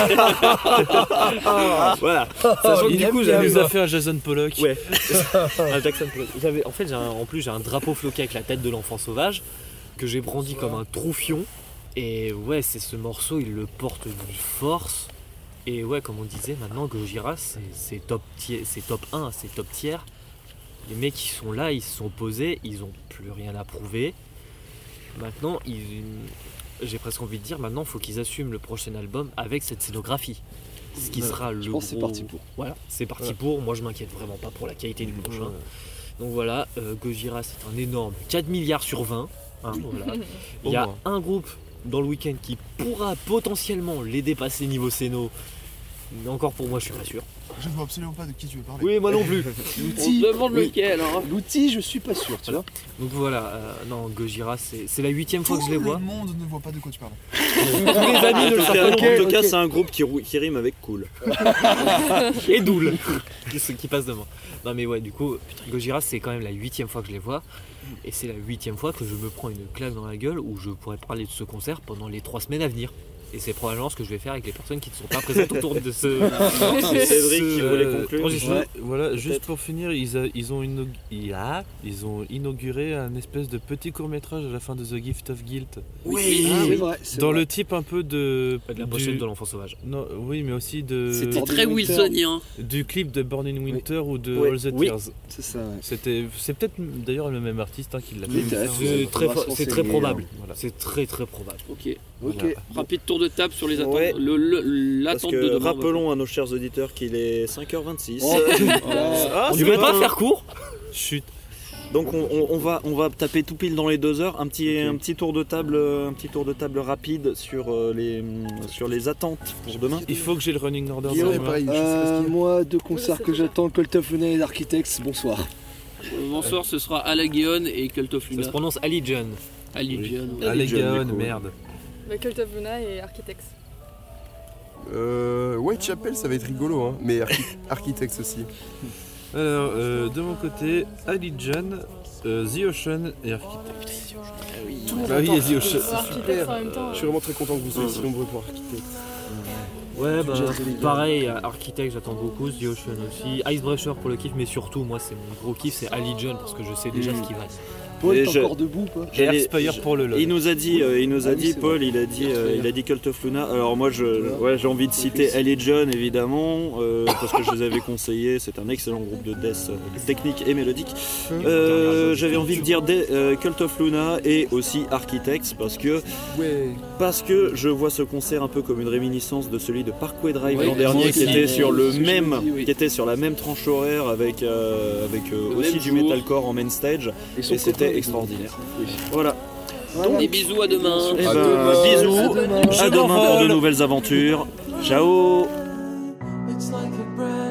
S8: Voilà. Sachant que
S3: il
S8: du
S3: aime
S8: coup,
S3: bien,
S7: Il
S8: j'avais
S7: nous a fait un Jason Pollock.
S8: Ouais. Un Jackson Pollock. J'avais- En fait, j'ai un- en plus, j'ai un drapeau floqué avec la tête de l'enfant sauvage que j'ai brandi comme un troufion. Et ouais, c'est ce morceau, il le porte d'une force. Et ouais, comme on disait, maintenant Gojira, c'est c'est top, tier- c'est top un, c'est top tiers. Les mecs qui sont là, ils se sont posés, ils ont plus rien à prouver. Maintenant, ils- j'ai presque envie de dire, maintenant, il faut qu'ils assument le prochain album avec cette scénographie. Ce qui
S2: Ouais,
S8: sera le
S11: Je pense que c'est
S8: gros-
S11: parti pour.
S8: Voilà, c'est parti
S2: Ouais.
S8: pour. Moi, je m'inquiète vraiment pas pour la qualité du prochain.
S2: Ouais.
S8: Donc voilà, euh, Gojira, c'est un énorme quatre milliards sur vingt. hein, voilà. Il y
S7: Au
S8: a
S7: moins.
S8: un groupe dans le week-end qui pourra potentiellement les dépasser niveau Céno. Mais encore pour moi, je suis pas sûr.
S10: Je ne vois absolument pas de qui tu veux parler.
S8: Oui, moi non plus.
S4: On
S11: L'outil,
S4: se demande
S11: oui.
S4: lequel. Hein.
S11: L'outil, je suis pas sûr, tu vois.
S8: Donc voilà, euh, non, Gojira, c'est c'est la huitième fois que je les
S10: Tout
S8: vois.
S10: le monde ne voit pas de quoi tu parles.
S8: Tous les amis ne le
S2: En tout
S8: savent
S2: cas,
S8: pas non
S2: en tout
S11: ok.
S2: cas, c'est un groupe qui, rou- qui rime avec cool.
S8: plus. Et Doul, qui, se- qui passe devant. Non mais ouais, du coup, Gojira, c'est quand même la huitième fois que je les vois. Et c'est la huitième fois que je me prends une claque dans la gueule où je pourrais parler de ce concert pendant les trois semaines à venir. Et c'est probablement ce que je vais faire avec les personnes qui ne sont pas présentes autour de ce.
S2: Cédric qui
S8: ce-
S2: voulait
S7: Euh,
S2: conclure.
S7: juste-
S2: Ouais.
S7: Voilà,
S2: Peut-être.
S7: juste pour finir, ils, a- ils, ont inaug- il a- ils ont inauguré un espèce de petit court-métrage à la fin de The Gift of Guilt.
S11: Oui, c'est vrai. c'est
S7: Dans
S11: vrai.
S7: le type un peu de.
S8: De la
S7: du-
S8: pochette de l'enfant sauvage.
S7: Non, oui, mais aussi de.
S4: C'était
S11: Born in
S4: très
S11: Winter.
S4: wilsonien.
S7: Du clip de Born in Winter ou de
S2: Oui.
S7: All the
S8: Oui.
S7: Tears.
S11: C'est ça, ouais.
S7: C'était, c'est peut-être d'ailleurs le même artiste hein, qui l'a fait.
S11: Peut-être.
S8: C'est très,
S11: faudra se
S8: c'est très
S11: renseigner,
S8: probable.
S7: Voilà.
S8: C'est très très probable.
S4: Ok.
S11: Ok.
S4: Rapide tour de table sur les attentes.
S2: Ouais.
S4: Le- le-
S2: Parce
S4: L'attente
S2: que
S4: de demain.
S2: rappelons à nos chers auditeurs qu'il est cinq heures vingt-six.
S11: Oh,
S2: Ah,
S8: On
S2: c'est
S8: ne devrait
S2: pas-
S8: pas faire court.
S7: Chut.
S2: Donc on, on- on va, on va taper tout pile dans les deux heures. Un petit,
S11: Ok.
S2: un petit tour de table, euh, un petit tour de table rapide sur euh, les, sur les attentes pour demain.
S7: Il faut que j'ai le running order
S10: Guillaume,
S7: dans les mains.
S10: pareil, je sais pas ce
S11: Euh,
S10: qu'il y a.
S11: moi, deux concerts
S5: c'est
S11: que
S5: déjà.
S11: j'attends, Cult of Luna et Architects, bonsoir.
S4: Euh, Bonsoir, ce sera Alagion et Cult of
S8: Ça
S4: Luna.
S8: se prononce Allegion.
S4: Allegion. ouais.
S7: Allez,
S2: John,
S7: Gaon,
S2: du coup.
S7: merde.
S5: Bah, Cult of Luna et Architects.
S6: Euh, Whitechapel, ça va être rigolo, hein. Mais Archi- Architects aussi.
S7: Alors, euh, de mon côté, Allegion, euh, The Ocean et Architect.
S4: Ah oui.
S7: Bah oui, il y a The Ocean.
S5: Architects en même temps.
S6: Je suis vraiment très content que vous soyez si nombreux pour Architects.
S8: Ouais, bah,
S11: Jazz de Liga.
S8: pareil, Architect, j'attends beaucoup, The Ocean aussi. Icebreaker pour le kiff, mais surtout, moi, c'est mon gros kiff, c'est Allegion, parce que je sais déjà
S2: Mm.
S8: ce qui va.
S11: Paul,
S2: Et
S11: t'es
S2: je-
S11: encore debout, quoi
S7: Et
S2: J'allais-
S7: Airspire
S2: je-
S7: pour le LOL.
S2: Il nous a dit, euh, il nous a
S11: Ah oui,
S2: dit
S11: c'est
S2: Paul, il a dit, euh, il a dit Cult of Luna. Alors moi, je, ouais, j'ai envie de citer Ellie John évidemment, euh, parce que je les avais conseillés. C'est un excellent groupe de death euh, technique et mélodique. Euh, J'avais envie de dire des- euh, Cult of Luna et aussi Architects parce que
S6: Ouais.
S2: parce que je vois ce concert un peu comme une réminiscence de celui de Parkway Drive
S4: Ouais,
S2: l'an dernier,
S4: moi
S2: qui
S4: aussi.
S2: était sur le
S11: C'est ce que je
S2: même,
S11: me dis, oui.
S2: qui était sur la même tranche horaire avec euh, avec euh,
S4: Le
S2: aussi
S4: même
S2: du
S4: jour.
S2: metalcore en main stage.
S11: Ils sont
S2: Et c'était
S11: copains, les
S2: extraordinaire.
S11: deux.
S2: Voilà.
S11: Voilà.
S4: Des bisous à demain.
S2: Eh
S11: À
S2: ben,
S11: demain.
S2: bisous.
S11: À demain.
S2: À demain pour de nouvelles aventures. Ciao.
S12: It's like a breath